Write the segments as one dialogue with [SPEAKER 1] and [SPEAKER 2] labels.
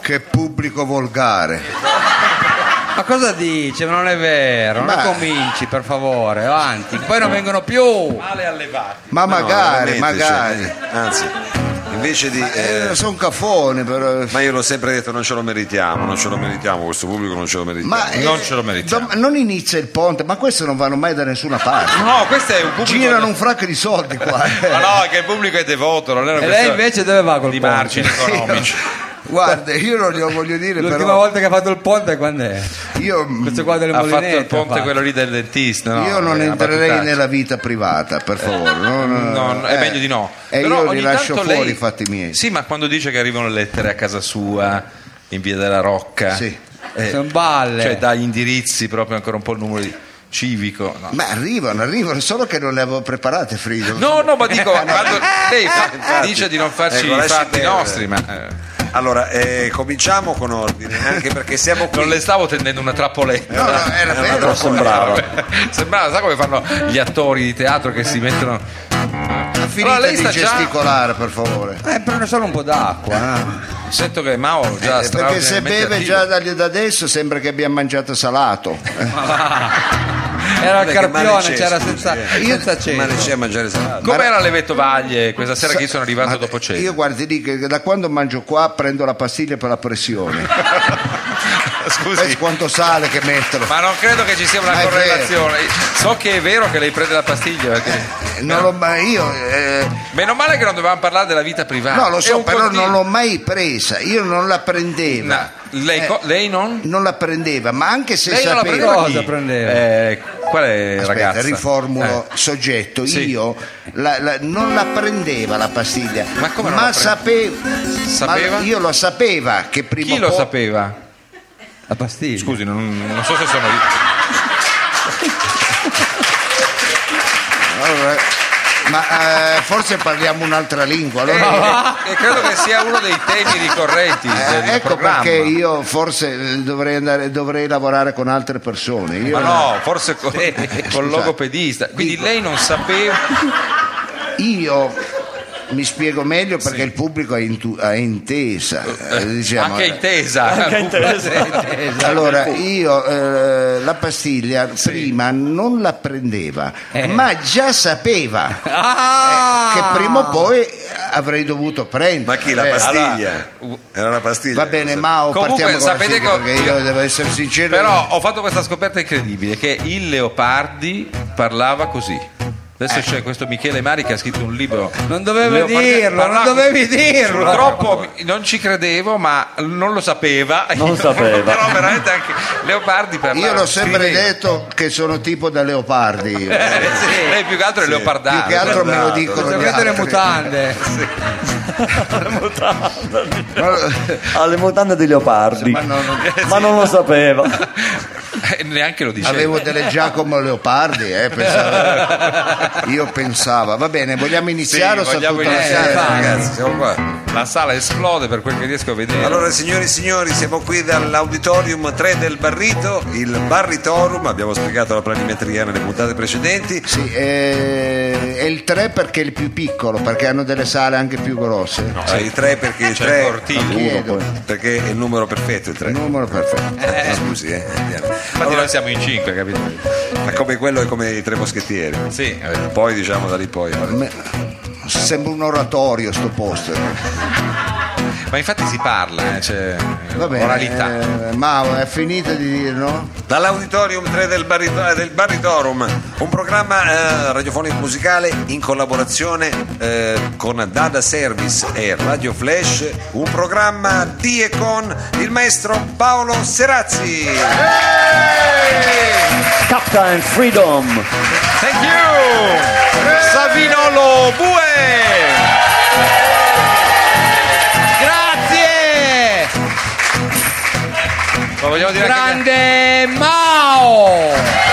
[SPEAKER 1] Che pubblico volgare.
[SPEAKER 2] Ma cosa dice? Ma non è vero, non cominci per favore, avanti, poi non vengono più.
[SPEAKER 3] Male allevati.
[SPEAKER 1] Ma magari.
[SPEAKER 4] Anzi, invece di
[SPEAKER 1] sono cafone però.
[SPEAKER 4] ma io l'ho sempre detto, non ce lo meritiamo, questo pubblico non ce lo meritiamo.
[SPEAKER 1] Ma
[SPEAKER 3] Non ce lo meritiamo.
[SPEAKER 1] Non inizia il ponte, ma questi non vanno mai da nessuna parte.
[SPEAKER 3] No, questo è un pubblico.
[SPEAKER 1] Girano un fracco di soldi qua.
[SPEAKER 3] Ma no, che il pubblico è devoto, non è una
[SPEAKER 2] E lei
[SPEAKER 3] questione
[SPEAKER 2] invece dove va col
[SPEAKER 3] di
[SPEAKER 2] ponte?
[SPEAKER 3] margini economici.
[SPEAKER 1] Guarda, io non glielo voglio dire,
[SPEAKER 2] L'ultima
[SPEAKER 1] però
[SPEAKER 2] volta che ha fatto il ponte quando è?
[SPEAKER 1] io
[SPEAKER 2] Questo qua delle
[SPEAKER 3] Ha fatto
[SPEAKER 2] molinette.
[SPEAKER 3] il ponte quello lì del dentista. No,
[SPEAKER 1] io non
[SPEAKER 3] è una
[SPEAKER 1] entrerei
[SPEAKER 3] battutaccia.
[SPEAKER 1] nella vita privata, per favore.
[SPEAKER 3] No, è meglio di no.
[SPEAKER 1] E
[SPEAKER 3] Però
[SPEAKER 1] io
[SPEAKER 3] ogni
[SPEAKER 1] li lascio
[SPEAKER 3] tanto
[SPEAKER 1] fuori
[SPEAKER 3] lei-
[SPEAKER 1] i fatti miei.
[SPEAKER 3] Sì, ma quando dice che arrivano le lettere a casa sua in via della Rocca,
[SPEAKER 1] Sì.
[SPEAKER 2] Sono balle.
[SPEAKER 3] cioè dà gli indirizzi proprio ancora un po' il numero di civico. No.
[SPEAKER 1] Ma arrivano, solo che non le avevo preparate, Frido.
[SPEAKER 3] No, ma dico, quando lei dice di non farci
[SPEAKER 4] Ecco,
[SPEAKER 3] i
[SPEAKER 4] lasci
[SPEAKER 3] fatti
[SPEAKER 4] perdere.
[SPEAKER 3] nostri, ma
[SPEAKER 4] Allora, cominciamo con ordine, anche perché siamo qui.
[SPEAKER 3] non le stavo tendendo una trappoletta.
[SPEAKER 1] No, era vero.
[SPEAKER 4] Sembrava.
[SPEAKER 3] Sembrava, sai come fanno gli attori di teatro che si mettono.
[SPEAKER 1] Finite
[SPEAKER 3] Allora, lei
[SPEAKER 1] di
[SPEAKER 3] sta già-
[SPEAKER 1] gesticolare, per favore.
[SPEAKER 2] Prende solo un po' d'acqua.
[SPEAKER 3] Sento che Mao già
[SPEAKER 1] Perché se
[SPEAKER 3] straordinariamente
[SPEAKER 1] beve
[SPEAKER 3] attivo.
[SPEAKER 1] già da adesso sembra che abbia mangiato salato.
[SPEAKER 2] Era il
[SPEAKER 4] Che male
[SPEAKER 2] carpione,
[SPEAKER 4] c'è,
[SPEAKER 2] c'era
[SPEAKER 4] scusi,
[SPEAKER 2] senza cena.
[SPEAKER 4] Ma ne c'è a mangiare salato.
[SPEAKER 3] Com'era le vettovaglie questa sera che io sono arrivato
[SPEAKER 1] Ma
[SPEAKER 3] dopo cena?
[SPEAKER 1] Io guardi lì che da quando mangio qua prendo la pastiglia per la pressione.
[SPEAKER 3] Scusi,
[SPEAKER 1] Sai quanto sale che mettono?
[SPEAKER 3] ma non credo che ci sia una
[SPEAKER 1] Ma è
[SPEAKER 3] correlazione. So che è vero che lei prende la pastiglia perché
[SPEAKER 1] Non l'ho mai io.
[SPEAKER 3] meno male che non dovevamo parlare della vita privata.
[SPEAKER 1] No, lo
[SPEAKER 3] È
[SPEAKER 1] so,
[SPEAKER 3] un
[SPEAKER 1] però
[SPEAKER 3] continuo.
[SPEAKER 1] non l'ho mai presa. Io non la prendeva.
[SPEAKER 3] No, lei non?
[SPEAKER 1] Non la prendeva, ma anche se
[SPEAKER 3] Lei non la
[SPEAKER 1] sapeva.
[SPEAKER 3] prendeva
[SPEAKER 2] Cosa
[SPEAKER 3] chi?
[SPEAKER 2] prendeva?
[SPEAKER 3] Qual è
[SPEAKER 1] Aspetta,
[SPEAKER 3] ragazza?
[SPEAKER 1] riformulo soggetto.
[SPEAKER 3] Sì.
[SPEAKER 1] Io non la prendeva la pastiglia,
[SPEAKER 3] Ma come non la
[SPEAKER 1] sapevo.
[SPEAKER 3] Sapeva?
[SPEAKER 1] Io lo sapeva che prima
[SPEAKER 3] Chi
[SPEAKER 1] o
[SPEAKER 3] lo
[SPEAKER 1] poi-
[SPEAKER 3] sapeva?
[SPEAKER 2] La pastiglia.
[SPEAKER 3] Scusi, non so se sono io.
[SPEAKER 1] Allora, ma forse parliamo un'altra lingua. Allora,
[SPEAKER 3] E credo che sia uno dei temi ricorrenti del
[SPEAKER 1] ecco
[SPEAKER 3] programma.
[SPEAKER 1] perché io forse dovrei lavorare con altre persone. Io,
[SPEAKER 3] Ma no, forse con il logopedista. Quindi lei non sapeva.
[SPEAKER 1] io mi spiego meglio perché il pubblico ha intesa. Diciamo.
[SPEAKER 3] Anche intesa.
[SPEAKER 1] Allora, io la pastiglia prima non la prendeva, ma già sapeva che prima o poi avrei dovuto prendere.
[SPEAKER 4] Ma chi, la pastiglia? Era una pastiglia.
[SPEAKER 1] Va bene, Mao,
[SPEAKER 3] Comunque,
[SPEAKER 1] partiamo con la
[SPEAKER 3] sapete
[SPEAKER 1] sigla,
[SPEAKER 3] che-
[SPEAKER 1] perché io devo essere sincero.
[SPEAKER 3] Però ho fatto questa scoperta incredibile che il Leopardi parlava così. Adesso c'è questo Michele Mari che ha scritto un libro.
[SPEAKER 2] Non dovevo
[SPEAKER 3] Leopardi-
[SPEAKER 2] dirlo, non
[SPEAKER 3] parlava-
[SPEAKER 2] dovevi dirlo.
[SPEAKER 3] Purtroppo non ci credevo, ma non lo sapeva.
[SPEAKER 5] Non sapeva.
[SPEAKER 3] Però veramente anche Leopardi parlava.
[SPEAKER 1] Io l'ho sempre
[SPEAKER 3] scriveva.
[SPEAKER 1] detto che sono tipo da leopardi. io.
[SPEAKER 3] Sì, lei più che altro è leopardato.
[SPEAKER 1] Più che altro me lo dicono
[SPEAKER 2] Devo
[SPEAKER 1] gli
[SPEAKER 2] mettere le
[SPEAKER 1] altri.
[SPEAKER 2] mutande.
[SPEAKER 5] Alle mutande di Leopardi,
[SPEAKER 1] Ma no, no.
[SPEAKER 5] ma non lo sapeva.
[SPEAKER 3] Neanche lo diceva.
[SPEAKER 1] Avevo delle Giacomo Leopardi, io pensavo, va bene, vogliamo iniziare o sta
[SPEAKER 3] vogliamo
[SPEAKER 1] tutta la
[SPEAKER 3] iniziare,
[SPEAKER 1] sera?
[SPEAKER 4] Ragazzi, siamo qua.
[SPEAKER 3] La sala esplode per quel che riesco a vedere.
[SPEAKER 4] Allora, signori e signori, siamo qui dall'Auditorium 3 del Barrito, il Barritorum, abbiamo spiegato la planimetria nelle puntate precedenti.
[SPEAKER 1] Sì, è il 3 perché è il più piccolo, perché hanno delle sale anche più grosse.
[SPEAKER 4] Il 3 perché il
[SPEAKER 3] C'è
[SPEAKER 4] 3
[SPEAKER 3] il cortile.
[SPEAKER 1] Chiedo,
[SPEAKER 4] perché è il numero perfetto il 3.
[SPEAKER 1] il numero perfetto.
[SPEAKER 4] Scusi, andiamo.
[SPEAKER 3] Infatti noi siamo in 5, capito?
[SPEAKER 4] Ma come quello è come i tre moschettieri.
[SPEAKER 3] Sì.
[SPEAKER 4] Poi diciamo da lì poi.
[SPEAKER 1] Sembra un oratorio sto posto.
[SPEAKER 3] Ma infatti si parla, c'è
[SPEAKER 1] Va bene,
[SPEAKER 3] oralità.
[SPEAKER 1] Mao, è finito di dire, no?
[SPEAKER 4] Dall'Auditorium 3 del Barritorum, un programma radiofonico musicale in collaborazione con Dada Service e Radio Flash, un programma di e con il maestro Paolo Serazzi.
[SPEAKER 5] Captain Freedom.
[SPEAKER 3] Thank you! Savinolo Bue!
[SPEAKER 2] Grazie!
[SPEAKER 3] Ma vogliamo dire anche
[SPEAKER 2] Grande Mao!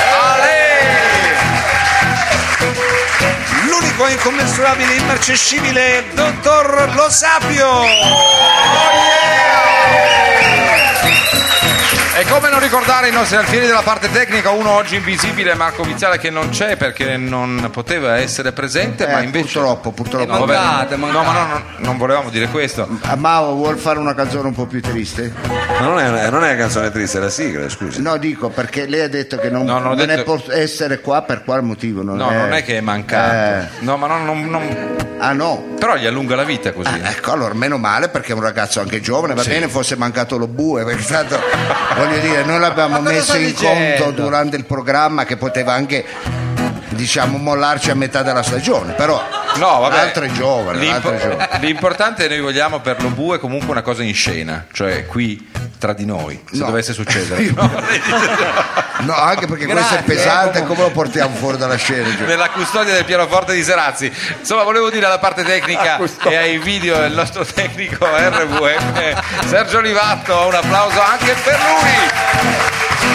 [SPEAKER 4] L'unico incommensurabile, immarcescibile dottor Lo Sapio. Oh yeah!
[SPEAKER 3] E come non ricordare i nostri alfieri della parte tecnica, uno oggi invisibile, Marco Viziale, che non c'è perché non poteva essere presente, ma invece
[SPEAKER 1] purtroppo.
[SPEAKER 2] È mancato.
[SPEAKER 3] no, ma no, non volevamo dire questo.
[SPEAKER 1] Mao, vuol fare una canzone un po' più triste?
[SPEAKER 4] Ma non è una canzone triste, è la sigla, scusi.
[SPEAKER 1] No, dico perché lei ha detto che non
[SPEAKER 3] ho
[SPEAKER 1] è
[SPEAKER 3] detto-
[SPEAKER 1] può essere qua, per quale motivo?
[SPEAKER 3] Non è che è mancato. No, ma
[SPEAKER 1] Ah no.
[SPEAKER 3] però gli allunga la vita così.
[SPEAKER 1] Ecco, allora meno male perché è un ragazzo anche giovane, va bene fosse mancato lo bue, perché tanto, voglio dire, noi l'abbiamo
[SPEAKER 2] Ma cosa
[SPEAKER 1] messo
[SPEAKER 2] sta
[SPEAKER 1] in
[SPEAKER 2] dicendo?
[SPEAKER 1] conto durante il programma che poteva anche, diciamo, mollarci a metà della stagione, però
[SPEAKER 3] No, vabbè.
[SPEAKER 1] l'altro è giovane,
[SPEAKER 3] L'importante è noi vogliamo per lo bue comunque una cosa in scena, cioè qui tra di noi, se
[SPEAKER 1] No.
[SPEAKER 3] dovesse succedere.
[SPEAKER 1] No, anche perché questo è
[SPEAKER 2] Grazie,
[SPEAKER 1] pesante, come lo portiamo fuori dalla scena?
[SPEAKER 3] Nella custodia del pianoforte di Serazzi. Insomma, volevo dire alla parte tecnica e ai video del nostro tecnico RVM Sergio Olivatto, un applauso anche per lui.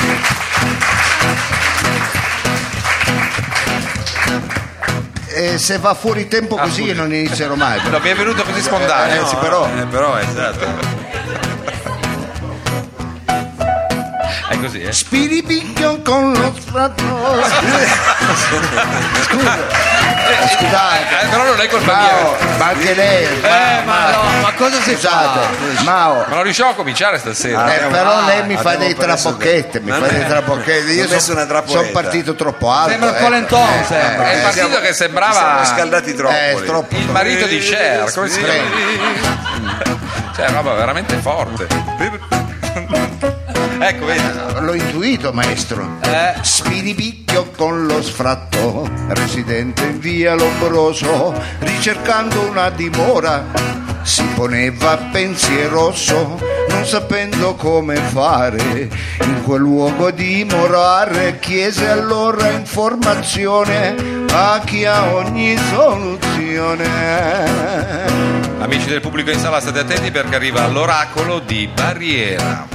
[SPEAKER 1] E se va fuori tempo così
[SPEAKER 3] scusi.
[SPEAKER 1] non inizierò mai.
[SPEAKER 3] No, mi è venuto così spontaneo.
[SPEAKER 1] Sì, però
[SPEAKER 4] Esatto.
[SPEAKER 3] È così,
[SPEAKER 1] Spiripicchio con lo sfratto. Scusate.
[SPEAKER 3] però non è colpa
[SPEAKER 1] Mao,
[SPEAKER 3] mia.
[SPEAKER 1] ma anche lei.
[SPEAKER 2] Ma cosa si
[SPEAKER 1] Scusate,
[SPEAKER 2] fa?
[SPEAKER 1] Mao.
[SPEAKER 3] Ma non riusciamo a cominciare stasera.
[SPEAKER 1] Però lei mi fa
[SPEAKER 4] abbiamo
[SPEAKER 1] dei
[SPEAKER 4] preso
[SPEAKER 1] trapocchetti, mi fa dei trapocchetti. Io
[SPEAKER 4] ho messo una trappoletta.
[SPEAKER 1] sono partito troppo alto.
[SPEAKER 2] Sembra il Polentone, sembra.
[SPEAKER 3] È il partito che
[SPEAKER 4] Siamo
[SPEAKER 3] sembrava
[SPEAKER 4] scaldati troppo.
[SPEAKER 1] troppo.
[SPEAKER 3] il marito di Cher, come si
[SPEAKER 1] Prego.
[SPEAKER 3] chiama? Cioè, è una roba veramente forte. Ecco, vedi.
[SPEAKER 1] L'ho intuito, maestro. Spiripicchio con lo sfratto, residente in via Lombroso, ricercando una dimora, si poneva pensieroso, non sapendo come fare in quel luogo dimorare. Chiese allora informazione a chi ha ogni soluzione.
[SPEAKER 3] Amici del pubblico in sala, state attenti perché arriva l'oracolo di Barriera.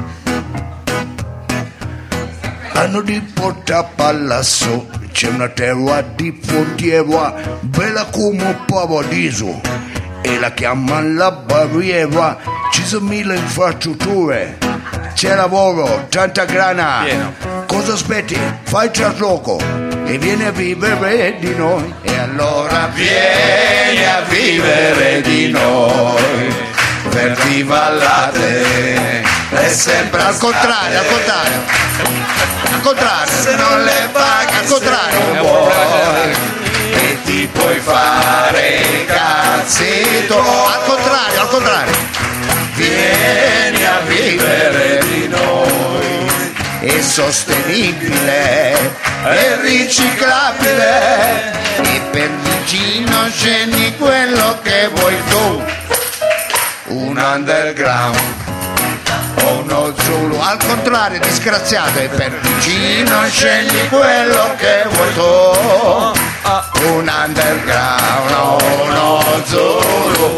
[SPEAKER 1] Hanno di porta a Palazzo, c'è una terra di Fontieva, bella come un paradiso, e la chiamano la Barriera. Ci sono mille infrastrutture, c'è lavoro, tanta grana.
[SPEAKER 3] Pieno.
[SPEAKER 1] Cosa aspetti? Fai il trasloco e vieni a vivere di noi. E allora vieni a vivere di noi, per Vallate è sempre al contrario, al contrario, se non le paghi al contrario vuoi, e ti puoi fare il cazzito, al contrario, vieni a vivere di noi, è sostenibile, è riciclabile, e per vicino scegli quello che vuoi tu, un underground o uno Zulu, al contrario, disgraziato, e per vicino scegli quello che vuoi tu, un underground o uno Zulu,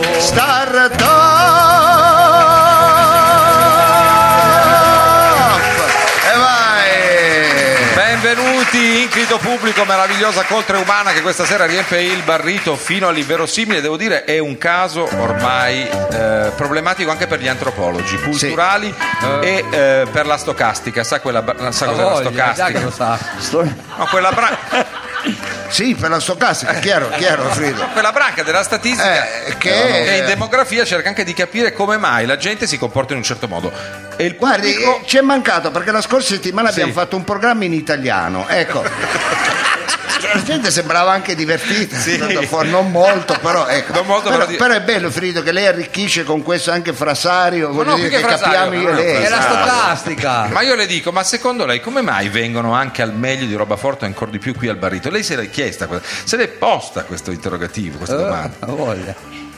[SPEAKER 1] e vai.
[SPEAKER 3] Benvenuti, inclito pubblico, meravigliosa coltre umana che questa sera riempie il Barrito fino all'inverosimile. Devo dire è un caso ormai problematico anche per gli antropologi culturali e per la stocastica. Sa cos'è la
[SPEAKER 2] Già che lo
[SPEAKER 3] stocastica?
[SPEAKER 2] sa.
[SPEAKER 3] No, quella branca
[SPEAKER 1] Sì, per la stocastica, chiaro, Frido.
[SPEAKER 3] quella branca della statistica
[SPEAKER 1] che-
[SPEAKER 3] in demografia cerca anche di capire come mai la gente si comporta in un certo modo. E il
[SPEAKER 1] Guardi,
[SPEAKER 3] pubblico
[SPEAKER 1] ci è mancato perché la scorsa settimana abbiamo fatto un programma in italiano, ecco. La gente sembrava anche divertita, non molto, però ecco.
[SPEAKER 3] Non molto,
[SPEAKER 1] però è bello, Frido, che lei arricchisce con questo anche frasario, voglio
[SPEAKER 3] no,
[SPEAKER 1] dire
[SPEAKER 3] più
[SPEAKER 1] che
[SPEAKER 3] che frasario,
[SPEAKER 1] capiamo io e lei.
[SPEAKER 2] È la stocastica.
[SPEAKER 3] Ma io le dico, ma secondo lei come mai vengono anche al meglio di roba forte ancora di più qui al Barrito? Lei se l'è chiesta, se l'è posta questo interrogativo, questa domanda?
[SPEAKER 2] Ha voglia.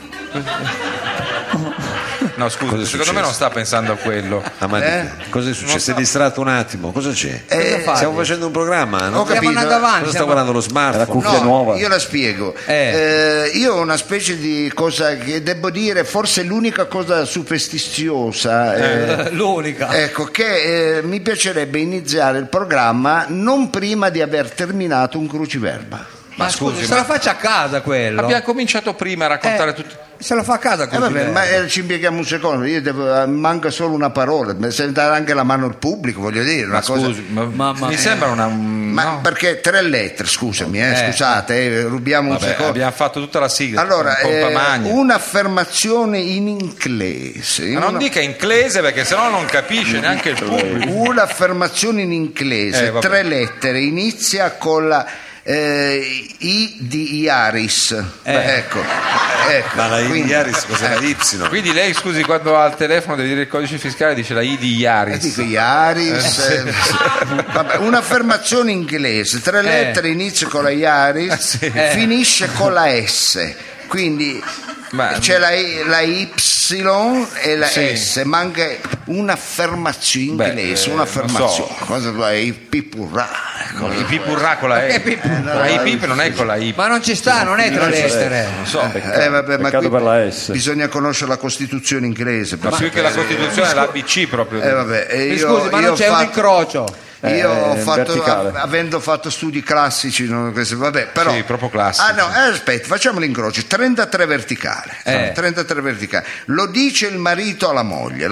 [SPEAKER 3] No, scusa,
[SPEAKER 4] Cosa è
[SPEAKER 3] secondo me
[SPEAKER 4] successo?
[SPEAKER 3] non sta pensando a quello.
[SPEAKER 4] Cosa è successo? Si è distratto un attimo, cosa c'è?
[SPEAKER 2] Cosa
[SPEAKER 4] Stiamo
[SPEAKER 2] fate?
[SPEAKER 4] facendo un programma, no?
[SPEAKER 1] Ho capito.
[SPEAKER 2] Stiamo andando avanti.
[SPEAKER 4] Cosa sta guardando lo
[SPEAKER 5] La
[SPEAKER 4] smartphone?
[SPEAKER 5] cuffia
[SPEAKER 1] No,
[SPEAKER 5] nuova.
[SPEAKER 1] io la spiego. Io ho una specie di cosa che devo dire, forse l'unica cosa superstiziosa.
[SPEAKER 2] L'unica.
[SPEAKER 1] Ecco, che mi piacerebbe iniziare il programma non prima di aver terminato un cruciverba.
[SPEAKER 2] Ma scusi, se la faccia a casa quello.
[SPEAKER 3] Abbiamo cominciato prima a raccontare tutto.
[SPEAKER 2] Se la fa a casa così.
[SPEAKER 1] Vabbè, ma ci impieghiamo un secondo, manca solo una parola, mi sembra dare anche la mano al pubblico, voglio dire. Una cosa...
[SPEAKER 3] Scusi, mi sembra una.
[SPEAKER 1] Ma
[SPEAKER 3] no?
[SPEAKER 1] perché 3 lettere, scusami, scusate, rubiamo un secondo.
[SPEAKER 3] Abbiamo fatto tutta la sigla.
[SPEAKER 1] Allora,
[SPEAKER 3] pompa magna.
[SPEAKER 1] un'affermazione in inglese.
[SPEAKER 3] Ma non dica inglese perché sennò non capisce neanche il pubblico.
[SPEAKER 1] Un'affermazione in inglese, 3 lettere, inizia con la I di Iaris. Ecco.
[SPEAKER 4] Ma la I di Iaris cos'è la Y?
[SPEAKER 3] Quindi lei, scusi, quando al telefono deve dire il codice fiscale dice la I di Iaris.
[SPEAKER 1] Dico Iaris. Vabbè, un'affermazione inglese, 3 lettere, inizia con la Iaris, finisce con la S. Quindi c'è la Y e la S, manca un'affermazione inglese, un'affermazione. Cosa vuoi? Pipurra.
[SPEAKER 3] I pipurra con la E. La I non è con la I.
[SPEAKER 2] Ma non ci sta, non è 3 lettere.
[SPEAKER 3] Non so.
[SPEAKER 1] Vabbè, ma
[SPEAKER 5] Peccato per la S.
[SPEAKER 1] bisogna conoscere la Costituzione inglese.
[SPEAKER 3] Ma più che la Costituzione è l'ABC proprio.
[SPEAKER 2] Mi scusi, ma non c'è un incrocio.
[SPEAKER 1] Io ho fatto,
[SPEAKER 5] verticale.
[SPEAKER 1] avendo fatto studi classici, vabbè, però.
[SPEAKER 3] Sì, proprio classici.
[SPEAKER 1] Aspetta, facciamo l'incrocio. 33 verticale. 33 verticale. Lo dice il marito alla moglie.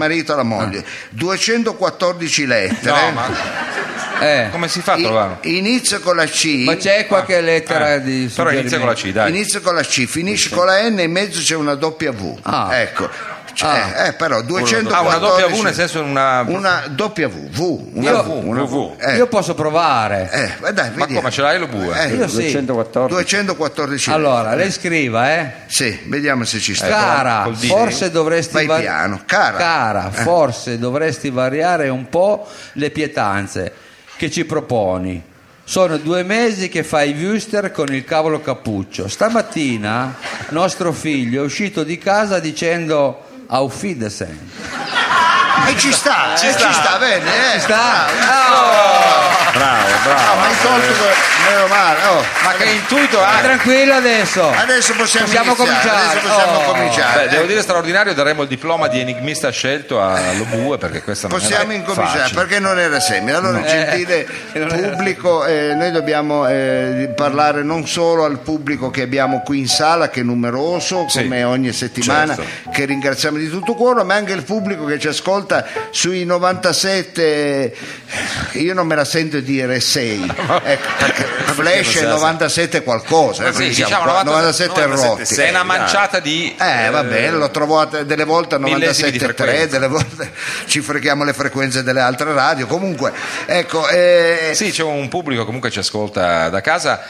[SPEAKER 1] 214 lettere.
[SPEAKER 3] No, ma come si fa a trovarlo?
[SPEAKER 1] Inizia con la C.
[SPEAKER 2] Ma c'è qualche lettera di
[SPEAKER 3] Però inizia con la C, dai.
[SPEAKER 1] Inizia con la C, finisce con la N e in mezzo c'è una W. Ecco. Però 214
[SPEAKER 3] una W nel senso una
[SPEAKER 1] W.
[SPEAKER 2] Io posso provare.
[SPEAKER 1] Dai,
[SPEAKER 3] ma come ce l'hai lo bue?
[SPEAKER 2] Io sì.
[SPEAKER 1] 214.
[SPEAKER 2] Allora, lei scriva,
[SPEAKER 1] Sì, vediamo se ci sta.
[SPEAKER 2] Cara, forse dovresti
[SPEAKER 1] Vai piano. Cara,
[SPEAKER 2] forse dovresti variare un po' le pietanze che ci proponi. Sono 2 mesi che fai Wüster con il cavolo cappuccio. Stamattina nostro figlio è uscito di casa dicendo Auf Wiedersehen.
[SPEAKER 1] E ci sta, bene,
[SPEAKER 2] Ci sta?
[SPEAKER 4] Bravo.
[SPEAKER 1] ma hai tolto meno male.
[SPEAKER 3] Ma che intuito ha?
[SPEAKER 2] Tranquillo adesso.
[SPEAKER 1] Adesso possiamo
[SPEAKER 2] cominciare.
[SPEAKER 1] cominciare.
[SPEAKER 3] Devo dire straordinario, daremo il diploma di enigmista scelto a Lobue perché questa non
[SPEAKER 1] Possiamo
[SPEAKER 3] era
[SPEAKER 1] incominciare
[SPEAKER 3] facile.
[SPEAKER 1] perché non era semplice. Allora, gentile pubblico, noi dobbiamo parlare non solo al pubblico che abbiamo qui in sala, che è numeroso come ogni settimana, che ringraziamo di tutto cuore, ma anche il pubblico che ci ascolta sui 97. Io non me la sento dire 6, perché Flash è 97 qualcosa, quindi
[SPEAKER 3] diciamo
[SPEAKER 1] 97 rotti.
[SPEAKER 3] È una manciata di
[SPEAKER 1] Va bene, l'ho trovata delle volte a
[SPEAKER 3] millesimi di
[SPEAKER 1] 97,3, delle volte ci freghiamo le frequenze delle altre radio. Comunque, ecco.
[SPEAKER 3] Sì, c'è un pubblico comunque ci ascolta da casa.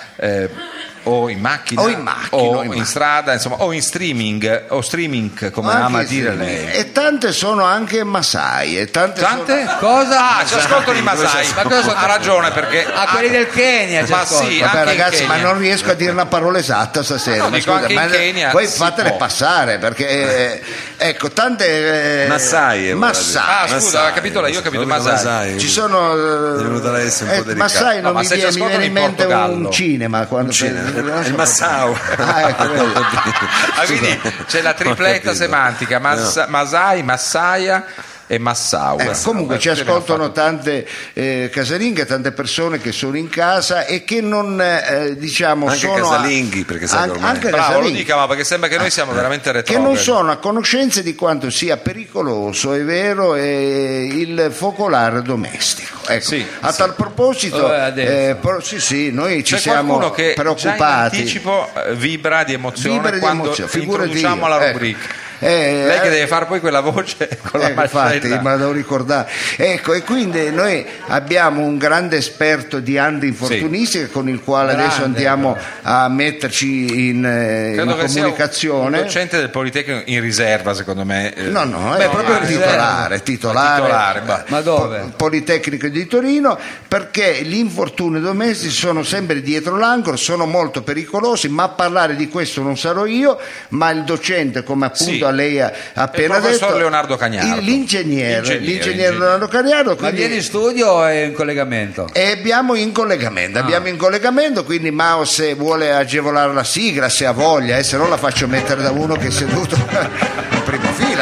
[SPEAKER 3] O in macchina o in strada, insomma, o in streaming come ama dire lei.
[SPEAKER 1] E tante sono anche Masai.
[SPEAKER 3] Tante?
[SPEAKER 2] Cosa?
[SPEAKER 3] Ci ascoltano i Masai.
[SPEAKER 2] Ma cosa sono?
[SPEAKER 3] Ha ragione perché
[SPEAKER 2] Quelli del Kenya.
[SPEAKER 3] ma sì,
[SPEAKER 1] Vabbè,
[SPEAKER 3] anche
[SPEAKER 1] ragazzi,
[SPEAKER 3] in
[SPEAKER 1] ma
[SPEAKER 3] Kenya.
[SPEAKER 1] non riesco a dire una parola esatta stasera.
[SPEAKER 3] No, dico anche in Kenya
[SPEAKER 1] poi
[SPEAKER 3] si
[SPEAKER 1] fatele
[SPEAKER 3] può.
[SPEAKER 1] passare perché ecco tante
[SPEAKER 4] Masai.
[SPEAKER 3] Scusa, ha capito lei, io ho capito Masai.
[SPEAKER 1] Ci sono
[SPEAKER 4] È venuta la S un po' delicata.
[SPEAKER 1] Masai non
[SPEAKER 3] ma
[SPEAKER 1] mi
[SPEAKER 3] se ci
[SPEAKER 1] viene, mi viene in
[SPEAKER 3] ascoltano in
[SPEAKER 1] mente un
[SPEAKER 3] Portogallo.
[SPEAKER 1] cinema quando
[SPEAKER 4] Il Massau.
[SPEAKER 1] ecco, vedi.
[SPEAKER 3] Quindi c'è la tripletta semantica, Masai, Massaia e Massau.
[SPEAKER 1] Comunque ci ascoltano tante casalinghe, tante persone che sono in casa e che non diciamo
[SPEAKER 4] Anche
[SPEAKER 1] sono
[SPEAKER 4] casalinghi, perché sai che ormai-
[SPEAKER 1] anche
[SPEAKER 3] Bravo, lo
[SPEAKER 1] casalinghi,
[SPEAKER 3] dica, ma perché sembra che noi siamo veramente
[SPEAKER 1] che
[SPEAKER 3] retrogradi.
[SPEAKER 1] non sono a conoscenza di quanto sia pericoloso, è vero, il focolare domestico. Ecco,
[SPEAKER 3] Sì,
[SPEAKER 1] a tal proposito,
[SPEAKER 2] adesso.
[SPEAKER 1] sì, noi ci
[SPEAKER 3] C'è
[SPEAKER 1] siamo
[SPEAKER 3] qualcuno che già in
[SPEAKER 1] preoccupati.
[SPEAKER 3] anticipo vibra di emozione
[SPEAKER 1] Vibra di
[SPEAKER 3] quando
[SPEAKER 1] emozione, figurati
[SPEAKER 3] introduciamo
[SPEAKER 1] io,
[SPEAKER 3] la
[SPEAKER 1] ecco.
[SPEAKER 3] rubrica. Lei che deve fare poi quella voce con la
[SPEAKER 1] infatti,
[SPEAKER 3] mascella.
[SPEAKER 1] me la devo ricordare. Ecco, e quindi noi abbiamo un grande esperto di ande infortunistica con il quale adesso andiamo a metterci in
[SPEAKER 3] Credo che sia
[SPEAKER 1] comunicazione.
[SPEAKER 3] un docente del Politecnico in riserva, secondo me.
[SPEAKER 1] No, è proprio il titolare.
[SPEAKER 2] Ma dove?
[SPEAKER 1] Politecnico di Torino, perché gli infortuni domestici sono sempre dietro l'angolo, sono molto pericolosi, ma a parlare di questo non sarò io, ma il docente, come appunto lei ha appena
[SPEAKER 3] il professor
[SPEAKER 1] detto,
[SPEAKER 3] Leonardo Cagnardo.
[SPEAKER 1] L'ingegnere Leonardo Cagnardo.
[SPEAKER 2] Ma viene in studio o è in collegamento?
[SPEAKER 1] E abbiamo in collegamento, quindi Mao, se vuole agevolare la sigla, se ha voglia, se no la faccio mettere da uno che è seduto in prima fila.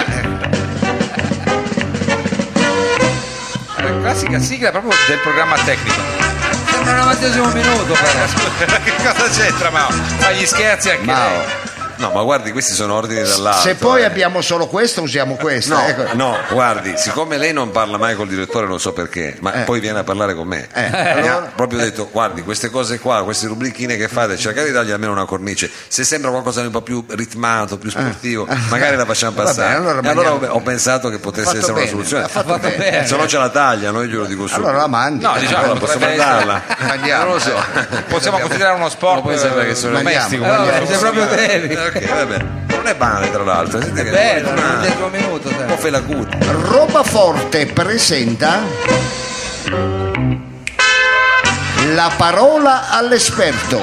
[SPEAKER 3] La classica sigla proprio del programma tecnico.
[SPEAKER 2] Siamo nel 90° minuto però.
[SPEAKER 3] Che cosa c'entra, Mao? Fa gli scherzi anche lei.
[SPEAKER 4] No, ma guardi, questi sono ordini dall'alto.
[SPEAKER 1] Se poi abbiamo solo questo, usiamo questo.
[SPEAKER 4] No,
[SPEAKER 1] ecco.
[SPEAKER 4] no, guardi, siccome lei non parla mai col direttore, non so perché, ma poi viene a parlare con me. Mi
[SPEAKER 1] allora?
[SPEAKER 4] ha proprio detto, guardi, queste cose qua, queste rubrichine che fate, cercate di dargli almeno una cornice. Se sembra qualcosa di un po' più ritmato, più sportivo, magari la facciamo passare.
[SPEAKER 1] Vabbè,
[SPEAKER 4] e allora ho pensato che potesse essere una soluzione.
[SPEAKER 1] Ha fatto bene.
[SPEAKER 4] Se no ce la tagliano, io glielo dico subito.
[SPEAKER 1] Allora la mandi.
[SPEAKER 3] No, diciamo,
[SPEAKER 4] Allora posso
[SPEAKER 3] potrebbe
[SPEAKER 4] mandarla?
[SPEAKER 1] Mandiamo.
[SPEAKER 4] Non lo so.
[SPEAKER 3] Possiamo considerare uno sport
[SPEAKER 4] Poi sembra che sono
[SPEAKER 3] domestico.
[SPEAKER 1] Mandiamo.
[SPEAKER 2] Se proprio devi.
[SPEAKER 4] Ok, vabbè. Non è male, tra l'altro. Senti che
[SPEAKER 2] Bello, nel
[SPEAKER 4] un
[SPEAKER 2] 90° minuto.
[SPEAKER 4] po' fe la cuta.
[SPEAKER 1] Roba Forte presenta La parola all'esperto,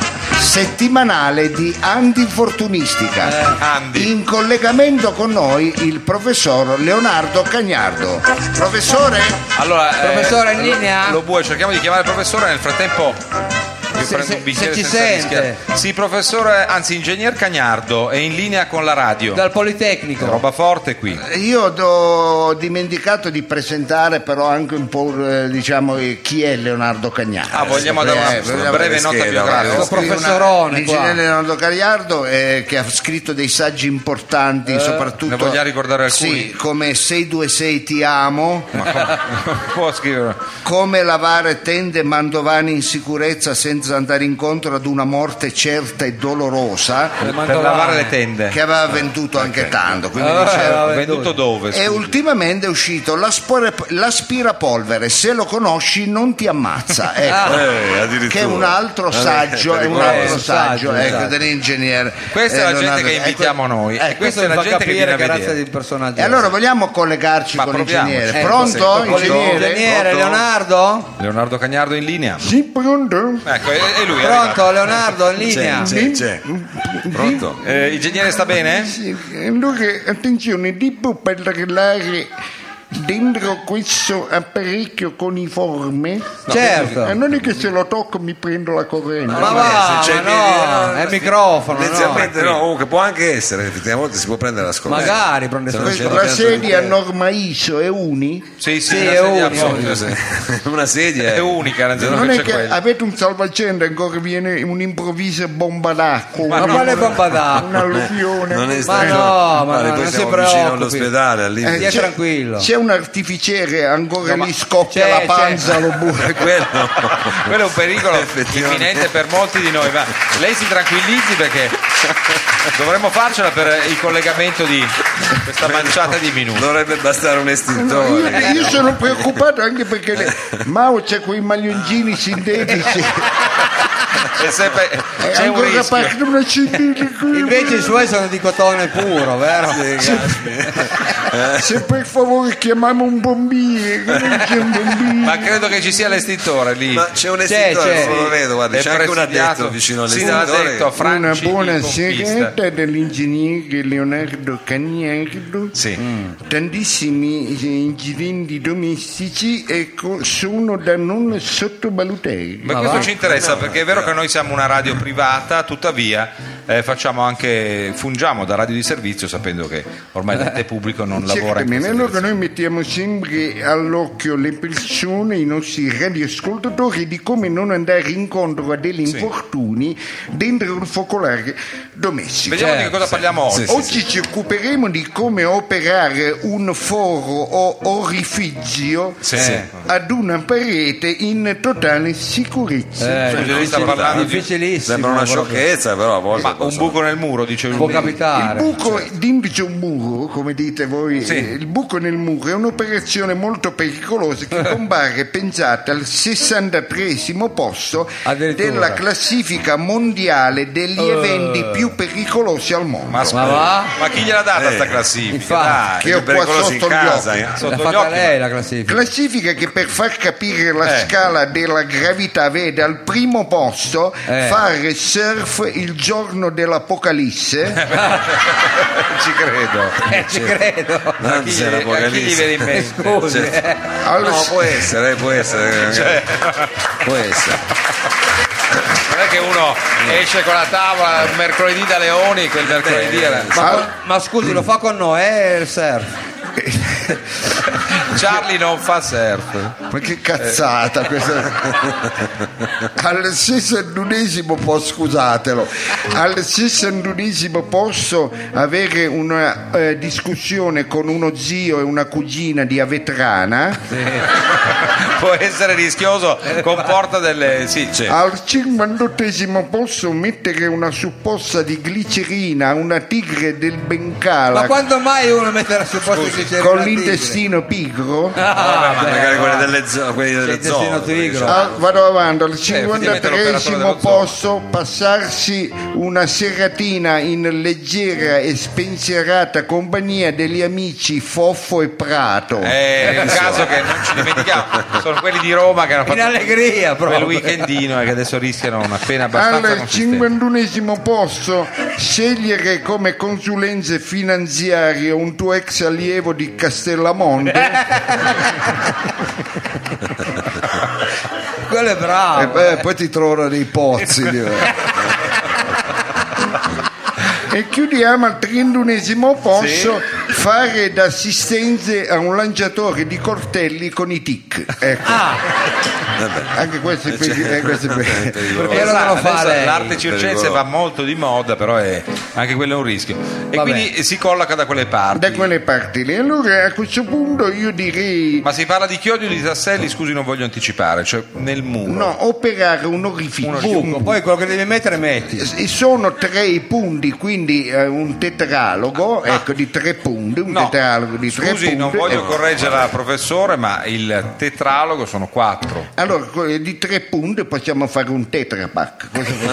[SPEAKER 1] settimanale di Antifortunistica.
[SPEAKER 3] Andi.
[SPEAKER 1] In collegamento con noi il professor Leonardo Cagnardo. Professore?
[SPEAKER 3] Allora,
[SPEAKER 2] Professore, in linea?
[SPEAKER 3] Lo bue, cerchiamo di chiamare il professore, nel frattempo io prendo un bicchiere
[SPEAKER 2] se ci
[SPEAKER 3] senza
[SPEAKER 2] sente.
[SPEAKER 3] rischiare. Sì, professore, anzi ingegner Cagnardo è in linea con la radio.
[SPEAKER 2] Dal Politecnico.
[SPEAKER 3] Roba forte qui.
[SPEAKER 1] Io ho dimenticato di presentare però anche un po' diciamo chi è Leonardo Cagnardo.
[SPEAKER 3] Ah, vogliamo dare una breve nota
[SPEAKER 4] scheda,
[SPEAKER 3] biografica.
[SPEAKER 2] Questo professorone
[SPEAKER 1] L'ingegnere
[SPEAKER 2] qua.
[SPEAKER 1] Leonardo Cagnardo che ha scritto dei saggi importanti, soprattutto
[SPEAKER 3] ne vogliamo ricordare alcuni?
[SPEAKER 1] Sì, come 626 ti amo,
[SPEAKER 3] Può scrivere.
[SPEAKER 1] come lavare tende Mandovani in sicurezza senza andare incontro ad una morte certa e dolorosa,
[SPEAKER 3] Per lavare le tende.
[SPEAKER 1] che aveva venduto anche tanto, quindi
[SPEAKER 2] Ah,
[SPEAKER 1] diceva-
[SPEAKER 3] Venduto dove?
[SPEAKER 1] e
[SPEAKER 3] scusi?
[SPEAKER 1] ultimamente è uscito l'aspirapolvere, se lo conosci non ti ammazza, ecco.
[SPEAKER 4] Addirittura.
[SPEAKER 1] Che è un altro saggio, è un
[SPEAKER 4] ricordo.
[SPEAKER 1] altro saggio,
[SPEAKER 2] saggio,
[SPEAKER 1] ecco,
[SPEAKER 2] esatto.
[SPEAKER 1] dell'ingegnere.
[SPEAKER 3] Questa è la gente
[SPEAKER 1] Leonardo-
[SPEAKER 3] che invitiamo noi. E
[SPEAKER 2] Questo
[SPEAKER 3] questa è
[SPEAKER 2] mi
[SPEAKER 3] la
[SPEAKER 2] fa
[SPEAKER 3] gente che
[SPEAKER 2] capire
[SPEAKER 3] viene
[SPEAKER 2] che
[SPEAKER 3] a
[SPEAKER 2] razza
[SPEAKER 3] vedere.
[SPEAKER 2] di personaggio.
[SPEAKER 1] E allora vogliamo collegarci
[SPEAKER 3] Ma
[SPEAKER 1] con
[SPEAKER 3] proviamoci.
[SPEAKER 1] l'ingegnere?
[SPEAKER 3] Ecco,
[SPEAKER 1] Pronto? Ingegnere?
[SPEAKER 2] Ingegnere Leonardo?
[SPEAKER 3] Leonardo Cagnardo in linea.
[SPEAKER 1] Sì, pronto?
[SPEAKER 3] Ecco, è lui. è
[SPEAKER 2] Pronto Leonardo in linea?
[SPEAKER 4] C'è. Pronto?
[SPEAKER 3] arrivato. Ingegnere sta bene?
[SPEAKER 1] Sì, allora attenzione, devo parlare dentro questo apparecchio coniforme.
[SPEAKER 2] Certo.
[SPEAKER 1] Non è che se lo tocco mi prendo la corrente.
[SPEAKER 2] Ma va,
[SPEAKER 4] se c'è
[SPEAKER 2] ma no, è il microfono,
[SPEAKER 4] Tendenzialmente
[SPEAKER 2] no.
[SPEAKER 4] no, comunque può anche essere, effettivamente si può prendere la scoperta.
[SPEAKER 2] Magari prende
[SPEAKER 4] Se non c'è
[SPEAKER 1] La
[SPEAKER 4] l'impianto
[SPEAKER 1] sedia a
[SPEAKER 4] di-
[SPEAKER 1] norma ISO è uni?
[SPEAKER 3] Sì,
[SPEAKER 2] Sì,
[SPEAKER 3] una
[SPEAKER 2] è
[SPEAKER 3] sedia
[SPEAKER 2] unico.
[SPEAKER 3] apposta.
[SPEAKER 4] Una sedia
[SPEAKER 3] È unica, non
[SPEAKER 1] Non è
[SPEAKER 3] c'è
[SPEAKER 1] che
[SPEAKER 3] quella.
[SPEAKER 1] avete un salvagente ancora viene un'improvvisa bomba d'acqua,
[SPEAKER 2] Ma quale bomba d'acqua?
[SPEAKER 1] un'alluvione.
[SPEAKER 4] non è
[SPEAKER 2] Ma
[SPEAKER 4] strano.
[SPEAKER 2] no, ma
[SPEAKER 4] Guarda,
[SPEAKER 2] no,
[SPEAKER 4] poi
[SPEAKER 2] non si
[SPEAKER 4] siamo vicino
[SPEAKER 2] preoccupi.
[SPEAKER 4] all'ospedale all'India.
[SPEAKER 2] Stia tranquillo.
[SPEAKER 1] C'è un artificiere ancora
[SPEAKER 2] No,
[SPEAKER 1] lì
[SPEAKER 2] ma-
[SPEAKER 1] scoppia
[SPEAKER 2] c'è,
[SPEAKER 1] la
[SPEAKER 2] c'è.
[SPEAKER 1] panza, lo bue.
[SPEAKER 4] Quello.
[SPEAKER 3] Quello è un pericolo
[SPEAKER 4] Effettivamente.
[SPEAKER 3] imminente per molti di noi, ma lei si tranquillizzi perché dovremmo farcela per il collegamento di questa manciata di minuti.
[SPEAKER 4] Dovrebbe bastare un estintore.
[SPEAKER 1] Io sono preoccupato anche perché Mao c'è quei maglioncini sintetici.
[SPEAKER 3] C'è sempre c'è un
[SPEAKER 1] ancora
[SPEAKER 3] rischio.
[SPEAKER 1] parte una cindina qui.
[SPEAKER 2] Invece i suoi sono di cotone puro, vero?
[SPEAKER 1] Se per favore chiamiamo un bombiere, che non c'è un bombiere.
[SPEAKER 3] Ma credo che ci sia l'estintore lì.
[SPEAKER 4] Ma c'è un estintore,
[SPEAKER 2] c'è.
[SPEAKER 4] non lo vedo, guarda,
[SPEAKER 3] È
[SPEAKER 4] c'è anche un
[SPEAKER 3] presidiato.
[SPEAKER 4] addetto vicino
[SPEAKER 3] Sì, un addetto a
[SPEAKER 4] all'estintore.
[SPEAKER 3] Franci
[SPEAKER 1] Una buona
[SPEAKER 3] Conquista.
[SPEAKER 1] serata dall'ingegnere Leonardo Cagnardo.
[SPEAKER 3] Sì.
[SPEAKER 1] Tantissimi incidenti domestici sono da non sottovalutare.
[SPEAKER 3] Ma questo ci interessa perché è vero che noi siamo una radio privata, tuttavia fungiamo da radio di servizio sapendo che ormai l'ente pubblico non lavora in
[SPEAKER 1] Certamente,
[SPEAKER 3] questa
[SPEAKER 1] allora
[SPEAKER 3] direzione.
[SPEAKER 1] noi mettiamo sempre all'occhio le persone, i nostri radioascoltatori, di come non andare incontro a degli infortuni dentro il focolare domestico.
[SPEAKER 3] Vediamo di che cosa parliamo oggi.
[SPEAKER 1] Oggi ci occuperemo di come operare un foro o orifizio
[SPEAKER 3] Sì.
[SPEAKER 1] ad una parete in totale sicurezza.
[SPEAKER 3] Lei sta parlando di
[SPEAKER 2] Difficilissimo.
[SPEAKER 4] Sembra una
[SPEAKER 2] proprio.
[SPEAKER 4] sciocchezza, però a volte
[SPEAKER 3] ma un buco nel muro, dice
[SPEAKER 2] Può
[SPEAKER 3] lui.
[SPEAKER 1] Il
[SPEAKER 2] capitare.
[SPEAKER 1] buco dentro un muro, come dite voi,
[SPEAKER 3] Sì.
[SPEAKER 1] il buco nel muro è un'operazione molto pericolosa che compare, pensate, al 63esimo posto
[SPEAKER 2] Addirittura.
[SPEAKER 1] della classifica mondiale degli eventi più pericolosi al mondo.
[SPEAKER 3] Ma,
[SPEAKER 2] Ma va?
[SPEAKER 3] ma chi gliel'ha data sta classifica?
[SPEAKER 2] Infatti.
[SPEAKER 1] Che ho qua
[SPEAKER 4] pericolosi
[SPEAKER 1] sotto
[SPEAKER 4] in
[SPEAKER 1] gli
[SPEAKER 4] casa,
[SPEAKER 1] occhi.
[SPEAKER 2] L'ha
[SPEAKER 3] Sotto gli
[SPEAKER 2] fatta
[SPEAKER 3] occhi,
[SPEAKER 2] lei la classifica.
[SPEAKER 1] Classifica che per far capire la scala della gravità vede al primo posto fare surf il giorno dell'Apocalisse.
[SPEAKER 3] Ci credo.
[SPEAKER 2] Ci credo.
[SPEAKER 3] A chi,
[SPEAKER 4] c'è
[SPEAKER 3] a chi gli
[SPEAKER 4] l'Apocalisse.
[SPEAKER 3] viene in mente?
[SPEAKER 2] Scusi.
[SPEAKER 4] No, può essere, può essere. Può essere.
[SPEAKER 3] Non è che uno esce con la tavola mercoledì da Leoni, quel mercoledì era.
[SPEAKER 2] Ma scusi, lo fa con noi, il surf?
[SPEAKER 3] Charlie non fa surf.
[SPEAKER 1] Ma che cazzata questa. Al 61esimo posto, scusatelo, al 61esimo posso avere una discussione con uno zio e una cugina di Avetrana.
[SPEAKER 3] Può essere rischioso, comporta delle... Sì, c'è.
[SPEAKER 1] Al 58esimo posso mettere una supposta di glicerina a una tigre del Bengala.
[SPEAKER 2] Ma quando mai uno metterà su posto che c'è
[SPEAKER 1] Con
[SPEAKER 2] una tigre?
[SPEAKER 1] l'intestino pigro?
[SPEAKER 4] Magari quelli delle
[SPEAKER 2] Intestino
[SPEAKER 4] zone.
[SPEAKER 2] tigro.
[SPEAKER 1] Vado avanti, al
[SPEAKER 3] effettivamente l'operatore
[SPEAKER 1] 53esimo
[SPEAKER 3] dello zoo.
[SPEAKER 1] posto passarsi una seratina in leggera e spensierata compagnia degli amici Foffo e Prato.
[SPEAKER 3] È un caso che non ci dimentichiamo, sono quelli di Roma che hanno
[SPEAKER 2] In
[SPEAKER 3] fatto
[SPEAKER 2] allegria
[SPEAKER 3] quel
[SPEAKER 2] proprio.
[SPEAKER 3] weekendino e che adesso rischiano una pena abbastanza
[SPEAKER 1] Al
[SPEAKER 3] consistente.
[SPEAKER 1] 51esimo posto scegliere come consulenze finanziarie un tuo ex allievo di Castellamonte.
[SPEAKER 2] Quello è bravo.
[SPEAKER 1] E poi ti trovano dei pozzi. E chiudiamo al 31esimo posto fare da assistenze a un lanciatore di coltelli con i tic. Ecco. Anche questo è
[SPEAKER 2] Perché lo devo fare?
[SPEAKER 3] L'arte circense va molto di moda, però anche quello è un rischio. E
[SPEAKER 2] Vabbè.
[SPEAKER 3] quindi si colloca da quelle parti.
[SPEAKER 1] da quelle parti lì. Allora a questo punto io direi
[SPEAKER 3] Ma si parla di chiodi o di tasselli? Scusi, non voglio anticipare, cioè nel muro.
[SPEAKER 1] no, operare un orificio.
[SPEAKER 2] Buco, poi quello che devi mettere metti.
[SPEAKER 1] E sono 3 i punti, quindi un tetralogo, ecco, di 3 punti, un
[SPEAKER 3] No,
[SPEAKER 1] tetralogo di 3 punti.
[SPEAKER 3] scusi, non voglio correggere la professore, ma il tetralogo sono 4.
[SPEAKER 1] Allora, di 3 punti possiamo fare un tetrapack.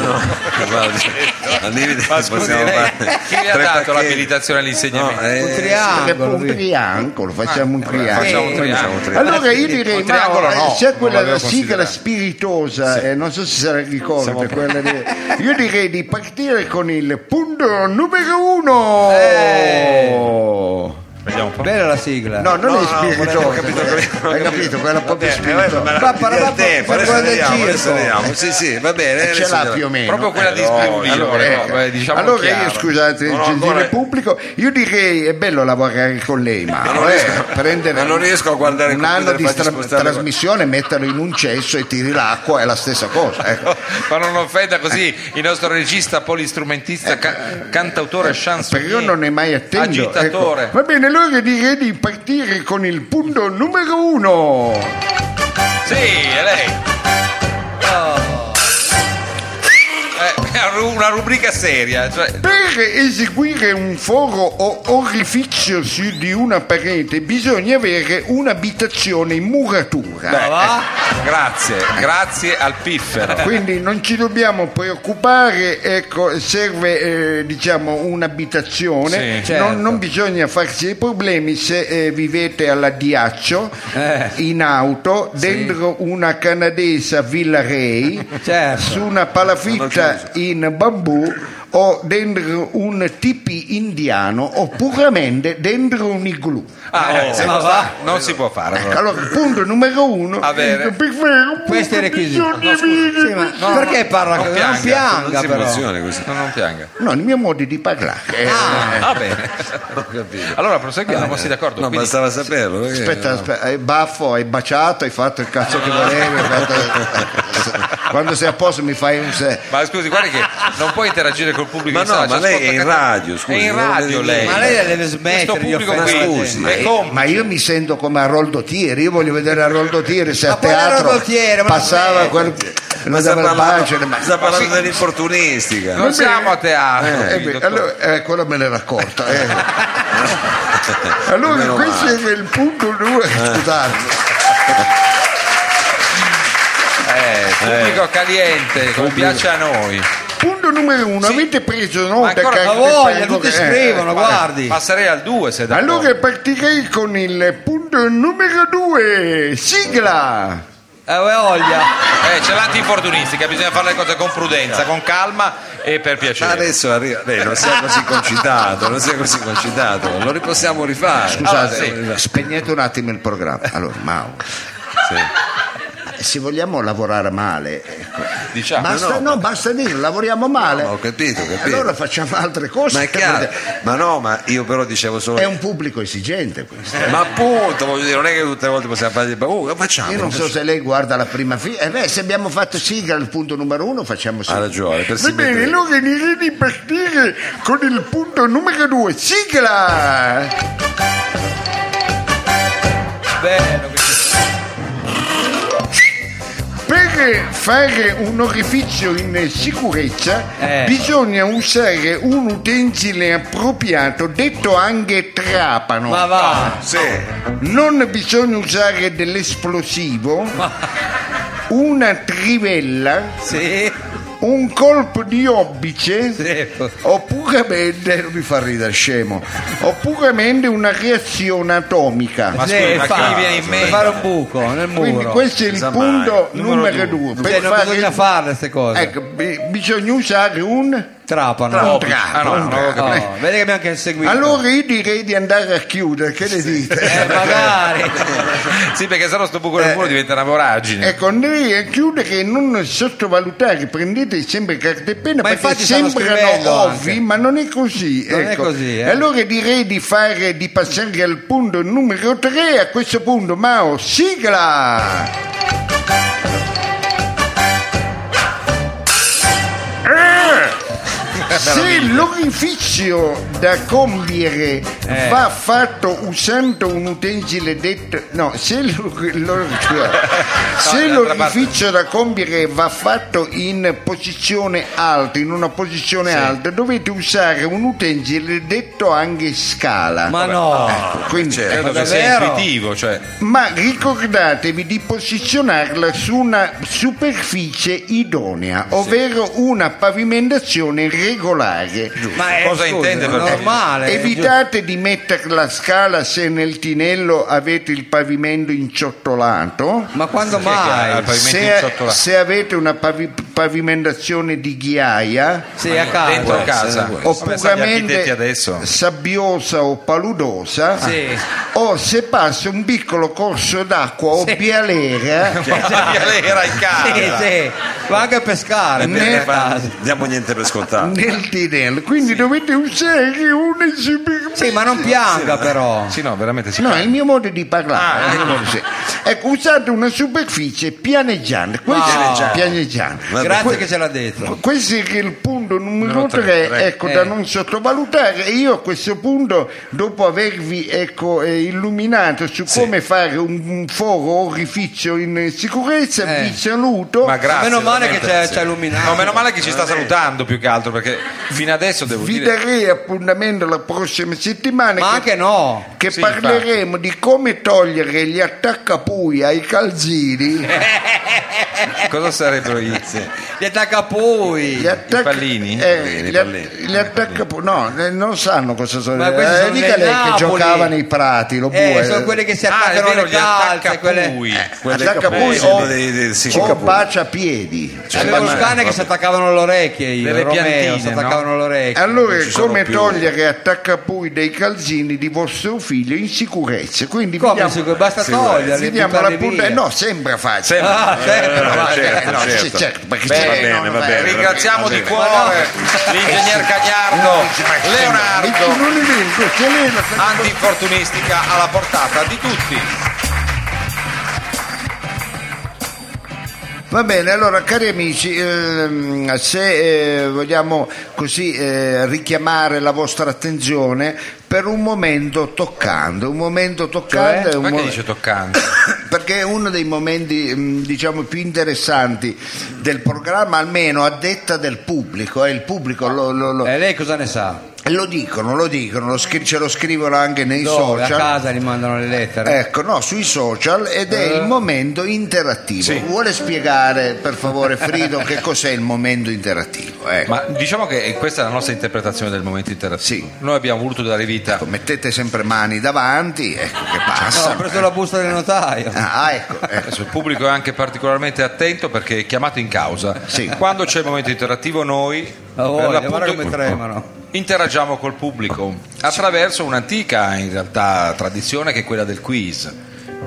[SPEAKER 4] Al limite
[SPEAKER 3] Ma scusi,
[SPEAKER 4] possiamo
[SPEAKER 3] lei,
[SPEAKER 4] fare
[SPEAKER 3] chi le ha
[SPEAKER 4] tre
[SPEAKER 3] dato
[SPEAKER 4] pacchetti.
[SPEAKER 3] l'abilitazione all'insegnamento?
[SPEAKER 2] Un
[SPEAKER 1] Un
[SPEAKER 2] triangolo.
[SPEAKER 1] triangolo, facciamo un triangolo.
[SPEAKER 3] Facciamo un triangolo.
[SPEAKER 1] Allora io direi,
[SPEAKER 3] Un triangolo
[SPEAKER 1] ma,
[SPEAKER 3] no,
[SPEAKER 1] c'è
[SPEAKER 3] non
[SPEAKER 1] quella
[SPEAKER 3] l'avevo
[SPEAKER 1] sigla
[SPEAKER 3] considerato.
[SPEAKER 1] spiritosa, non so se se la ricorda, quella io direi di partire con il punto numero 1.
[SPEAKER 3] Vediamo un po'.
[SPEAKER 2] Bella la sigla.
[SPEAKER 1] No, non è spiritosa,
[SPEAKER 4] ho capito,
[SPEAKER 1] hai capito, quella proprio spiritosa.
[SPEAKER 2] Ma parla
[SPEAKER 4] il tempo,
[SPEAKER 2] per
[SPEAKER 4] adesso
[SPEAKER 2] quella del
[SPEAKER 4] vediamo, adesso
[SPEAKER 2] circo.
[SPEAKER 4] vediamo. Sì, va bene.
[SPEAKER 1] Ce
[SPEAKER 4] adesso
[SPEAKER 1] l'ha
[SPEAKER 4] vediamo.
[SPEAKER 1] più o meno.
[SPEAKER 3] Proprio quella di
[SPEAKER 1] Allora,
[SPEAKER 3] Spirito, però, diciamo
[SPEAKER 1] allora io
[SPEAKER 3] chiaro.
[SPEAKER 1] scusate il
[SPEAKER 4] No,
[SPEAKER 1] gentile
[SPEAKER 4] ancora-
[SPEAKER 1] pubblico, io direi è bello lavorare con lei, ma prendere
[SPEAKER 4] ma non riesco a guardare il
[SPEAKER 1] un anno
[SPEAKER 4] computer
[SPEAKER 1] di
[SPEAKER 4] e farci spostare le
[SPEAKER 1] trasmissione, metterlo in un cesso e tiri l'acqua, è la stessa cosa. Ecco.
[SPEAKER 3] Ma non offenda così il nostro regista, polistrumentista, cantautore, chansonnier,
[SPEAKER 1] Perché io non è mai attento.
[SPEAKER 3] agitatore.
[SPEAKER 1] Ecco. Va bene, allora direi di partire con il punto numero 1.
[SPEAKER 3] Sì, è lei. È una rubrica seria, cioè,
[SPEAKER 1] Per eseguire un foro o orifizio su di una parete bisogna avere un'abitazione in muratura.
[SPEAKER 3] grazie al piffero.
[SPEAKER 1] Quindi non ci dobbiamo preoccupare, ecco, serve diciamo un'abitazione,
[SPEAKER 3] Sì,
[SPEAKER 2] certo.
[SPEAKER 1] non bisogna farsi dei problemi se vivete all'addiaccio, in auto, dentro una canadese Villa Ray,
[SPEAKER 2] Certo.
[SPEAKER 1] su una palafitta in bambù o dentro un tipi indiano o puramente dentro un igloo.
[SPEAKER 3] Non si può fare.
[SPEAKER 1] Ecco, allora, punto numero 1.
[SPEAKER 3] Avere.
[SPEAKER 2] Questi i requisiti. Sì, ma perché parla
[SPEAKER 3] non
[SPEAKER 2] così?
[SPEAKER 3] pianga,
[SPEAKER 2] Non pianga
[SPEAKER 4] Non si
[SPEAKER 2] però.
[SPEAKER 4] emozioni così.
[SPEAKER 3] Non pianga.
[SPEAKER 1] No, il mio modo di parlare.
[SPEAKER 3] Va bene. Allora proseguiamo, sì, d'accordo.
[SPEAKER 4] No,
[SPEAKER 3] Quindi-
[SPEAKER 4] bastava saperlo. perché-
[SPEAKER 1] Aspetta, hai baffo, hai baciato, hai fatto il cazzo che volevi. Quando sei a posto mi fai un se.
[SPEAKER 3] Ma scusi, guardi che non puoi interagire col pubblico.
[SPEAKER 4] Ma
[SPEAKER 3] in
[SPEAKER 4] no,
[SPEAKER 3] sala,
[SPEAKER 4] ma
[SPEAKER 3] ci
[SPEAKER 4] lei
[SPEAKER 3] ascolta
[SPEAKER 4] è in
[SPEAKER 3] cantare.
[SPEAKER 4] radio, scusi,
[SPEAKER 3] È in
[SPEAKER 4] non
[SPEAKER 3] radio
[SPEAKER 4] deve
[SPEAKER 3] lei.
[SPEAKER 4] dire.
[SPEAKER 2] Ma lei deve
[SPEAKER 3] Questo
[SPEAKER 2] smettere di
[SPEAKER 3] pubblico
[SPEAKER 2] offendere.
[SPEAKER 3] qui
[SPEAKER 4] scusi,
[SPEAKER 3] è complice.
[SPEAKER 1] Ma io mi sento come Aroldo Thieri, io voglio vedere Aroldo Thieri se
[SPEAKER 2] Ma
[SPEAKER 1] a
[SPEAKER 2] quale
[SPEAKER 1] teatro
[SPEAKER 2] Aroldo Thieri? Ma
[SPEAKER 1] passava
[SPEAKER 2] non
[SPEAKER 1] quel
[SPEAKER 4] Ma sta parlando dell'infortunistica.
[SPEAKER 3] Non siamo a teatro.
[SPEAKER 1] beh,
[SPEAKER 3] dottor.
[SPEAKER 1] allora, quello me l'era accorta. Allora,
[SPEAKER 4] Meno
[SPEAKER 1] questo
[SPEAKER 4] male.
[SPEAKER 1] è il punto 2. Scusate.
[SPEAKER 3] Pubblico caliente, come piace a noi.
[SPEAKER 1] Punto numero 1,
[SPEAKER 3] Sì.
[SPEAKER 1] avete preso
[SPEAKER 3] Ma
[SPEAKER 1] nota?
[SPEAKER 3] ancora
[SPEAKER 1] cacchio,
[SPEAKER 2] Ma
[SPEAKER 1] che
[SPEAKER 2] voglia,
[SPEAKER 1] prego,
[SPEAKER 2] tutti
[SPEAKER 1] che-
[SPEAKER 2] scrivono, guardi.
[SPEAKER 3] Passerei al 2 se da
[SPEAKER 1] Allora partirei con il punto numero 2, sigla.
[SPEAKER 2] Voglia.
[SPEAKER 3] c'è l'antinfortunistica, bisogna fare le cose con prudenza, con calma e per piacere.
[SPEAKER 4] Adesso arriva, lei non sia così concitato, lo possiamo rifare.
[SPEAKER 1] Scusate,
[SPEAKER 3] sì.
[SPEAKER 1] spegnete un attimo il programma. Allora, Mao, se vogliamo lavorare male, ecco.
[SPEAKER 3] Diciamo,
[SPEAKER 1] basta dire lavoriamo male.
[SPEAKER 4] Ho capito.
[SPEAKER 1] Allora facciamo altre cose.
[SPEAKER 4] Ma è chiaro, ma io però dicevo solo.
[SPEAKER 1] È un pubblico esigente questo.
[SPEAKER 4] Ma appunto, voglio dire, non è che tutte le volte possiamo fare facciamo.
[SPEAKER 1] Io non so se lei guarda la prima fila. Se abbiamo fatto sigla al punto numero 1, facciamo sigla.
[SPEAKER 4] Ha ragione.
[SPEAKER 1] Va bene, allora direi di partire con il punto numero 2. Sigla!
[SPEAKER 2] Bello.
[SPEAKER 1] Per fare un orifizio in sicurezza bisogna usare un utensile appropriato, detto anche trapano.
[SPEAKER 2] Ma va.
[SPEAKER 4] Sì.
[SPEAKER 1] Non bisogna usare dell'esplosivo, una trivella,
[SPEAKER 2] Sì.
[SPEAKER 1] un colpo di obbice,
[SPEAKER 2] Sì.
[SPEAKER 1] oppure non mi fa ridere, scemo, oppure una reazione atomica.
[SPEAKER 3] Ma scusi, ma che mi viene in mente?
[SPEAKER 2] fare un buco nel muro.
[SPEAKER 1] Quindi questo è il
[SPEAKER 4] sa
[SPEAKER 1] punto
[SPEAKER 4] mai.
[SPEAKER 1] numero 2.
[SPEAKER 2] Cioè, non bisogna farle queste cose.
[SPEAKER 1] Ecco, bisogna usare un
[SPEAKER 2] Trapano.
[SPEAKER 1] trapano.
[SPEAKER 2] Oh, vedi che abbiamo anche seguito.
[SPEAKER 1] Allora io direi di andare a chiudere, che ne dite?
[SPEAKER 2] Magari.
[SPEAKER 3] Sì, perché sennò sto buco nel muro diventa una voragine.
[SPEAKER 1] Ecco, andrei a chiudere e non sottovalutare, prendete sempre carta e penna,
[SPEAKER 2] Ma
[SPEAKER 1] perché
[SPEAKER 2] infatti stanno
[SPEAKER 1] sembrano
[SPEAKER 2] scrivendo
[SPEAKER 1] ovvi,
[SPEAKER 2] anche.
[SPEAKER 1] ma non è così.
[SPEAKER 2] Non è
[SPEAKER 1] ecco.
[SPEAKER 2] così,
[SPEAKER 1] Allora direi di passare al punto numero 3. A questo punto, Mao, sigla! Se l'orifizio da compiere va fatto usando un utensile detto se l'orifizio da compiere va fatto in posizione alta, in una posizione alta, dovete usare un utensile detto anche scala.
[SPEAKER 2] Ma no.
[SPEAKER 1] Quindi,
[SPEAKER 3] Credo
[SPEAKER 2] Ma
[SPEAKER 3] che sia
[SPEAKER 2] davvero?
[SPEAKER 3] intuitivo, cioè.
[SPEAKER 1] ma ricordatevi di posizionarla su una superficie idonea, ovvero una pavimentazione regolare.
[SPEAKER 2] Ma
[SPEAKER 3] Cosa intende per
[SPEAKER 2] normale?
[SPEAKER 1] Evitate di mettere la scala se nel tinello avete il pavimento inciottolato.
[SPEAKER 2] Ma quando
[SPEAKER 3] Chi è che ha
[SPEAKER 2] mai?
[SPEAKER 3] il pavimento inciottolato?
[SPEAKER 1] Se avete una pavimentazione di ghiaia,
[SPEAKER 2] Sì, a casa.
[SPEAKER 3] Dentro casa.
[SPEAKER 1] o
[SPEAKER 3] Come sanno gli architetti
[SPEAKER 1] puramente
[SPEAKER 3] adesso.
[SPEAKER 1] sabbiosa o paludosa,
[SPEAKER 2] Sì.
[SPEAKER 1] o se passa un piccolo corso d'acqua o bialera
[SPEAKER 3] Era in casa.
[SPEAKER 2] Sì, sì. Va anche a pescare.
[SPEAKER 1] Ne-
[SPEAKER 4] Diamo niente per scontato.
[SPEAKER 1] nel tinello, quindi dovete usare una superficie.
[SPEAKER 2] Sì, ma non pianga però.
[SPEAKER 3] Sì, no, veramente si
[SPEAKER 1] No,
[SPEAKER 3] fa.
[SPEAKER 1] è il mio modo di parlare. è il mio modo, sì. Ecco, usate una superficie pianeggiante. Pianeggiante.
[SPEAKER 2] Grazie che ce l'ha detto.
[SPEAKER 1] Questo è il punto numero
[SPEAKER 3] Numero
[SPEAKER 1] 3,
[SPEAKER 3] tre.
[SPEAKER 1] ecco, da non sottovalutare. E io a questo punto, dopo avervi illuminato su come fare un foro orifizio in sicurezza, vi saluto.
[SPEAKER 3] Ma grazie.
[SPEAKER 2] Meno male che
[SPEAKER 3] veramente.
[SPEAKER 2] ci ha illuminato.
[SPEAKER 3] No, meno male che ci sta salutando più che altro, perché fino adesso devo
[SPEAKER 1] Vi
[SPEAKER 3] dire.
[SPEAKER 1] darei appuntamento la prossima settimana
[SPEAKER 2] Ma
[SPEAKER 1] che,
[SPEAKER 2] anche no.
[SPEAKER 1] che
[SPEAKER 3] Sì,
[SPEAKER 1] parleremo di come togliere gli attaccapui ai calzini.
[SPEAKER 3] Cosa sarebbero
[SPEAKER 2] Gli attaccapui.
[SPEAKER 1] Gli attacca-
[SPEAKER 3] pallini?
[SPEAKER 1] gli attaccapui, no, non sanno cosa sono.
[SPEAKER 2] Ma questi sono
[SPEAKER 1] Mica
[SPEAKER 2] dei
[SPEAKER 1] lei che
[SPEAKER 2] Napoli.
[SPEAKER 1] giocava nei prati, lo
[SPEAKER 2] Sono quelli che si
[SPEAKER 3] Ah, è
[SPEAKER 2] attaccano
[SPEAKER 3] vero,
[SPEAKER 2] alle
[SPEAKER 3] gli
[SPEAKER 2] calze. Quelle...
[SPEAKER 3] attaccapui.
[SPEAKER 1] attaccapui
[SPEAKER 4] Sì,
[SPEAKER 1] o,
[SPEAKER 4] sì,
[SPEAKER 1] o baciapiedi.
[SPEAKER 2] Avevo il cane che si attaccavano alle orecchie io.
[SPEAKER 3] Delle
[SPEAKER 2] Romeo,
[SPEAKER 3] piantine,
[SPEAKER 2] si attaccavano alle orecchie.
[SPEAKER 1] Allora,
[SPEAKER 4] ci sono
[SPEAKER 1] come
[SPEAKER 4] più.
[SPEAKER 1] togliere attaccapui dai calzini di vostro figlio in sicurezza? Quindi
[SPEAKER 2] Come
[SPEAKER 1] vediamo,
[SPEAKER 2] sicuro? Basta toglierli.
[SPEAKER 1] vediamo
[SPEAKER 2] buttarli
[SPEAKER 1] l'appuntamento.
[SPEAKER 2] via.
[SPEAKER 1] No, sembra facile.
[SPEAKER 2] Ah, sempre.
[SPEAKER 4] certo,
[SPEAKER 1] sì,
[SPEAKER 4] certo.
[SPEAKER 1] certo, perché
[SPEAKER 3] Bene,
[SPEAKER 1] se
[SPEAKER 4] bene,
[SPEAKER 1] no,
[SPEAKER 4] va bene.
[SPEAKER 3] Ringraziamo
[SPEAKER 4] Va
[SPEAKER 3] di
[SPEAKER 4] bene.
[SPEAKER 3] cuore l'ingegner Cagnardo Leonardo,
[SPEAKER 1] non è vero, se lei la-
[SPEAKER 3] antinfortunistica alla portata di tutti.
[SPEAKER 1] Va bene, allora cari amici, se vogliamo così richiamare la vostra attenzione per un momento toccante, è un
[SPEAKER 3] Ma che
[SPEAKER 1] mo-
[SPEAKER 3] dice toccante?
[SPEAKER 1] perché è uno dei momenti diciamo più interessanti del programma, almeno a detta del pubblico, il pubblico
[SPEAKER 2] E lei cosa ne sa?
[SPEAKER 1] lo dicono, ce lo scrivono anche nei
[SPEAKER 2] Dove? A
[SPEAKER 1] social.
[SPEAKER 2] casa gli mandano le lettere.
[SPEAKER 1] Ecco, no, sui social, ed è il momento interattivo. Vuole spiegare per favore Frido che cos'è il momento interattivo? Ecco.
[SPEAKER 3] Ma diciamo che questa è la nostra interpretazione del momento interattivo.
[SPEAKER 1] Sì.
[SPEAKER 3] Noi abbiamo voluto dare vita.
[SPEAKER 1] Mettete sempre mani davanti, ecco che
[SPEAKER 2] No,
[SPEAKER 1] passa.
[SPEAKER 2] ho preso la busta del notaio.
[SPEAKER 1] Ecco.
[SPEAKER 3] Adesso il pubblico è anche particolarmente attento perché è chiamato in causa.
[SPEAKER 1] Sì.
[SPEAKER 3] Quando c'è il momento interattivo noi
[SPEAKER 2] Oh, guarda come tremano.
[SPEAKER 3] interagiamo col pubblico attraverso un'antica in realtà tradizione che è quella del quiz.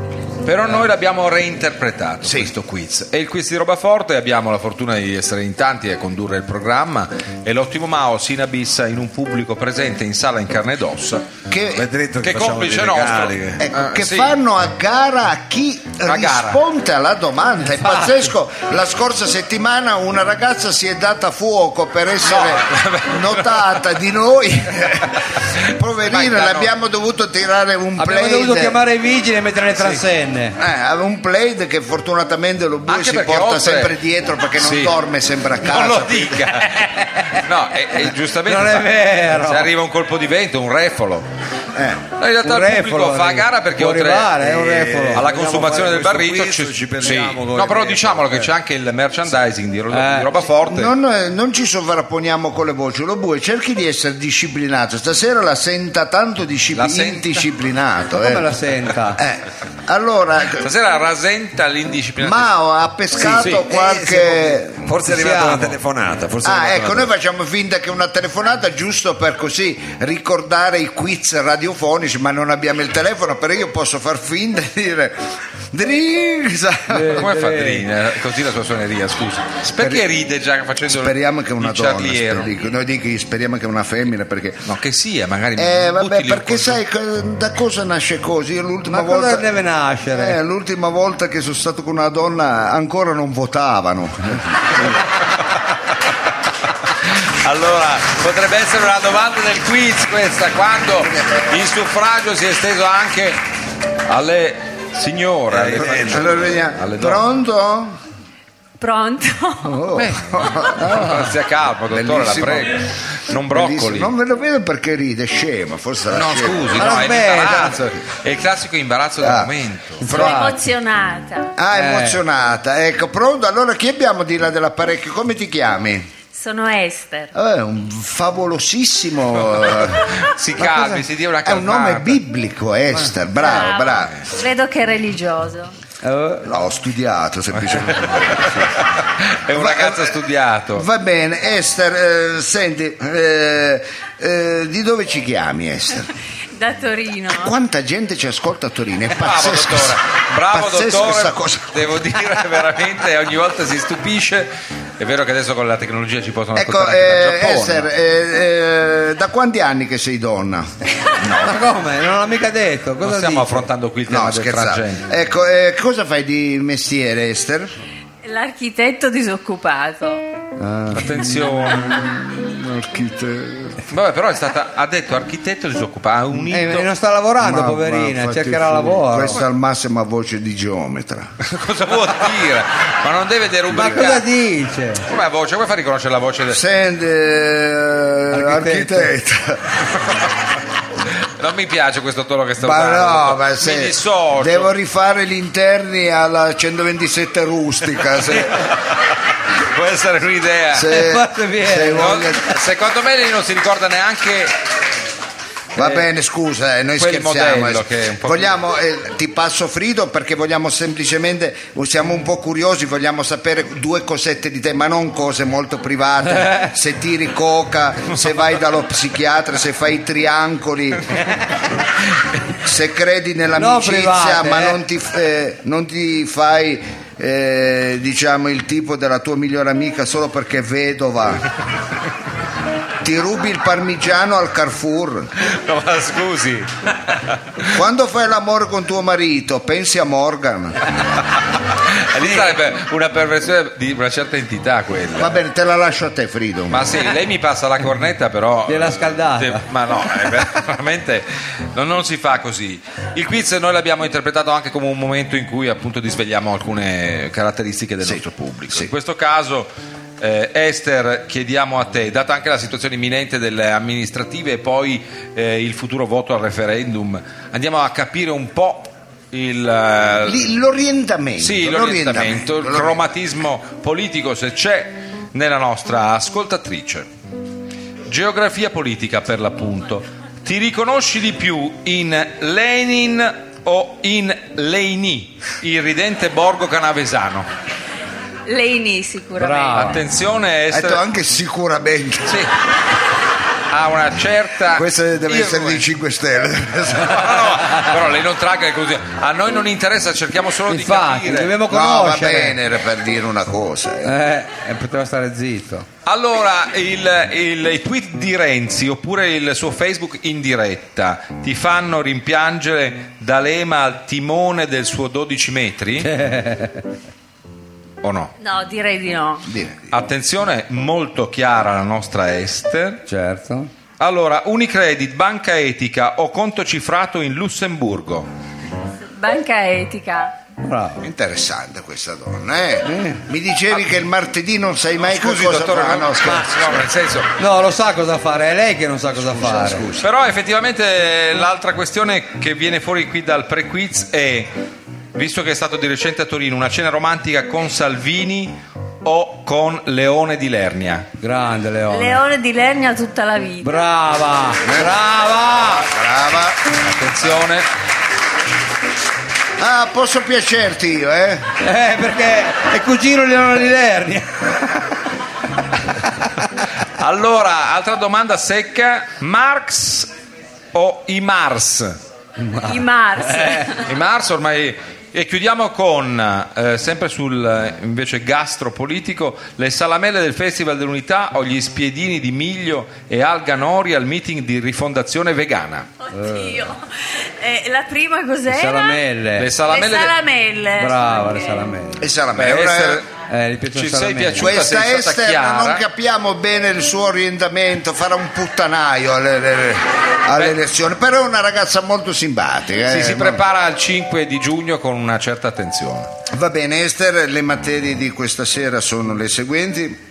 [SPEAKER 3] Però noi l'abbiamo reinterpretato questo quiz. E il quiz di roba forte, abbiamo la fortuna di essere in tanti a condurre il programma, e l'ottimo Mao si inabissa in un pubblico presente in sala in carne ed ossa, che complice nostro,
[SPEAKER 1] che
[SPEAKER 3] sì.
[SPEAKER 1] fanno a gara a chi risponde alla domanda. È pazzesco. La scorsa settimana una ragazza si è data fuoco per essere notata di noi. Poverina, l'abbiamo dovuto tirare un play.
[SPEAKER 2] Abbiamo dovuto chiamare i vigili e mettere le transenne.
[SPEAKER 1] Aveva un plaid che fortunatamente lo bue
[SPEAKER 3] Anche
[SPEAKER 1] si
[SPEAKER 3] perché
[SPEAKER 1] porta
[SPEAKER 3] oltre-
[SPEAKER 1] sempre dietro perché non dorme sempre a casa.
[SPEAKER 3] Non lo dica. No, e giustamente
[SPEAKER 2] Non è vero.
[SPEAKER 3] se arriva un colpo di vento, un refolo. No, in realtà
[SPEAKER 2] Un
[SPEAKER 3] il pubblico
[SPEAKER 2] refolo
[SPEAKER 3] fa a gara perché
[SPEAKER 2] può
[SPEAKER 3] oltre
[SPEAKER 2] arrivare, è un refolo.
[SPEAKER 3] alla consumazione del barrito
[SPEAKER 4] ci perdiamo con
[SPEAKER 3] no,
[SPEAKER 4] il
[SPEAKER 3] però
[SPEAKER 4] refolo,
[SPEAKER 3] diciamolo che c'è anche il merchandising di roba forte.
[SPEAKER 1] Non ci sovrapponiamo con le voci. Lo bue cerchi di essere disciplinato. Stasera la senta tanto indisciplinato.
[SPEAKER 2] Come la senta?
[SPEAKER 1] Allora,
[SPEAKER 3] Stasera rasenta l'indisciplina.
[SPEAKER 1] Mao ha pescato qualche.
[SPEAKER 4] Forse è arrivata una telefonata.
[SPEAKER 1] Ecco, noi facciamo finta che è una telefonata giusto per così ricordare i quiz radiofonici, ma non abbiamo il telefono, però io posso far finta di dire
[SPEAKER 3] Come fa Drina? Così la sua suoneria, scusa. Perché ride già facendo
[SPEAKER 1] speriamo che è una
[SPEAKER 3] il
[SPEAKER 1] donna,
[SPEAKER 3] ciarliero?
[SPEAKER 1] noi speriamo che è una femmina perché
[SPEAKER 3] No, che sia, magari
[SPEAKER 1] vabbè, perché sai da cosa nasce così? Io l'ultima
[SPEAKER 2] Ma cosa
[SPEAKER 1] volta
[SPEAKER 2] deve nascere?
[SPEAKER 1] l'ultima volta che sono stato con una donna ancora non votavano.
[SPEAKER 3] Allora, potrebbe essere una domanda del quiz questa, quando il suffragio si è esteso anche alle signore,
[SPEAKER 1] Allora, vediamo.
[SPEAKER 3] alle donne.
[SPEAKER 1] Pronto?
[SPEAKER 6] Pronto?
[SPEAKER 3] Stia calmo, dottore, la
[SPEAKER 1] Bellissimo.
[SPEAKER 3] prego. Non broccoli.
[SPEAKER 1] Bellissimo. Non ve lo vedo perché ride, scema, forse la
[SPEAKER 3] No,
[SPEAKER 1] scema.
[SPEAKER 3] scusi,
[SPEAKER 2] Ma
[SPEAKER 3] no, è
[SPEAKER 2] aspetta.
[SPEAKER 3] l'imbarazzo, è il classico imbarazzo del momento.
[SPEAKER 6] Sono emozionata.
[SPEAKER 1] Emozionata, ecco, pronto? Allora chi abbiamo di là dell'apparecchio? Come ti chiami?
[SPEAKER 6] Sono Esther.
[SPEAKER 1] Un favolosissimo
[SPEAKER 3] Si calmi, si dia una
[SPEAKER 1] è un
[SPEAKER 3] calmata.
[SPEAKER 1] nome biblico, Esther, bravo.
[SPEAKER 6] Credo che è religioso.
[SPEAKER 1] No, ho studiato semplicemente.
[SPEAKER 3] È un ragazzo studiato.
[SPEAKER 1] Va bene, Esther, senti, di dove ci chiami, Esther?
[SPEAKER 6] Da Torino.
[SPEAKER 1] Quanta gente ci ascolta a Torino, è
[SPEAKER 3] Bravo
[SPEAKER 1] pazzesco.
[SPEAKER 3] dottore, bravo
[SPEAKER 1] pazzesco
[SPEAKER 3] dottore,
[SPEAKER 1] sta cosa.
[SPEAKER 3] devo dire veramente ogni volta si stupisce. È vero che adesso con la tecnologia ci possono
[SPEAKER 1] Ecco,
[SPEAKER 3] ascoltare anche dal Giappone.
[SPEAKER 1] Esther, da quanti anni che sei donna?
[SPEAKER 2] Ma come? Non l'ha mica detto. Cosa
[SPEAKER 3] Non stiamo
[SPEAKER 2] dice?
[SPEAKER 3] affrontando qui il tema
[SPEAKER 1] No,
[SPEAKER 3] del
[SPEAKER 1] scherzate.
[SPEAKER 3] transgender.
[SPEAKER 1] Ecco, cosa fai di mestiere, Esther?
[SPEAKER 6] L'architetto disoccupato.
[SPEAKER 3] Attenzione. Vabbè, però ha detto architetto disoccupato, ha unito.
[SPEAKER 2] Non sta lavorando,
[SPEAKER 1] Ma
[SPEAKER 2] poverina,
[SPEAKER 1] fatti
[SPEAKER 2] cercherà
[SPEAKER 1] fuori.
[SPEAKER 2] lavoro.
[SPEAKER 1] Questa al massimo a voce di geometra.
[SPEAKER 3] Cosa vuol dire? Ma non deve
[SPEAKER 2] Ma
[SPEAKER 3] derubricare.
[SPEAKER 2] cosa dice?
[SPEAKER 3] Come voce? Come fa a riconoscere la voce del...
[SPEAKER 1] Senti, architetto.
[SPEAKER 3] Non mi piace questo tono che sta
[SPEAKER 1] Ma
[SPEAKER 3] usando.
[SPEAKER 1] no,
[SPEAKER 3] dottor.
[SPEAKER 1] ma se
[SPEAKER 3] Mi dissocio.
[SPEAKER 1] devo rifare gli interni alla 127 rustica.
[SPEAKER 3] Può essere un'idea.
[SPEAKER 2] Fatto bene.
[SPEAKER 3] Secondo me lei non si ricorda neanche.
[SPEAKER 1] Va bene, scusa, noi
[SPEAKER 3] quel
[SPEAKER 1] scherziamo.
[SPEAKER 3] modello che è un po'
[SPEAKER 1] Vogliamo, ti passo Frido perché vogliamo semplicemente, siamo un po' curiosi, vogliamo sapere due cosette di te, ma non cose molto private. Se tiri coca, se vai dallo psichiatra, se fai i triangoli, se credi nell'amicizia,
[SPEAKER 2] private,
[SPEAKER 1] ma non ti fai diciamo il tipo della tua migliore amica solo perché è vedova. Ti rubi il parmigiano al Carrefour.
[SPEAKER 3] No, ma scusi.
[SPEAKER 1] Quando fai l'amore con tuo marito pensi a Morgan.
[SPEAKER 3] Lì sarebbe una perversione di una certa entità quella.
[SPEAKER 1] Va bene, te la lascio a te, Frido.
[SPEAKER 3] Ma sì, lei mi passa la cornetta, però.
[SPEAKER 2] Gliela scaldata.
[SPEAKER 3] Ma no, veramente non si fa così. Il quiz noi l'abbiamo interpretato anche come un momento in cui appunto disvegliamo alcune caratteristiche del nostro pubblico. In questo caso. Esther, chiediamo a te, data anche la situazione imminente delle amministrative e poi il futuro voto al referendum, andiamo a capire un po'
[SPEAKER 1] l'orientamento.
[SPEAKER 3] Sì, l'orientamento, il cromatismo politico, se c'è, nella nostra ascoltatrice. Geografia politica, per l'appunto. Ti riconosci di più in Lenin o in Leini, il ridente borgo canavesano?
[SPEAKER 6] Leini sicuramente.
[SPEAKER 2] Brava.
[SPEAKER 3] Attenzione,
[SPEAKER 1] Hai
[SPEAKER 3] Esther.
[SPEAKER 1] detto anche sicuramente.
[SPEAKER 3] Sì. ha una certa...
[SPEAKER 1] Questo deve essere di 5 Stelle.
[SPEAKER 3] No, però lei non tragga le conclusioni. A noi non interessa, cerchiamo solo
[SPEAKER 2] Infatti,
[SPEAKER 3] di capire.
[SPEAKER 2] dobbiamo
[SPEAKER 1] No, va
[SPEAKER 2] conoscere.
[SPEAKER 1] bene, era per dire una cosa.
[SPEAKER 2] Poteva stare zitto.
[SPEAKER 3] Allora, i tweet di Renzi oppure il suo Facebook in diretta ti fanno rimpiangere D'Alema al timone del suo 12 metri? O no?
[SPEAKER 6] No, direi di no.
[SPEAKER 3] Attenzione, molto chiara la nostra Esther.
[SPEAKER 2] Certo.
[SPEAKER 3] Allora, Unicredit, banca etica o conto cifrato in Lussemburgo?
[SPEAKER 6] Banca etica.
[SPEAKER 2] Bravo.
[SPEAKER 1] Interessante questa donna, Mi dicevi che il martedì non sai mai
[SPEAKER 3] Scusi,
[SPEAKER 1] cosa
[SPEAKER 3] dottore,
[SPEAKER 1] fa.
[SPEAKER 3] no, nel senso...
[SPEAKER 2] No, lo sa cosa fare, è lei che non sa cosa fare.
[SPEAKER 3] Però effettivamente l'altra questione che viene fuori qui dal pre-quiz è, visto che è stato di recente a Torino, una cena romantica con Salvini o con Leone di Lernia?
[SPEAKER 2] Grande Leone.
[SPEAKER 6] Leone di Lernia tutta la vita.
[SPEAKER 2] Brava, brava.
[SPEAKER 1] Brava.
[SPEAKER 3] Attenzione.
[SPEAKER 1] Ah, posso piacerti io,
[SPEAKER 2] Perché è cugino di Leone di Lernia.
[SPEAKER 3] Allora, altra domanda secca: Marx o i Mars?
[SPEAKER 6] I Mars.
[SPEAKER 3] I Mars ormai. E chiudiamo con, sempre sul invece gastropolitico, le salamelle del Festival dell'Unità o gli spiedini di miglio e alga nori al meeting di rifondazione vegana?
[SPEAKER 6] Oddio. La prima cos'era?
[SPEAKER 2] Salamelle.
[SPEAKER 3] Le salamelle.
[SPEAKER 6] Le salamelle.
[SPEAKER 2] Brava, le salamelle.
[SPEAKER 1] E sarà
[SPEAKER 3] Beh, Esther,
[SPEAKER 2] Gli piacciono
[SPEAKER 3] ci
[SPEAKER 2] le
[SPEAKER 3] sei
[SPEAKER 2] salamelle.
[SPEAKER 3] piaciuta,
[SPEAKER 1] Questa
[SPEAKER 3] sei stata
[SPEAKER 1] Esther
[SPEAKER 3] chiara.
[SPEAKER 1] non capiamo bene il suo orientamento, farà un puttanaio alle elezioni, però è una ragazza molto simpatica.
[SPEAKER 3] Sì, si prepara al 5 di giugno con una certa attenzione.
[SPEAKER 1] Va bene Esther, le materie di questa sera sono le seguenti.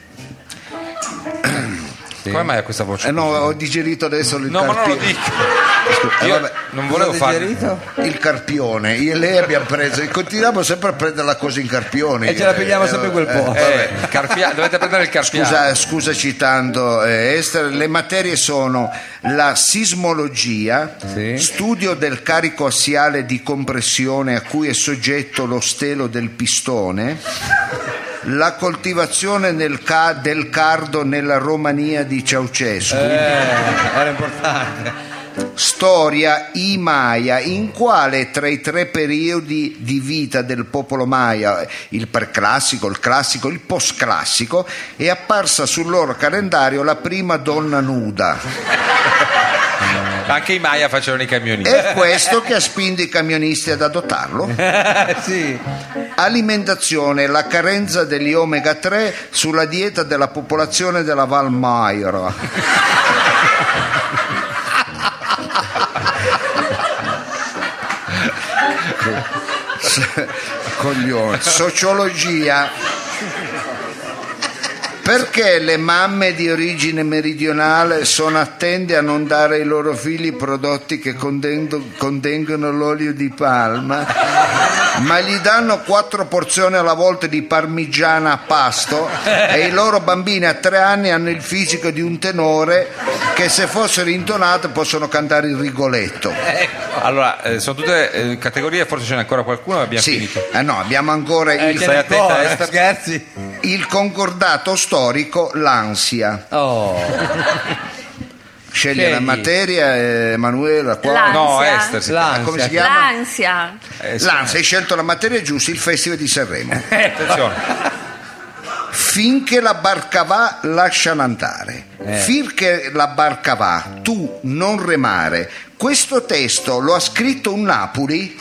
[SPEAKER 3] Come mai ha questa voce?
[SPEAKER 1] No, ho digerito adesso il
[SPEAKER 3] No, ma non lo
[SPEAKER 1] carpione.
[SPEAKER 3] dico. Io
[SPEAKER 1] vabbè.
[SPEAKER 3] non volevo fare.
[SPEAKER 2] Digerito?
[SPEAKER 1] Il carpione, io e lei abbiamo preso, e continuiamo sempre a prendere la cosa in carpione.
[SPEAKER 2] E ce la pigliamo sempre quel po'.
[SPEAKER 3] Dovete prendere il carpiano.
[SPEAKER 1] Scusaci tanto Esther, le materie sono la sismologia,
[SPEAKER 2] Sì.
[SPEAKER 1] studio del carico assiale di compressione a cui è soggetto lo stelo del pistone, la coltivazione del cardo nella Romania di Ceaușescu,
[SPEAKER 2] Era importante.
[SPEAKER 1] storia i Maya, in quale tra i 3 periodi di vita del popolo Maya, il preclassico, il classico, il postclassico, è apparsa sul loro calendario la prima donna nuda.
[SPEAKER 3] Anche i Maya facevano i camionisti.
[SPEAKER 1] È questo che ha spinto i camionisti ad adottarlo.
[SPEAKER 2] Sì.
[SPEAKER 1] Alimentazione, la carenza degli omega 3 sulla dieta della popolazione della Val Maira. Coglione. Sociologia, perché le mamme di origine meridionale sono attente a non dare ai loro figli prodotti che contengono l'olio di palma, ma gli danno 4 porzioni alla volta di parmigiana a pasto, e i loro bambini a 3 anni hanno il fisico di un tenore che, se fossero intonate, possono cantare il Rigoletto.
[SPEAKER 3] Allora, sono tutte categorie, forse ce n'è ancora qualcuno, abbiamo
[SPEAKER 1] Sì,
[SPEAKER 3] finito.
[SPEAKER 1] no, abbiamo ancora
[SPEAKER 3] Stai attenta, Esther.
[SPEAKER 2] Scherzi.
[SPEAKER 1] il concordato storico, l'ansia. Sceglie la materia, Emanuela. Qua.
[SPEAKER 3] No,
[SPEAKER 6] L'ansia.
[SPEAKER 3] Esther.
[SPEAKER 2] L'ansia.
[SPEAKER 1] Come si chiama?
[SPEAKER 6] L'ansia.
[SPEAKER 1] L'ansia, hai scelto la materia giusta, il Festival di Sanremo.
[SPEAKER 3] Attenzione.
[SPEAKER 1] Finché la barca va, lasciala andare. Finché la barca va, tu non remare. Questo testo lo ha scritto un Napoli?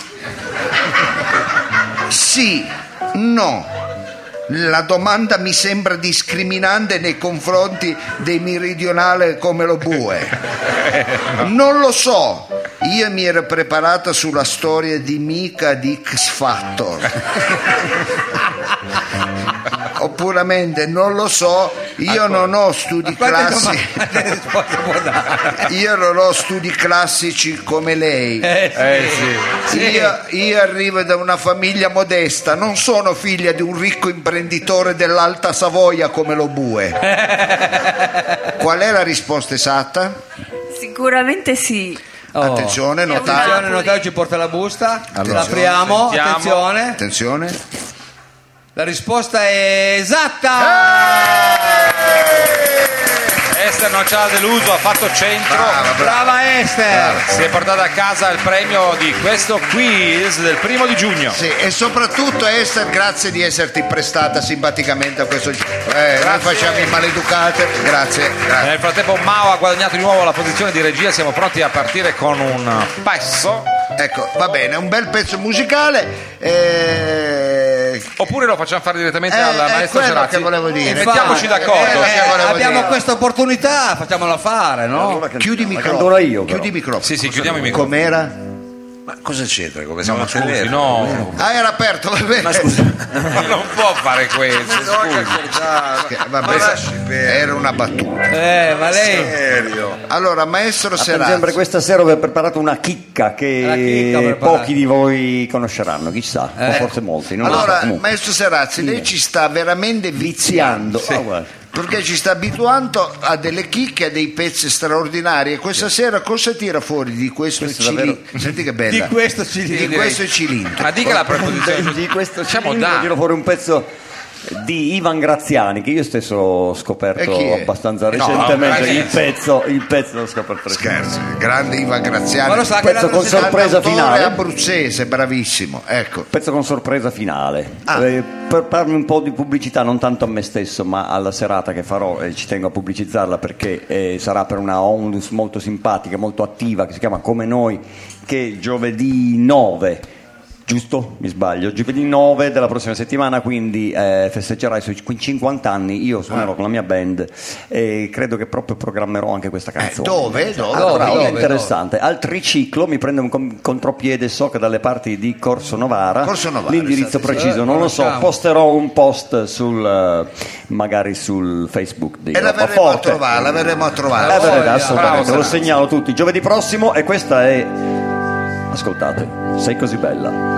[SPEAKER 1] Sì, no. La domanda mi sembra discriminante nei confronti dei meridionali come lo Bue. Non lo so. Io mi ero preparata sulla storia di Mika di X Factor. Oppuramente non lo so, io non ho studi classici. Io non ho studi classici come lei. Io arrivo da una famiglia modesta, non sono figlia di un ricco imprenditore dell'Alta Savoia come lo Bue. Qual è la risposta esatta?
[SPEAKER 6] Sicuramente sì.
[SPEAKER 1] Attenzione, notare.
[SPEAKER 2] Attenzione, notare, ci porta la busta.
[SPEAKER 1] Allora,
[SPEAKER 2] la apriamo.
[SPEAKER 3] sentiamo.
[SPEAKER 2] Attenzione.
[SPEAKER 1] Attenzione.
[SPEAKER 2] La risposta è esatta.
[SPEAKER 3] Esther non ce l'ha deluso, ha fatto centro.
[SPEAKER 2] Brava Esther!
[SPEAKER 3] Si è portata a casa il premio di questo quiz del 1° giugno.
[SPEAKER 1] Sì, e soprattutto Esther, grazie di esserti prestata simpaticamente a questo. Noi facciamo i maleducate. Grazie.
[SPEAKER 3] Nel frattempo Mao ha guadagnato di nuovo la posizione di regia, siamo pronti a partire con un pezzo.
[SPEAKER 1] Ecco, va bene, un bel pezzo musicale.
[SPEAKER 3] Oppure lo facciamo fare direttamente al maestro
[SPEAKER 1] quello
[SPEAKER 3] Serazzi.
[SPEAKER 1] che volevo dire.
[SPEAKER 3] Mettiamoci d'accordo.
[SPEAKER 2] Abbiamo questa opportunità, facciamola fare, no?
[SPEAKER 5] Allora
[SPEAKER 1] Chiudi i
[SPEAKER 5] canto io, però.
[SPEAKER 1] Chiudi i microfoni.
[SPEAKER 3] Sì, chiudiamo i microfoni.
[SPEAKER 1] Com'era?
[SPEAKER 4] Ma cosa c'entra? Come siamo
[SPEAKER 3] Scusi,
[SPEAKER 4] a
[SPEAKER 3] no,
[SPEAKER 1] Ah, era aperto, va bene.
[SPEAKER 4] Ma scusa,
[SPEAKER 3] ma non può fare questo.
[SPEAKER 1] Vabbè, era una battuta.
[SPEAKER 2] Ma lei...
[SPEAKER 4] serio?
[SPEAKER 1] Allora, maestro
[SPEAKER 5] Sempre
[SPEAKER 1] Serazzi.
[SPEAKER 5] questa sera vi ho preparato una chicca
[SPEAKER 2] Una chicca
[SPEAKER 5] che
[SPEAKER 2] preparata.
[SPEAKER 5] pochi di voi conosceranno, chissà, o forse molti. Non lo so.
[SPEAKER 1] Allora,
[SPEAKER 5] Comunque.
[SPEAKER 1] maestro Serazzi, lei ci sta veramente viziando.
[SPEAKER 5] Viziando. Ah, guarda.
[SPEAKER 1] Perché ci sta abituando a delle chicche, a dei pezzi straordinari. E questa sera cosa tira fuori di questo cilindro? Senti che bella.
[SPEAKER 2] Di questo cilindro.
[SPEAKER 1] Di questo cilindro.
[SPEAKER 3] Ma dica la preposizione.
[SPEAKER 5] Di questo
[SPEAKER 3] Diciamo
[SPEAKER 5] cilindro
[SPEAKER 3] da.
[SPEAKER 5] tiro fuori un pezzo di Ivan Graziani che io stesso ho
[SPEAKER 1] E
[SPEAKER 5] scoperto
[SPEAKER 1] chi è?
[SPEAKER 5] abbastanza recentemente.
[SPEAKER 3] ragazzi.
[SPEAKER 5] Il pezzo l'ho scoperto
[SPEAKER 1] Scherzi, grande Ivan Graziani.
[SPEAKER 2] Ma lo sa che
[SPEAKER 5] Pezzo
[SPEAKER 2] l'altra
[SPEAKER 5] con
[SPEAKER 2] settimana-
[SPEAKER 5] sorpresa
[SPEAKER 1] Cantautore
[SPEAKER 5] finale.
[SPEAKER 1] abruzzese, bravissimo. Ecco.
[SPEAKER 5] Pezzo con sorpresa finale. Per farmi un po' di pubblicità, non tanto a me stesso, ma alla serata che farò, e ci tengo a pubblicizzarla perché sarà per una onlus molto simpatica, molto attiva, che si chiama Come Noi, che giovedì 9. Giusto? Mi sbaglio? Giovedì 9 della prossima settimana, quindi festeggerai i suoi 50 anni. Io suonerò con la mia band e credo che proprio programmerò anche questa canzone.
[SPEAKER 1] Dove?
[SPEAKER 5] Allora,
[SPEAKER 2] Dove?
[SPEAKER 5] interessante. Al triciclo mi prende un contropiede, so che dalle parti di Corso Novara.
[SPEAKER 1] Corso Novara,
[SPEAKER 5] L'indirizzo
[SPEAKER 1] esatto,
[SPEAKER 5] preciso non lo so,
[SPEAKER 2] conosciamo.
[SPEAKER 5] posterò un post magari sul Facebook di
[SPEAKER 1] E la
[SPEAKER 5] Roma
[SPEAKER 1] verremo a
[SPEAKER 5] Forte.
[SPEAKER 1] trovare, la verremo a trovare.
[SPEAKER 5] Vedrete,
[SPEAKER 2] Voglia.
[SPEAKER 5] assolutamente,
[SPEAKER 3] Bravo,
[SPEAKER 5] lo
[SPEAKER 3] Serazzi.
[SPEAKER 5] segnalo tutti giovedì prossimo. E questa è, ascoltate, Sei così bella.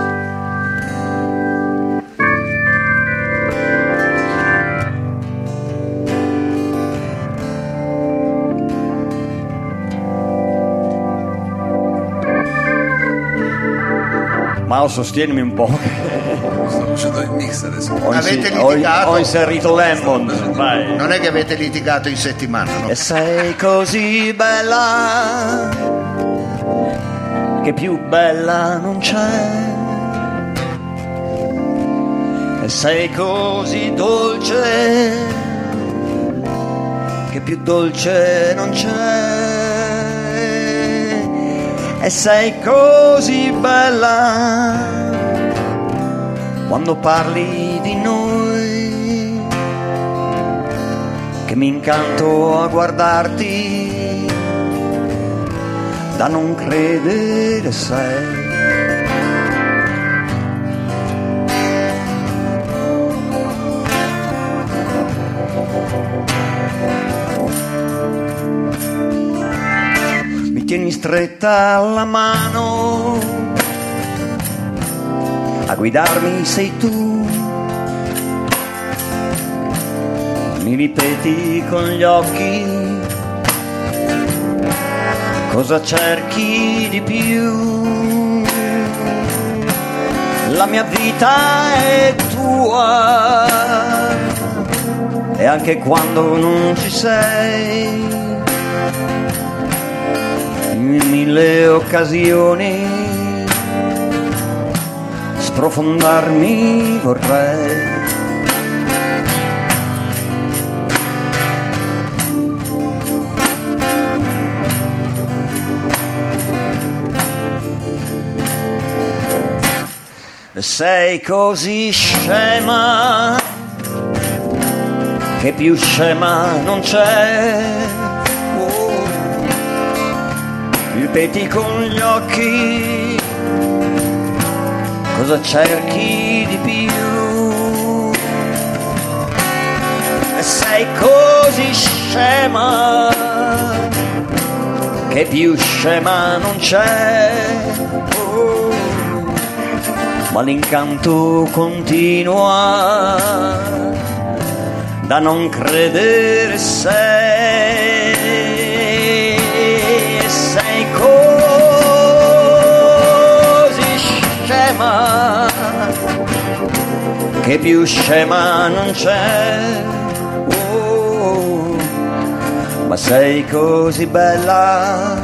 [SPEAKER 5] Mao, sostienimi un po'.
[SPEAKER 4] Sto facendo il mix adesso.
[SPEAKER 1] Avete litigato?
[SPEAKER 5] Ho inserito Lemon. Vai.
[SPEAKER 1] Non è che avete litigato in settimana, no?
[SPEAKER 5] E sei così bella che più bella non c'è. E sei così dolce che più dolce non c'è. E sei così bella quando parli di noi, che mi incanto a guardarti, da non credere sei. Mi tieni stretta la mano, a guidarmi sei tu, mi ripeti con gli occhi cosa cerchi di più. La mia vita è tua e anche quando non ci sei, in mille occasioni sprofondarmi vorrei. Sei così scema che più scema non c'è. Ripeti con gli occhi cosa cerchi di più. E sei così scema che più scema non c'è. Ma l'incanto continua, da non credere sei. Sei così scema che più scema non c'è. ma sei così bella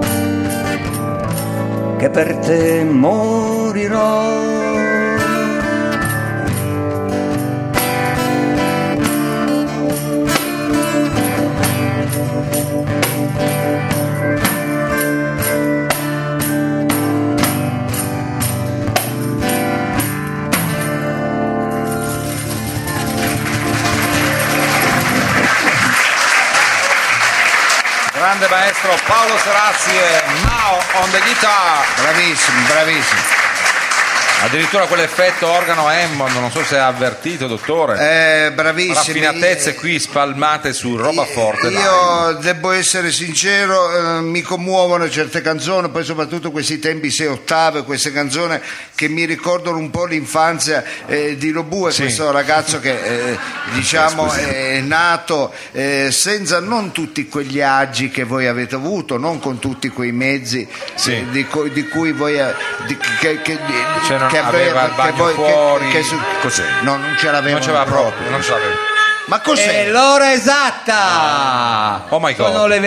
[SPEAKER 5] che per te morirò.
[SPEAKER 3] Grande maestro Paolo Serazzi e Mao on the guitar.
[SPEAKER 1] Bravissimo, bravissimo.
[SPEAKER 3] Addirittura quell'effetto organo Hammond, non so se ha avvertito, dottore.
[SPEAKER 1] Bravissimo.
[SPEAKER 3] Raffinatezze qui spalmate su roba forte.
[SPEAKER 1] Io devo essere sincero, mi commuovono certe canzoni, poi soprattutto questi tempi 6 ottave, queste canzoni che mi ricordano un po' l'infanzia di Lobue, questo ragazzo che diciamo è nato senza non tutti quegli agi che voi avete avuto, non con tutti quei mezzi di cui voi
[SPEAKER 3] aveva il bagno fuori.
[SPEAKER 1] Cos'è? No, non ce l'aveva.
[SPEAKER 3] Non ce l'aveva proprio, non ce l'aveva.
[SPEAKER 1] Ma cos'è?
[SPEAKER 2] È l'ora esatta!
[SPEAKER 3] Oh my God.
[SPEAKER 2] Sono le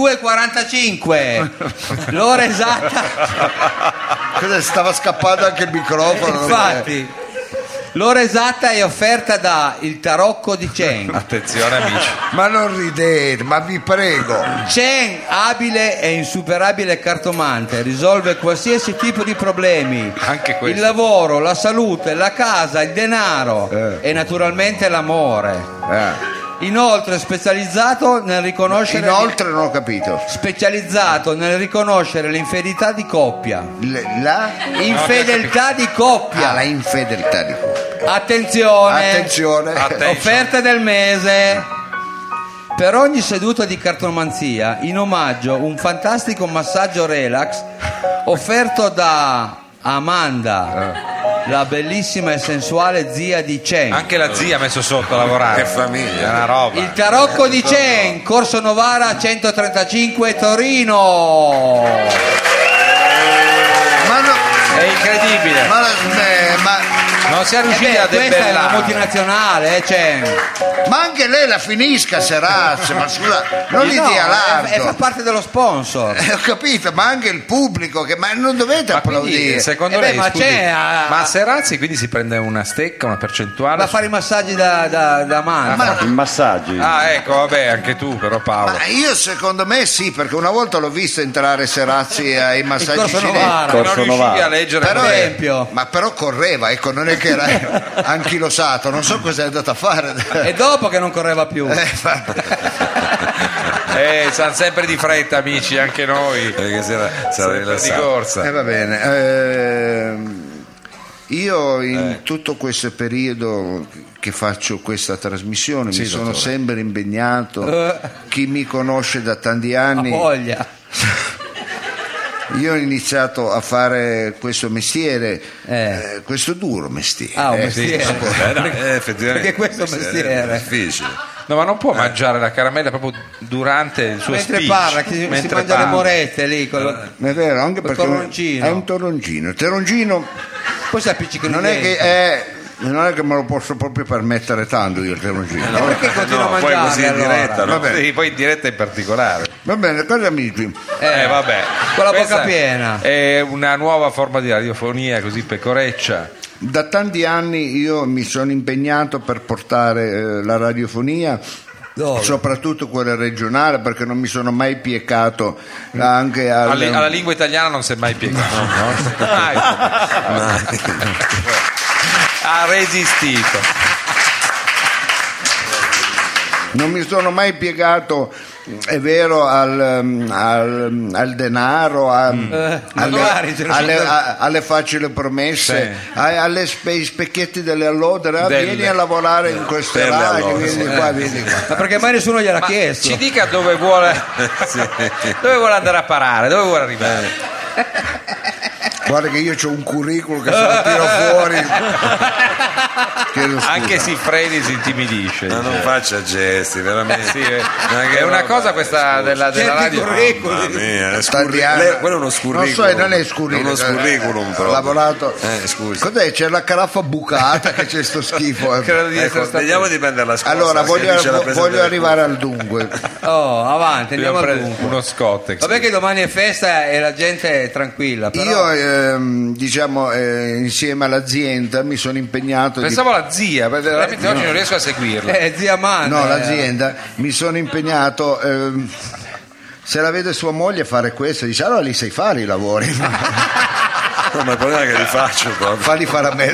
[SPEAKER 2] 22:45. L'ora esatta.
[SPEAKER 1] Cosa, stava scappando anche il microfono?
[SPEAKER 2] Infatti. L'ora esatta è offerta da il tarocco di Chen.
[SPEAKER 3] Attenzione amici.
[SPEAKER 1] Ma non ridete, ma vi prego.
[SPEAKER 2] Chen, abile e insuperabile cartomante, risolve qualsiasi tipo di problemi.
[SPEAKER 3] Anche questo.
[SPEAKER 2] Il lavoro, la salute, la casa, il denaro e naturalmente l'amore. Inoltre specializzato nel riconoscere
[SPEAKER 1] Inoltre non ho capito.
[SPEAKER 2] specializzato nel riconoscere l'infedeltà di coppia.
[SPEAKER 1] La
[SPEAKER 2] Infedeltà di coppia.
[SPEAKER 1] la infedeltà di coppia.
[SPEAKER 2] Attenzione.
[SPEAKER 1] Attenzione.
[SPEAKER 2] Offerte del mese. Per ogni seduta di cartomanzia, in omaggio, un fantastico massaggio relax offerto da Amanda, la bellissima e sensuale zia di Chen.
[SPEAKER 3] Anche la zia ha messo sotto a lavorare.
[SPEAKER 4] Che famiglia.
[SPEAKER 3] È una roba.
[SPEAKER 2] Il tarocco di Chen, Corso Novara 135 Torino.
[SPEAKER 1] Ma no,
[SPEAKER 3] È incredibile.
[SPEAKER 1] ma
[SPEAKER 3] Non si è riusciti a
[SPEAKER 2] Questa è una
[SPEAKER 3] debellare.
[SPEAKER 2] multinazionale, Chen.
[SPEAKER 1] Ma anche lei la finisca Serazzi, ma scusa, non gli
[SPEAKER 2] No,
[SPEAKER 1] dia
[SPEAKER 2] fa
[SPEAKER 1] largo.
[SPEAKER 2] parte dello sponsor.
[SPEAKER 1] Ho capito, ma anche il pubblico, ma non dovete
[SPEAKER 3] Ma quindi,
[SPEAKER 1] applaudire.
[SPEAKER 3] secondo
[SPEAKER 2] beh,
[SPEAKER 3] lei,
[SPEAKER 2] ma
[SPEAKER 3] scusi,
[SPEAKER 2] c'è,
[SPEAKER 3] ma Serazzi quindi si prende una stecca, una percentuale?
[SPEAKER 2] Va a fare i massaggi da mano.
[SPEAKER 5] I massaggi.
[SPEAKER 3] Ah, ecco, vabbè, anche tu però Paolo.
[SPEAKER 1] Ma io secondo me sì, perché una volta l'ho visto entrare Serazzi ai massaggi
[SPEAKER 2] Corso
[SPEAKER 1] cinesi.
[SPEAKER 2] Novara.
[SPEAKER 3] Non
[SPEAKER 5] Corso
[SPEAKER 3] riuscivi
[SPEAKER 5] Novara.
[SPEAKER 3] a leggere
[SPEAKER 1] Però,
[SPEAKER 2] Per esempio.
[SPEAKER 1] ma però correva, ecco, non è che era anchilosato, non so cosa è andato a fare.
[SPEAKER 2] E dopo che non correva più.
[SPEAKER 3] Siamo sempre di fretta, amici, anche noi.
[SPEAKER 4] Perché sarà
[SPEAKER 3] Sempre di
[SPEAKER 4] rilassato.
[SPEAKER 3] corsa.
[SPEAKER 1] Va bene. Io in tutto questo periodo che faccio questa trasmissione mi sono
[SPEAKER 4] dottore.
[SPEAKER 1] sempre impegnato. Chi mi conosce da tanti
[SPEAKER 2] Ha
[SPEAKER 1] anni,
[SPEAKER 2] voglia.
[SPEAKER 1] io ho iniziato a fare questo mestiere, questo duro mestiere.
[SPEAKER 2] Ah, un mestiere.
[SPEAKER 4] Effettivamente.
[SPEAKER 2] Perché questo è un mestiere.
[SPEAKER 4] È difficile.
[SPEAKER 3] No, ma non può mangiare la caramella proprio durante il suo
[SPEAKER 2] Mentre
[SPEAKER 3] speech.
[SPEAKER 2] parla, che si
[SPEAKER 3] Mentre
[SPEAKER 2] mangia le
[SPEAKER 3] parla.
[SPEAKER 2] morette lì.
[SPEAKER 1] È vero, anche
[SPEAKER 2] Col
[SPEAKER 1] perché
[SPEAKER 2] toroncino.
[SPEAKER 1] è un toroncino. Il toroncino
[SPEAKER 2] Poi si appiccica
[SPEAKER 1] non è che me lo posso proprio permettere tanto io il toroncino.
[SPEAKER 2] Ma perché continua a
[SPEAKER 4] poi
[SPEAKER 2] mangiare
[SPEAKER 4] così in
[SPEAKER 2] allora?
[SPEAKER 4] diretta, no?
[SPEAKER 1] Vabbè.
[SPEAKER 3] Sì, poi in diretta in particolare.
[SPEAKER 1] Va bene, cari amici.
[SPEAKER 3] Vabbè.
[SPEAKER 2] Con la
[SPEAKER 3] Questa
[SPEAKER 2] bocca piena.
[SPEAKER 3] È una nuova forma di radiofonia, così pecoreccia.
[SPEAKER 1] Da tanti anni io mi sono impegnato per portare la radiofonia,
[SPEAKER 2] Dove?
[SPEAKER 1] soprattutto quella regionale, perché non mi sono mai piecato anche
[SPEAKER 3] Alla lingua italiana non si è mai piegato. Mai. Ha resistito.
[SPEAKER 1] non mi sono mai piegato, è vero, al denaro,
[SPEAKER 2] magari ce ne sono
[SPEAKER 1] alle facili promesse,
[SPEAKER 3] Sì.
[SPEAKER 1] alle specchietti delle allodere. Vieni a lavorare in queste
[SPEAKER 4] Delle
[SPEAKER 1] radio,
[SPEAKER 4] allodere,
[SPEAKER 1] vieni qua, vieni qua.
[SPEAKER 2] Ma perché mai nessuno gliel'ha
[SPEAKER 3] Ma
[SPEAKER 2] chiesto?
[SPEAKER 3] ci dica dove vuole andare a parare, dove vuole arrivare.
[SPEAKER 1] Guarda che io ho un curriculum che se lo tiro fuori. Chiedo scusa.
[SPEAKER 3] Anche Siffredi si intimidisce.
[SPEAKER 4] Ma non faccia gesti, veramente.
[SPEAKER 3] Sì, è una cosa questa della radio.
[SPEAKER 4] Mamma mia, quello è uno scurriculum.
[SPEAKER 1] Non so, non è scurriculum.
[SPEAKER 4] È uno scurriculum proprio.
[SPEAKER 1] Ho lavorato.
[SPEAKER 4] Scusi.
[SPEAKER 1] Cos'è? C'è la caraffa bucata che c'è sto schifo.
[SPEAKER 3] Credo di essere stato-
[SPEAKER 4] Vediamo di prendere la scossa.
[SPEAKER 1] Allora,
[SPEAKER 4] che dice la
[SPEAKER 1] voglio
[SPEAKER 4] Presidente
[SPEAKER 1] arrivare al dunque.
[SPEAKER 2] Oh, avanti, andiamo
[SPEAKER 3] Abbiamo
[SPEAKER 2] al
[SPEAKER 3] preso
[SPEAKER 2] dunque.
[SPEAKER 3] uno Scottex.
[SPEAKER 2] Vabbè che domani è festa e la gente è tranquilla, però...
[SPEAKER 1] Io, diciamo, insieme all'azienda mi sono impegnato.
[SPEAKER 3] Pensavo alla zia, perché veramente oggi non riesco a seguirla.
[SPEAKER 2] Zia Manda.
[SPEAKER 1] No, l'azienda, mi sono impegnato. Se la vede sua moglie fare questo, dice allora li sai fare i lavori.
[SPEAKER 4] No, ma il problema è che li faccio proprio.
[SPEAKER 1] Falli fare a me.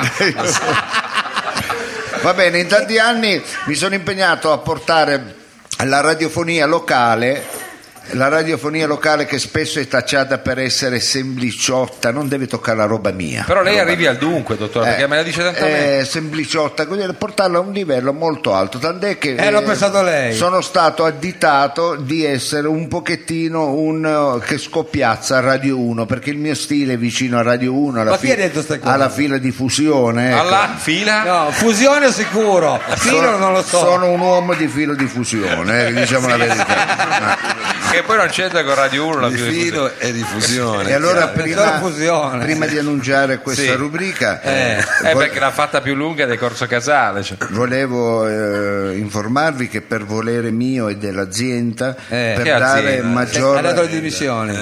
[SPEAKER 1] Va bene, in tanti anni mi sono impegnato a portare la radiofonia locale che spesso è tacciata per essere sempliciotta, non deve toccare la roba mia.
[SPEAKER 3] Però lei arrivi al dunque, dottore, perché me la dice tanto a me.
[SPEAKER 1] Sempliciotta, quindi portarla a un livello molto alto, tant'è che
[SPEAKER 2] l'ho pensato lei.
[SPEAKER 1] sono stato additato di essere un pochettino che scoppiazza a Radio 1, perché il mio stile è vicino a Radio 1
[SPEAKER 2] Ma chi ha detto ste cose?
[SPEAKER 1] alla fila di fusione, ecco.
[SPEAKER 3] Alla fila?
[SPEAKER 2] No, fusione sicuro, filo non lo so.
[SPEAKER 1] Sono un uomo di filo di fusione, diciamo la verità.
[SPEAKER 3] Che poi non c'entra con Radio 1 la
[SPEAKER 4] Di filo e di fusione.
[SPEAKER 1] E allora
[SPEAKER 2] Solo fusione.
[SPEAKER 1] prima di annunciare questa
[SPEAKER 3] Sì.
[SPEAKER 1] rubrica
[SPEAKER 3] perché l'ha fatta più lunga del Corso Casale. Cioè.
[SPEAKER 1] volevo informarvi che per volere mio e dell'azienda, per
[SPEAKER 3] che
[SPEAKER 1] dare
[SPEAKER 3] azienda?
[SPEAKER 1] maggiore
[SPEAKER 2] Ha dato le dimissioni.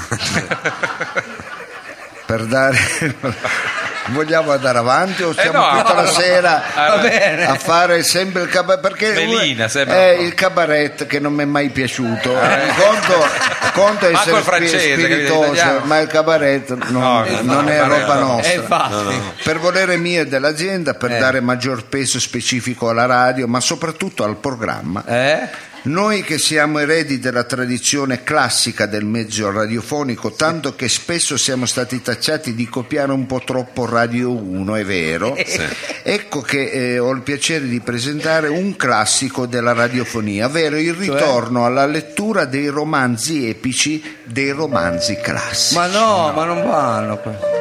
[SPEAKER 1] per dare vogliamo andare avanti o stiamo
[SPEAKER 3] no,
[SPEAKER 1] tutta la
[SPEAKER 3] no.
[SPEAKER 1] sera
[SPEAKER 2] Va bene.
[SPEAKER 1] a fare sempre il cabaret, perché
[SPEAKER 3] Melina, sembra
[SPEAKER 1] è
[SPEAKER 3] un po'.
[SPEAKER 1] il cabaret che non mi è mai piaciuto. Conto
[SPEAKER 3] Manco
[SPEAKER 1] essere
[SPEAKER 3] il francese, capito,
[SPEAKER 1] spiritoso,
[SPEAKER 3] italiano.
[SPEAKER 1] ma il cabaret non è roba nostra.
[SPEAKER 2] Infatti.
[SPEAKER 1] Per volere mio e dell'azienda, per dare maggior peso specifico alla radio, ma soprattutto al programma, noi che siamo eredi della tradizione classica del mezzo radiofonico, tanto che spesso siamo stati tacciati di copiare un po' troppo Radio 1, è vero, ecco che ho il piacere di presentare un classico della radiofonia, ovvero il ritorno alla lettura dei romanzi epici, dei romanzi classici.
[SPEAKER 2] Ma no, ma non vanno.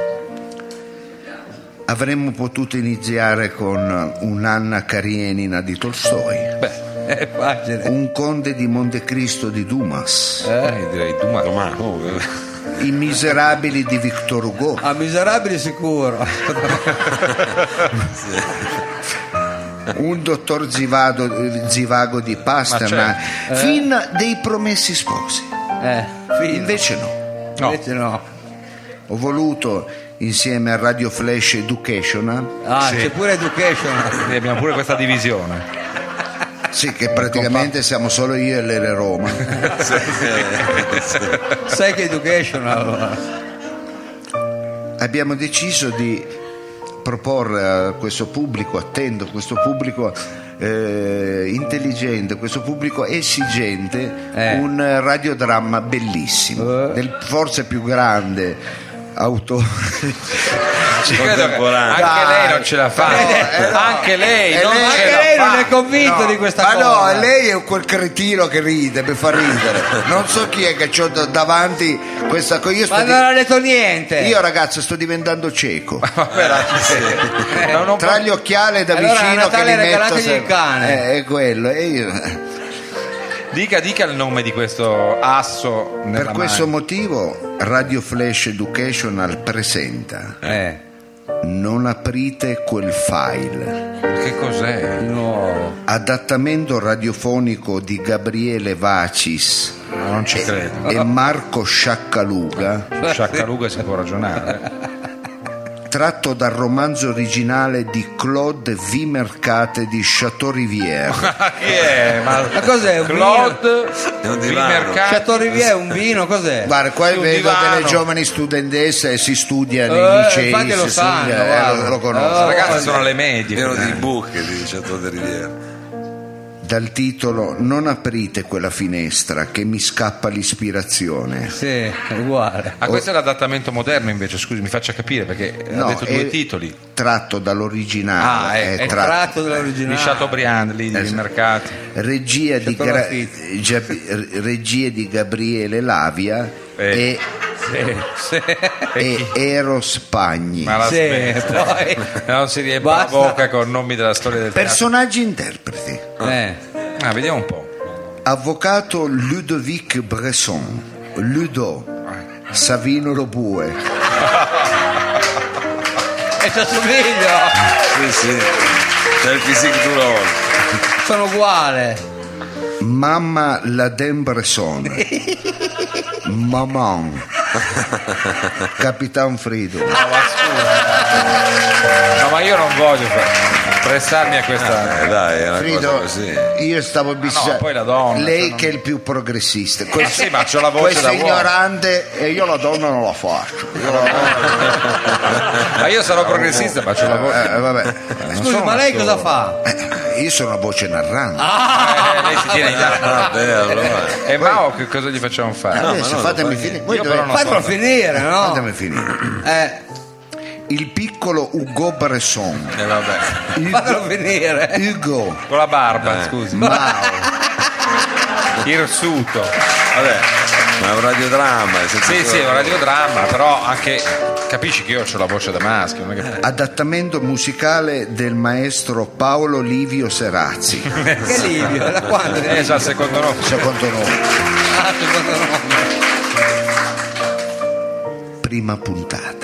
[SPEAKER 1] Avremmo potuto iniziare con un'Anna Karenina di Tolstoi,
[SPEAKER 2] È facile.
[SPEAKER 1] un Conde di Montecristo di Dumas,
[SPEAKER 3] Direi Dumas.
[SPEAKER 1] I Miserabili di Victor Hugo,
[SPEAKER 2] A miserabili sicuro.
[SPEAKER 1] un Dottor Zivago di Pasternak, fin dei Promessi Sposi. Invece no,
[SPEAKER 2] Invece no.
[SPEAKER 1] ho voluto, insieme a Radio Flash Educational,
[SPEAKER 2] C'è pure Education.
[SPEAKER 3] Abbiamo pure questa divisione.
[SPEAKER 1] sì, che praticamente siamo solo io e l'Ere Roma.
[SPEAKER 2] Sai che Education allora.
[SPEAKER 1] Abbiamo deciso di proporre a questo pubblico attento, questo pubblico intelligente, questo pubblico esigente, un radiodramma bellissimo, del forse più grande autore.
[SPEAKER 3] Ci credo che anche
[SPEAKER 1] Dai.
[SPEAKER 3] lei non ce la fa. Anche lei non
[SPEAKER 1] lei-
[SPEAKER 3] ce
[SPEAKER 2] Anche
[SPEAKER 3] la
[SPEAKER 2] lei
[SPEAKER 3] fa.
[SPEAKER 2] non è convinto di questa
[SPEAKER 1] Ma
[SPEAKER 2] cosa.
[SPEAKER 1] no, lei è quel cretino che ride, mi fa ridere. Non so chi è che c'ho davanti questa cosa.
[SPEAKER 2] Ma non ha detto niente.
[SPEAKER 1] Io ragazzo sto diventando cieco.
[SPEAKER 3] Non
[SPEAKER 1] Tra gli occhiali da
[SPEAKER 2] Allora, a
[SPEAKER 1] vicino che
[SPEAKER 2] Natale
[SPEAKER 1] li metto
[SPEAKER 2] regalategli
[SPEAKER 1] sempre.
[SPEAKER 2] il cane.
[SPEAKER 1] È quello. E io,
[SPEAKER 3] Dica il nome di questo asso nella
[SPEAKER 1] per questo
[SPEAKER 3] mano.
[SPEAKER 1] motivo Radio Flash Educational presenta Non aprite quel file,
[SPEAKER 3] Che cos'è?
[SPEAKER 2] No.
[SPEAKER 1] adattamento radiofonico di Gabriele Vacis
[SPEAKER 3] Non ci credo.
[SPEAKER 1] e Marco Sciaccaluga,
[SPEAKER 3] Sciaccaluga si può ragionare.
[SPEAKER 1] tratto dal romanzo originale di Claude Vimercate di Chateaubriand.
[SPEAKER 3] Chi è?
[SPEAKER 2] Ma cos'è? Un
[SPEAKER 3] Claude
[SPEAKER 4] È un divano.
[SPEAKER 3] Vimercati.
[SPEAKER 2] Chateaubriand è un vino, cos'è?
[SPEAKER 1] Guarda, qua
[SPEAKER 3] Sul
[SPEAKER 1] vedo
[SPEAKER 3] divano.
[SPEAKER 1] delle giovani studentesse e si studia nei licei,
[SPEAKER 2] infatti lo
[SPEAKER 1] si
[SPEAKER 2] sanno,
[SPEAKER 1] studia,
[SPEAKER 2] guarda.
[SPEAKER 1] lo conosco.
[SPEAKER 3] Ragazzi, sono alle medie.
[SPEAKER 4] Pieno di buche, dice Chateau Riviera.
[SPEAKER 1] Dal titolo Non aprite quella finestra che mi scappa l'ispirazione.
[SPEAKER 2] Sì, è uguale.
[SPEAKER 3] Ah, questo è l'adattamento moderno invece, scusi, mi faccia capire perché ha detto due
[SPEAKER 1] è
[SPEAKER 3] titoli.
[SPEAKER 1] Tratto dall'originale,
[SPEAKER 3] è
[SPEAKER 2] Tratto
[SPEAKER 3] Di
[SPEAKER 2] dall'originale.
[SPEAKER 3] Chateaubriand lì di mercati.
[SPEAKER 1] regia di
[SPEAKER 2] Chateau Lafite.
[SPEAKER 1] regie di Gabriele Lavia e e Eros Pagni.
[SPEAKER 3] Ma la smetta.
[SPEAKER 2] poi
[SPEAKER 3] Non si riempie la
[SPEAKER 2] Basta.
[SPEAKER 3] bocca con nomi della storia del teatro.
[SPEAKER 1] Personaggi interpreti:
[SPEAKER 3] Vediamo un po'.
[SPEAKER 1] avvocato Ludovic Bresson, Ludo, Savino Lobue,
[SPEAKER 2] e ti assomiglio,
[SPEAKER 4] Sì. C'è il physique du role.
[SPEAKER 2] sono uguale.
[SPEAKER 1] Mamma Laden Bresson, Maman, Capitan Frido.
[SPEAKER 3] No, ma io non voglio prestarmi a questa.
[SPEAKER 4] Dai, è una cosa
[SPEAKER 1] Frido,
[SPEAKER 4] così.
[SPEAKER 1] io stavo
[SPEAKER 3] no, poi la donna,
[SPEAKER 1] lei
[SPEAKER 3] cioè,
[SPEAKER 1] che è il più progressista.
[SPEAKER 3] Sì, ma c'ho la voce
[SPEAKER 1] questo
[SPEAKER 3] da
[SPEAKER 1] è
[SPEAKER 3] uomo.
[SPEAKER 1] ignorante e io la donna non la faccio.
[SPEAKER 3] Ma io sarò progressista, ma c'ho la voce.
[SPEAKER 1] Vabbè.
[SPEAKER 2] Scusi, ma lei cosa fa?
[SPEAKER 1] Io sono una voce narrante.
[SPEAKER 3] Lei si tiene in
[SPEAKER 4] Allora.
[SPEAKER 3] E Mao che cosa gli facciamo fare?
[SPEAKER 1] Adesso fatemi finire. Voi
[SPEAKER 3] Io
[SPEAKER 1] dovete-
[SPEAKER 3] però non
[SPEAKER 2] Fatelo finire, no?
[SPEAKER 1] Fatemi finire. Il piccolo Ugo Bresson,
[SPEAKER 3] Vabbè.
[SPEAKER 2] Fatelo finire.
[SPEAKER 1] Ugo,
[SPEAKER 3] Con la barba, scusi.
[SPEAKER 1] Mao,
[SPEAKER 3] Irsuto.
[SPEAKER 4] Vabbè, ma è un radiodramma.
[SPEAKER 3] Sì, è un radiodramma, però anche capisci che io ho la voce da maschio, non è che...
[SPEAKER 1] adattamento musicale del maestro Paolo Livio Serazzi,
[SPEAKER 2] Che Livio? Da quando?
[SPEAKER 3] già il secondo nome.
[SPEAKER 1] secondo nome.
[SPEAKER 2] Ah, secondo nome.
[SPEAKER 1] Prima puntata.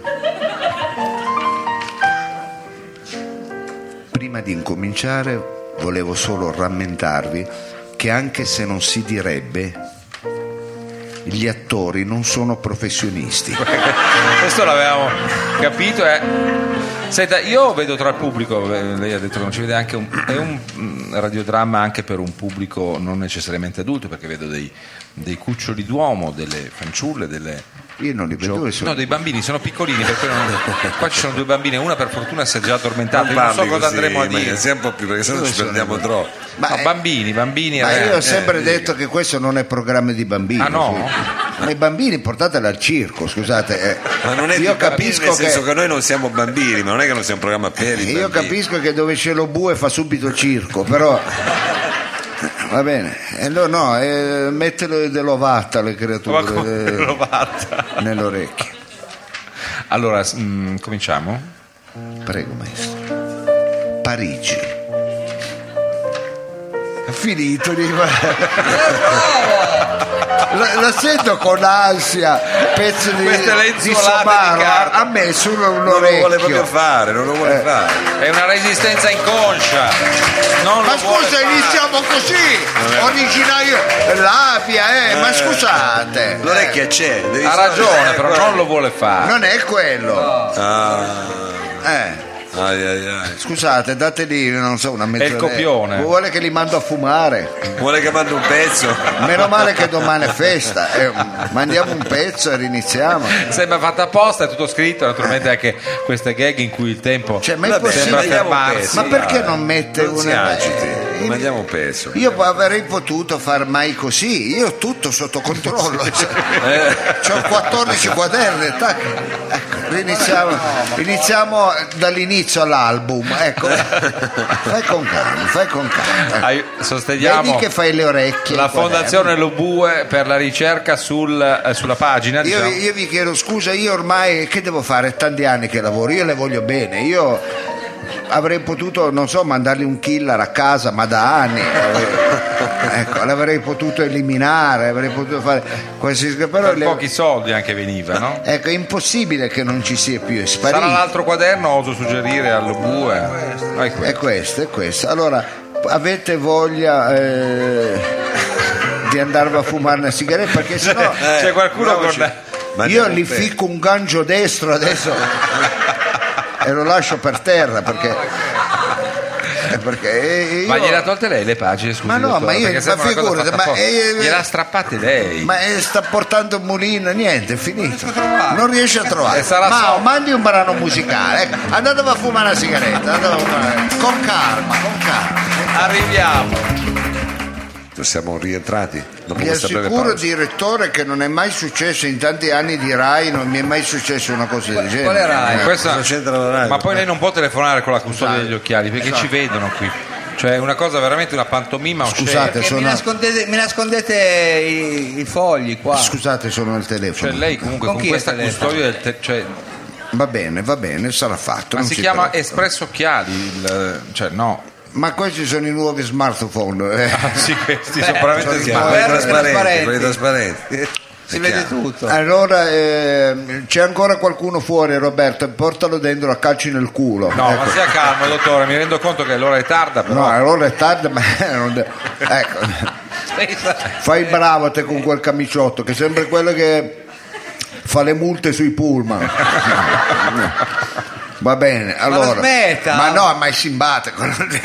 [SPEAKER 1] Prima di incominciare volevo solo rammentarvi che anche se non si direbbe, gli attori non sono professionisti.
[SPEAKER 3] Questo l'avevamo capito. Senta, io vedo tra il pubblico, lei ha detto che non ci vede, anche è un radiodramma anche per un pubblico non necessariamente adulto, perché vedo dei cuccioli d'uomo, delle fanciulle,
[SPEAKER 1] Io non li vedo.
[SPEAKER 3] no, dei bambini, sono piccolini, perché qua ci sono due bambine, una per fortuna si è già addormentata, io non so cosa andremo a dire.
[SPEAKER 4] Sia un po' più, perché sennò ci perdiamo troppo.
[SPEAKER 1] Ma,
[SPEAKER 3] No, bambini,
[SPEAKER 1] ma io ho sempre detto che questo non è programma di bambini.
[SPEAKER 3] Ah, no?
[SPEAKER 1] Ma i bambini portateli al circo, scusate.
[SPEAKER 4] Ma non è
[SPEAKER 1] io
[SPEAKER 4] di bambini,
[SPEAKER 1] capisco
[SPEAKER 4] nel senso
[SPEAKER 1] che
[SPEAKER 4] che noi non siamo bambini, ma non è che non sia un programma per i
[SPEAKER 1] io
[SPEAKER 4] bambini.
[SPEAKER 1] capisco che dove c'è lo bue fa subito circo, però va bene. No, mettelo dell'ovata le creature
[SPEAKER 3] L'ovata.
[SPEAKER 1] nelle orecchie.
[SPEAKER 3] Allora, cominciamo?
[SPEAKER 1] Prego, maestro. Parigi. È finito di lo sento con ansia, pezzo di
[SPEAKER 3] Queste lenzuolate di
[SPEAKER 1] somaro,
[SPEAKER 3] carta.
[SPEAKER 1] a me solo un
[SPEAKER 4] Non lo vuole proprio
[SPEAKER 1] orecchio.
[SPEAKER 4] fare, non lo vuole fare.
[SPEAKER 3] È una resistenza inconscia. Non
[SPEAKER 1] Ma
[SPEAKER 3] lo vuole
[SPEAKER 1] scusa,
[SPEAKER 3] fare.
[SPEAKER 1] iniziamo così, originario, labia, ma scusate.
[SPEAKER 4] L'orecchia c'è. devi
[SPEAKER 3] Ha
[SPEAKER 4] solo-
[SPEAKER 3] ragione, però non lo vuole fare.
[SPEAKER 1] Non è quello.
[SPEAKER 4] Ai, ai, ai.
[SPEAKER 1] Scusate, dateli, non so, una mezz'ora.
[SPEAKER 3] È il copione.
[SPEAKER 1] Vuole che li mando a fumare?
[SPEAKER 4] Vuole che mandi un pezzo?
[SPEAKER 1] Meno male che domani è festa. Mandiamo un pezzo e riniziamo.
[SPEAKER 3] Sembra fatta apposta, è tutto scritto, naturalmente anche queste gag in cui il tempo
[SPEAKER 1] Cioè, ma è
[SPEAKER 4] Vabbè,
[SPEAKER 1] possibile?
[SPEAKER 3] sembra
[SPEAKER 4] mandiamo un
[SPEAKER 3] fermarsi.
[SPEAKER 4] pezzo,
[SPEAKER 1] Ma perché
[SPEAKER 4] dai.
[SPEAKER 1] non mette
[SPEAKER 4] Non si
[SPEAKER 1] una.
[SPEAKER 4] agiti, mandiamo un pezzo.
[SPEAKER 1] Io avrei potuto far mai così, io ho tutto sotto controllo. C'ho 14 quaderni, tac. Ecco, iniziamo dall'inizio all'album, ecco. Fai con calma.
[SPEAKER 3] Sosteniamo
[SPEAKER 1] Vedi che fai le orecchie.
[SPEAKER 3] la
[SPEAKER 1] ai quaderni.
[SPEAKER 3] Fondazione Lobue per la ricerca sulla pagina.
[SPEAKER 1] Io
[SPEAKER 3] Diciamo.
[SPEAKER 1] vi chiedo scusa, io ormai che devo fare? È tanti anni che lavoro, io le voglio bene, io avrei potuto, non so, mandargli un killer a casa, ma da anni. Ecco, l'avrei potuto eliminare, avrei potuto fare qualsiasi, però
[SPEAKER 3] Per pochi soldi anche veniva, no?
[SPEAKER 1] ecco, è impossibile che non ci sia più, è sparito.
[SPEAKER 3] Sarà l'altro quaderno, oso suggerire al Lobue. Ah, è questo.
[SPEAKER 1] È questo. Allora, avete voglia di andare a fumare una sigaretta? Perché sennò
[SPEAKER 3] C'è qualcuno con...
[SPEAKER 1] io
[SPEAKER 4] Mandiamo
[SPEAKER 1] gli
[SPEAKER 4] un pezzo.
[SPEAKER 1] ficco un gancio destro adesso e lo lascio per terra perché io,
[SPEAKER 3] Ma gliela tolte lei le pagine, scusi?
[SPEAKER 1] Ma no,
[SPEAKER 3] dottore,
[SPEAKER 1] ma io-
[SPEAKER 3] perché
[SPEAKER 1] ma
[SPEAKER 3] sembra una cosa
[SPEAKER 1] figurati,
[SPEAKER 3] fatta
[SPEAKER 1] ma-
[SPEAKER 3] apposta. Gliela strappate lei.
[SPEAKER 1] ma sta portando un mulino, niente, è finito, non riesce a trovare.
[SPEAKER 3] E sarà
[SPEAKER 1] Ma
[SPEAKER 3] so-
[SPEAKER 1] mandi un brano musicale, ecco. Andate a fumare una sigaretta, con calma.
[SPEAKER 3] Arriviamo.
[SPEAKER 4] Siamo rientrati. Dopo
[SPEAKER 1] Vi
[SPEAKER 4] questa breve
[SPEAKER 1] assicuro,
[SPEAKER 4] pausa.
[SPEAKER 1] direttore, che non è mai successo in tanti anni di Rai, non mi è mai successo una cosa del genere.
[SPEAKER 2] Quale Rai?
[SPEAKER 3] Questa-
[SPEAKER 4] cosa c'entra la radio?
[SPEAKER 3] Ma poi lei non può telefonare con la custodia
[SPEAKER 1] Esatto.
[SPEAKER 3] degli occhiali perché ci vedono qui. Cioè una cosa veramente una pantomima
[SPEAKER 1] Scusate,
[SPEAKER 2] Perché mi nascondete i fogli qua.
[SPEAKER 1] Scusate, sono nel telefono.
[SPEAKER 3] Cioè lei comunque
[SPEAKER 2] Con
[SPEAKER 3] con
[SPEAKER 2] chi è
[SPEAKER 3] questa
[SPEAKER 2] il telefono?
[SPEAKER 3] custodia del cioè,
[SPEAKER 1] Va bene, sarà fatto.
[SPEAKER 3] ma
[SPEAKER 1] non
[SPEAKER 3] si
[SPEAKER 1] si
[SPEAKER 3] chiama
[SPEAKER 1] preoccupi.
[SPEAKER 3] Espresso Occhiali, cioè no.
[SPEAKER 1] Ma questi sono i nuovi smartphone.
[SPEAKER 3] Sì, questi sono veramente
[SPEAKER 4] Quelli
[SPEAKER 2] trasparenti.
[SPEAKER 4] quelli trasparenti.
[SPEAKER 2] Si vede tutto.
[SPEAKER 1] Allora, c'è ancora qualcuno fuori, Roberto? Portalo dentro a calci nel culo.
[SPEAKER 3] No,
[SPEAKER 1] Ecco.
[SPEAKER 3] ma sia calmo, dottore, mi rendo conto che l'ora è tarda, però.
[SPEAKER 1] No, allora è tardi, ma ecco. Fai bravo te con quel camiciotto, che sembra quello che fa le multe sui pullman. Va bene, allora.
[SPEAKER 2] smetta!
[SPEAKER 1] Ma no, ma è simpatico.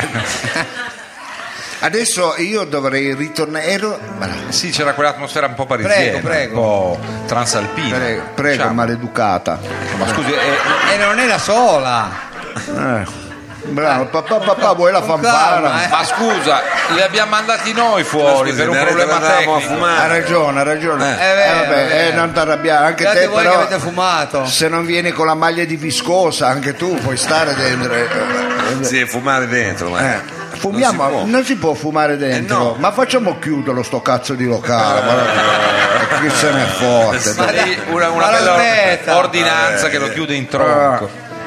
[SPEAKER 1] Adesso io dovrei ritornare.
[SPEAKER 3] Sì, c'era quell'atmosfera un po' parisiana,
[SPEAKER 2] Prego.
[SPEAKER 3] un po' transalpina.
[SPEAKER 1] Prego,
[SPEAKER 3] Diciamo.
[SPEAKER 1] maleducata.
[SPEAKER 3] Ma scusi,
[SPEAKER 2] E non è la sola.
[SPEAKER 1] Bravo, papà, vuoi la
[SPEAKER 2] Con
[SPEAKER 1] fanfara?
[SPEAKER 2] calma,
[SPEAKER 3] ma scusa, li abbiamo mandati noi fuori per un problema tecnico.
[SPEAKER 4] a fumare.
[SPEAKER 1] Ha ragione.
[SPEAKER 2] vero,
[SPEAKER 1] Vabbè,
[SPEAKER 2] è vero.
[SPEAKER 1] non ti arrabbiare, anche
[SPEAKER 2] Guardate
[SPEAKER 1] te
[SPEAKER 2] voi che
[SPEAKER 1] però.
[SPEAKER 2] avete fumato.
[SPEAKER 1] Se non vieni con la maglia di viscosa, anche tu puoi stare dentro.
[SPEAKER 4] Sì, fumare dentro, ma
[SPEAKER 1] Fumiamo, non si può fumare dentro,
[SPEAKER 4] no.
[SPEAKER 1] ma facciamo chiuderlo sto cazzo di locale. Ma chi se ne fotte?
[SPEAKER 3] Ma di una
[SPEAKER 2] Ma
[SPEAKER 3] bella
[SPEAKER 2] aspetta.
[SPEAKER 3] ordinanza che lo chiude in tronco.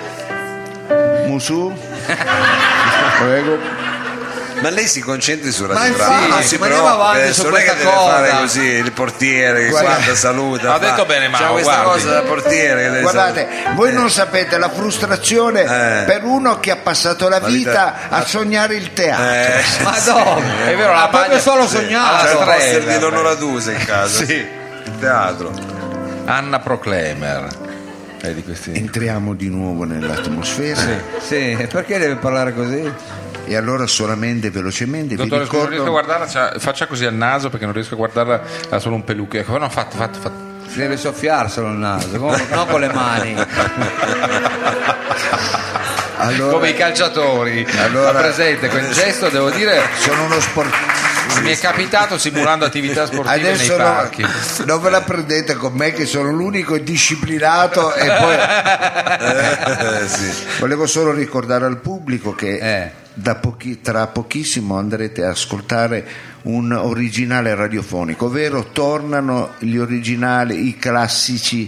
[SPEAKER 1] Musu? Prego.
[SPEAKER 4] Ma lei si concentri su
[SPEAKER 2] Ma
[SPEAKER 4] Radio
[SPEAKER 2] infatti,
[SPEAKER 4] Bravo, non si
[SPEAKER 2] ma andiamo
[SPEAKER 4] preoccupi,
[SPEAKER 2] avanti
[SPEAKER 4] adesso
[SPEAKER 2] su
[SPEAKER 4] non è che
[SPEAKER 2] questa
[SPEAKER 4] deve fare
[SPEAKER 2] cosa.
[SPEAKER 4] così il portiere che
[SPEAKER 1] Guarda.
[SPEAKER 4] guarda, saluta.
[SPEAKER 3] Ha detto bene, Mao,
[SPEAKER 4] c'ha questa
[SPEAKER 3] guardi.
[SPEAKER 4] cosa da portiere che deve
[SPEAKER 1] Guardate, voi non sapete la frustrazione per uno che ha passato la vita a sognare il teatro.
[SPEAKER 2] Ma dove?
[SPEAKER 3] È vero, la
[SPEAKER 2] Ha proprio
[SPEAKER 3] maglia-
[SPEAKER 2] solo
[SPEAKER 3] sì.
[SPEAKER 2] sognato.
[SPEAKER 4] C'è il poster
[SPEAKER 3] Strella,
[SPEAKER 4] di Don Radusa in casa.
[SPEAKER 3] Sì.
[SPEAKER 4] Il teatro.
[SPEAKER 3] Anna Proclemer. Di questi...
[SPEAKER 1] Entriamo di nuovo nell'atmosfera
[SPEAKER 2] Sì, perché deve parlare così?
[SPEAKER 1] e allora solamente velocemente vi
[SPEAKER 3] Dottore, scusi, non riesco a
[SPEAKER 1] ricordo
[SPEAKER 3] guardarla, faccia così al naso perché non riesco a guardarla, ha solo un pelucchio. Ecco, no, fatto.
[SPEAKER 2] Si deve soffiarselo il naso, non con le mani.
[SPEAKER 3] Come i calciatori.
[SPEAKER 1] Allora-
[SPEAKER 3] Ha presente quel gesto, devo dire,
[SPEAKER 1] sono uno sportivo.
[SPEAKER 3] mi è capitato simulando attività sportive nei
[SPEAKER 1] Adesso
[SPEAKER 3] parchi.
[SPEAKER 1] non ve la prendete con me che sono l'unico disciplinato e poi
[SPEAKER 4] Sì.
[SPEAKER 1] volevo solo ricordare al pubblico che tra pochissimo andrete a ascoltare un originale radiofonico, ovvero tornano gli originali, i classici.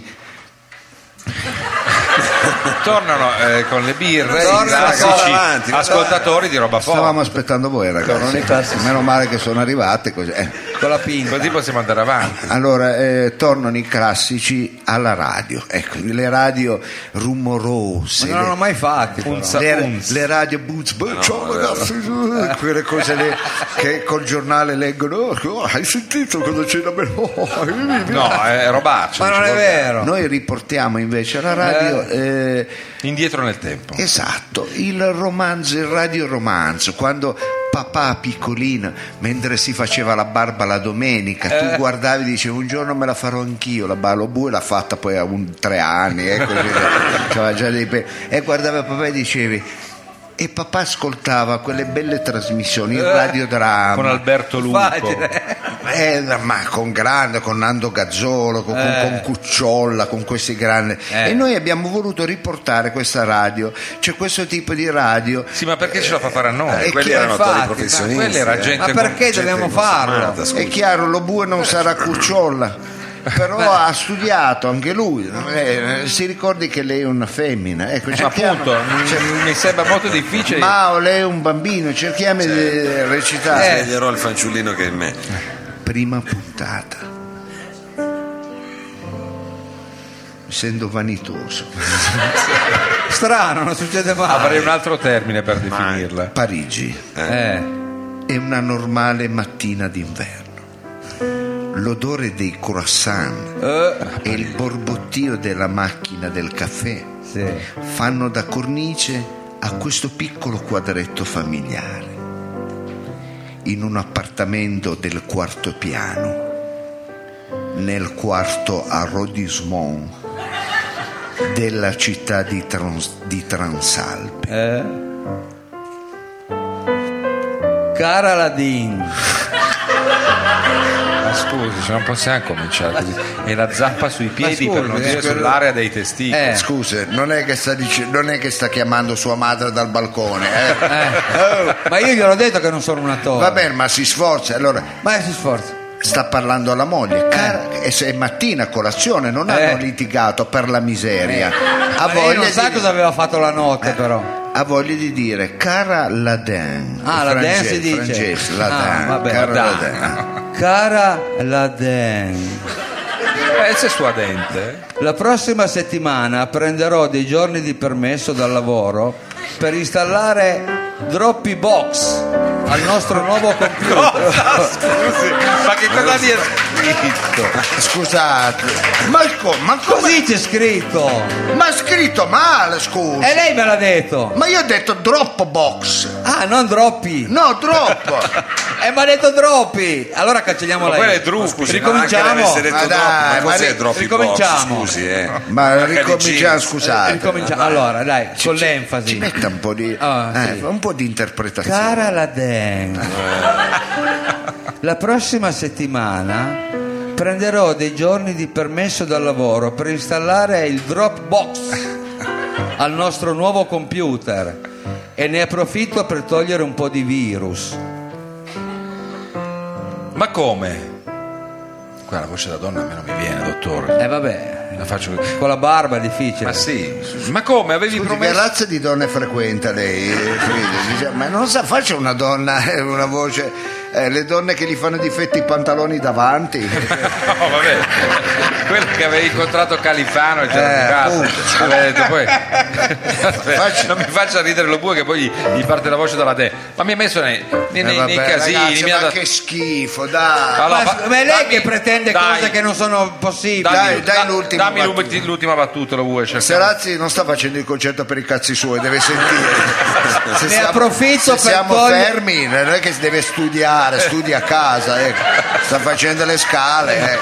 [SPEAKER 3] Tornano con le birre, i
[SPEAKER 2] Tornano
[SPEAKER 3] classici
[SPEAKER 4] avanti,
[SPEAKER 3] ascoltatori di roba
[SPEAKER 1] Stavamo
[SPEAKER 3] forte.
[SPEAKER 1] aspettando voi ragazzi, meno male che sono arrivate così.
[SPEAKER 2] Con la pinza.
[SPEAKER 3] Così possiamo andare avanti.
[SPEAKER 1] Allora, tornano i classici alla radio, ecco, le radio rumorose,
[SPEAKER 2] Ma non l'hanno mai fatti. però.
[SPEAKER 1] le radio boots, ciao ragazzi, quelle cose lì che col giornale leggono, "Oh, hai sentito cosa c'è da me?"
[SPEAKER 3] No, è robaccio.
[SPEAKER 2] Ma non è vero.
[SPEAKER 1] Noi riportiamo invece alla radio
[SPEAKER 3] Indietro nel tempo.
[SPEAKER 1] esatto, il romanzo, il radioromanzo, quando papà piccolino, mentre si faceva la barba la domenica, tu guardavi e dicevi un giorno me la farò anch'io la barba. Lo bue l'ha fatta poi a 3 anni, c'aveva già e guardavi papà e dicevi. E papà ascoltava quelle belle trasmissioni, il radiodramma
[SPEAKER 3] Con Alberto Lupo.
[SPEAKER 1] ma con Nando Gazzolo, con Cucciolla, con questi grandi. E noi abbiamo voluto riportare questa radio, c'è questo tipo di radio.
[SPEAKER 3] Sì, ma perché ce la fa fare a noi?
[SPEAKER 4] Quelli
[SPEAKER 1] chi-
[SPEAKER 4] erano attori
[SPEAKER 2] infatti,
[SPEAKER 4] professionisti.
[SPEAKER 3] Quella era gente
[SPEAKER 2] Ma perché
[SPEAKER 4] gente
[SPEAKER 2] dobbiamo
[SPEAKER 4] consumata,
[SPEAKER 2] farlo?
[SPEAKER 4] scusa.
[SPEAKER 1] È chiaro, lo bue non sarà Cucciolla, però ha studiato anche lui. Si ricordi che lei è una femmina, ecco, cerchiamo-
[SPEAKER 3] Appunto, mi sembra molto difficile.
[SPEAKER 1] Mao, lei è un bambino, cerchiamo di recitare.
[SPEAKER 4] Sveglierò il fanciullino che è in me.
[SPEAKER 1] Prima puntata. Mi sento vanitoso.
[SPEAKER 2] Strano, non succede mai.
[SPEAKER 3] Avrei un altro termine per definirla.
[SPEAKER 1] Parigi. È una normale mattina d'inverno. L'odore dei croissant e il borbottio della macchina del caffè fanno da cornice a questo piccolo quadretto familiare. In un appartamento del 4º piano, nel quarto arrondissement della città di Transalpi.
[SPEAKER 2] Cara Ladin.
[SPEAKER 3] scusi, non possiamo cominciare così. E la zappa sui piedi, per non dire sull'area dei testicoli.
[SPEAKER 1] Scusi, non è che sta chiamando sua madre dal balcone,
[SPEAKER 2] Ma io gliel'ho detto che non sono un attore.
[SPEAKER 1] Va bene, ma si sforza, allora.
[SPEAKER 2] Ma si sforza.
[SPEAKER 1] Sta parlando alla moglie, e se è mattina a colazione non hanno litigato per la miseria.
[SPEAKER 2] Ma lei non sa cosa aveva fatto la notte, però.
[SPEAKER 1] Ha voglia di dire cara Laden.
[SPEAKER 2] Laden si dice.
[SPEAKER 1] Francese, Laden. Cara Laden.
[SPEAKER 2] Cara Laden.
[SPEAKER 3] Se suadente.
[SPEAKER 2] La prossima settimana prenderò dei giorni di permesso dal lavoro per installare Dropbox al nostro nuovo computer.
[SPEAKER 3] Scusi, ma che cosa gli è scritto?
[SPEAKER 1] Scusate, ma
[SPEAKER 2] così c'è scritto?
[SPEAKER 1] Ma scritto male, scusa.
[SPEAKER 2] E lei me l'ha detto.
[SPEAKER 1] Ma io ho detto Dropbox.
[SPEAKER 2] Non Droppi.
[SPEAKER 1] No, Drop.
[SPEAKER 2] Mi ha detto Droppi. Allora cancelliamo la.
[SPEAKER 3] Quello è Drup.
[SPEAKER 4] Scusi,
[SPEAKER 2] ricominciamo.
[SPEAKER 4] Ma cos'è Dropbox?
[SPEAKER 2] Ricominciamo.
[SPEAKER 4] Scusi,
[SPEAKER 1] Ma ricominciamo, scusate.
[SPEAKER 2] Ricominciamo. Allora, dai, con l'enfasi.
[SPEAKER 1] Ci metta un po' di un po' di interpretazione.
[SPEAKER 2] Cara Laden, la prossima settimana prenderò dei giorni di permesso dal lavoro per installare il Dropbox al nostro nuovo computer e ne approfitto per togliere un po' di virus.
[SPEAKER 3] Ma come? Qua la voce da donna a me non mi viene, dottore.
[SPEAKER 2] Vabbè,
[SPEAKER 3] La faccio...
[SPEAKER 2] con la barba è difficile.
[SPEAKER 3] Ma sì, ma come? Avevi
[SPEAKER 1] Scusi, che
[SPEAKER 3] promesso?
[SPEAKER 1] razza di donne frequenta lei? Ma non sa, faccia una donna, una voce. Le donne che gli fanno difetti i pantaloni davanti.
[SPEAKER 3] No, vabbè. Quello che avevi incontrato Califano e c'era di casa. Aveva detto poi. Aspetta, non mi faccia ridere lo bue che poi gli parte la voce dalla te. Ma mi ha messo nei casini.
[SPEAKER 1] Ragazzi,
[SPEAKER 3] mi ha
[SPEAKER 1] ma
[SPEAKER 3] dato...
[SPEAKER 1] che schifo, dai.
[SPEAKER 3] Allora,
[SPEAKER 2] ma è lei che pretende
[SPEAKER 3] dai.
[SPEAKER 2] cose che non sono possibili.
[SPEAKER 1] Dai l'ultima
[SPEAKER 3] dammi
[SPEAKER 1] battuta.
[SPEAKER 3] l'ultima battuta, lo vuoi cercare?
[SPEAKER 1] Serazzi non sta facendo il concerto per i cazzi suoi, deve sentire.
[SPEAKER 2] Ne approfitto per
[SPEAKER 1] siamo
[SPEAKER 2] togliere-
[SPEAKER 1] fermi, non è che si deve studiare, studia a casa, sta facendo le scale.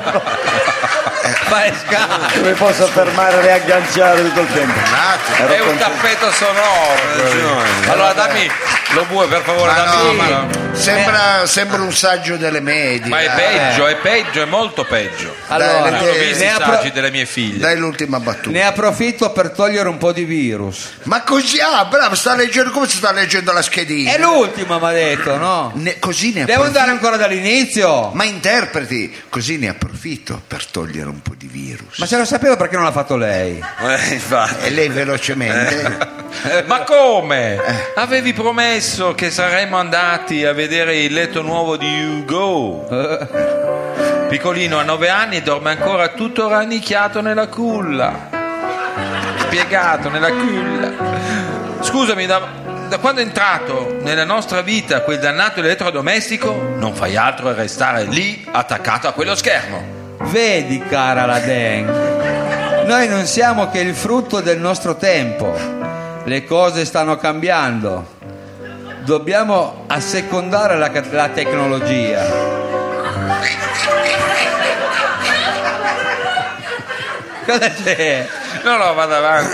[SPEAKER 2] Fare scala.
[SPEAKER 5] Mi posso fermare e riagganciare tutto il tempo.
[SPEAKER 3] È un tappeto sonoro. Allora dammi lo bue, per favore,
[SPEAKER 1] Sembra un saggio delle medie.
[SPEAKER 3] Ma è peggio, è molto peggio.
[SPEAKER 2] Allora,
[SPEAKER 1] Dai,
[SPEAKER 3] Io ho visto i
[SPEAKER 2] ne
[SPEAKER 3] saggi delle mie figlie.
[SPEAKER 1] Dai l'ultima battuta.
[SPEAKER 2] ne approfitto per togliere un po' di virus.
[SPEAKER 1] Ma così, bravo, sta leggendo come si sta leggendo la schedina.
[SPEAKER 2] È l'ultima, mi ha detto, no?
[SPEAKER 1] Così ne
[SPEAKER 2] Devo
[SPEAKER 1] approfitto.
[SPEAKER 2] andare ancora dall'inizio.
[SPEAKER 1] Ma interpreti, così ne approfitto per togliere un po' di virus.
[SPEAKER 2] Ma se lo sapevo perché non l'ha fatto lei?
[SPEAKER 4] Infatti.
[SPEAKER 1] E lei velocemente.
[SPEAKER 3] Ma come? Avevi promesso che saremmo andati a vedere il letto nuovo di Hugo. Piccolino ha 9 anni e dorme ancora tutto rannicchiato nella culla. Spiegato nella culla. Scusami, da quando è entrato nella nostra vita quel dannato elettrodomestico, non fai altro che restare lì attaccato a quello schermo.
[SPEAKER 2] Vedi, cara Laden, noi non siamo che il frutto del nostro tempo. Le cose stanno cambiando. Dobbiamo assecondare la tecnologia. Cosa c'è?
[SPEAKER 3] No, vado avanti.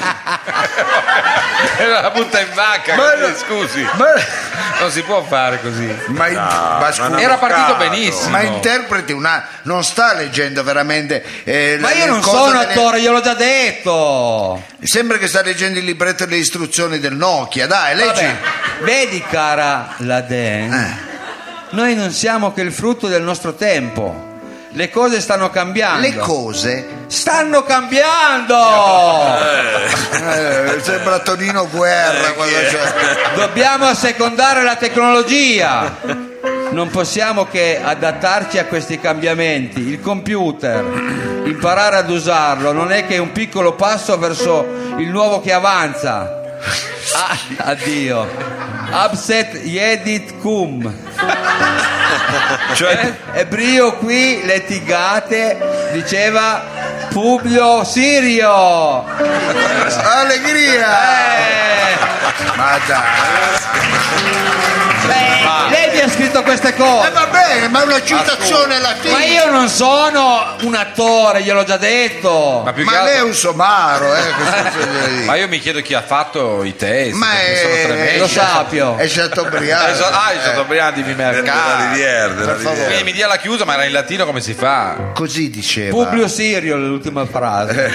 [SPEAKER 3] La butta in vacca, scusi. Non si può fare così.
[SPEAKER 1] Ma scusa,
[SPEAKER 3] Era partito benissimo.
[SPEAKER 1] ma interpreti non sta leggendo veramente
[SPEAKER 2] Ma io non sono attore, gliel'ho già detto.
[SPEAKER 1] Sembra che sta leggendo il libretto delle istruzioni del Nokia, dai, leggi.
[SPEAKER 2] Vabbè, vedi, cara Laden, noi non siamo che il frutto del nostro tempo. Le cose stanno cambiando.
[SPEAKER 1] Le cose
[SPEAKER 2] stanno cambiando.
[SPEAKER 1] Sembra Tonino Guerra quando c'è.
[SPEAKER 2] Dobbiamo assecondare la tecnologia. Non possiamo che adattarci a questi cambiamenti. Il computer, imparare ad usarlo, non è che un piccolo passo verso il nuovo che avanza. Addio. Abset Yedit Cum.
[SPEAKER 3] Cioè?
[SPEAKER 2] Ebrio qui litigate, diceva Publio Sirio.
[SPEAKER 1] Allegria. Ma dai.
[SPEAKER 2] Lei mi ha scritto queste cose.
[SPEAKER 1] Va bene, ma è una citazione latina.
[SPEAKER 2] Ma io non sono un attore, gliel'ho già detto.
[SPEAKER 3] Ma più che
[SPEAKER 1] Ma
[SPEAKER 3] altro-
[SPEAKER 1] lei è un somaro, cosa deve dire?
[SPEAKER 3] Ma io mi chiedo chi ha fatto i testi.
[SPEAKER 1] Ma
[SPEAKER 3] perché sono tremendi.
[SPEAKER 2] Lo Sapio.
[SPEAKER 1] È Chateaubriand.
[SPEAKER 3] I Chateaubriand di
[SPEAKER 4] Della Riviera, della
[SPEAKER 1] Per favore.
[SPEAKER 4] Riviera.
[SPEAKER 3] Quindi mi dia la chiusa, ma era in latino, come si fa?
[SPEAKER 1] Così diceva.
[SPEAKER 2] Publio Sirio, l'ultima frase.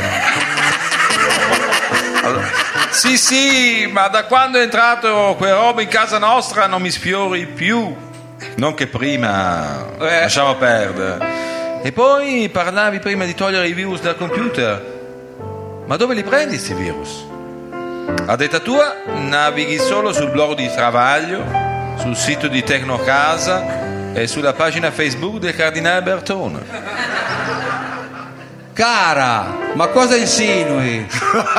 [SPEAKER 3] Sì, ma da quando è entrato quel robo in casa nostra non mi sfiori più. Non che prima. Lasciamo perdere. E poi parlavi prima di togliere i virus dal computer. Ma dove li prendi questi virus? A detta tua, navighi solo sul blog di Travaglio, sul sito di Tecnocasa e sulla pagina Facebook del Cardinale Bertone.
[SPEAKER 2] Cara, ma cosa insinui?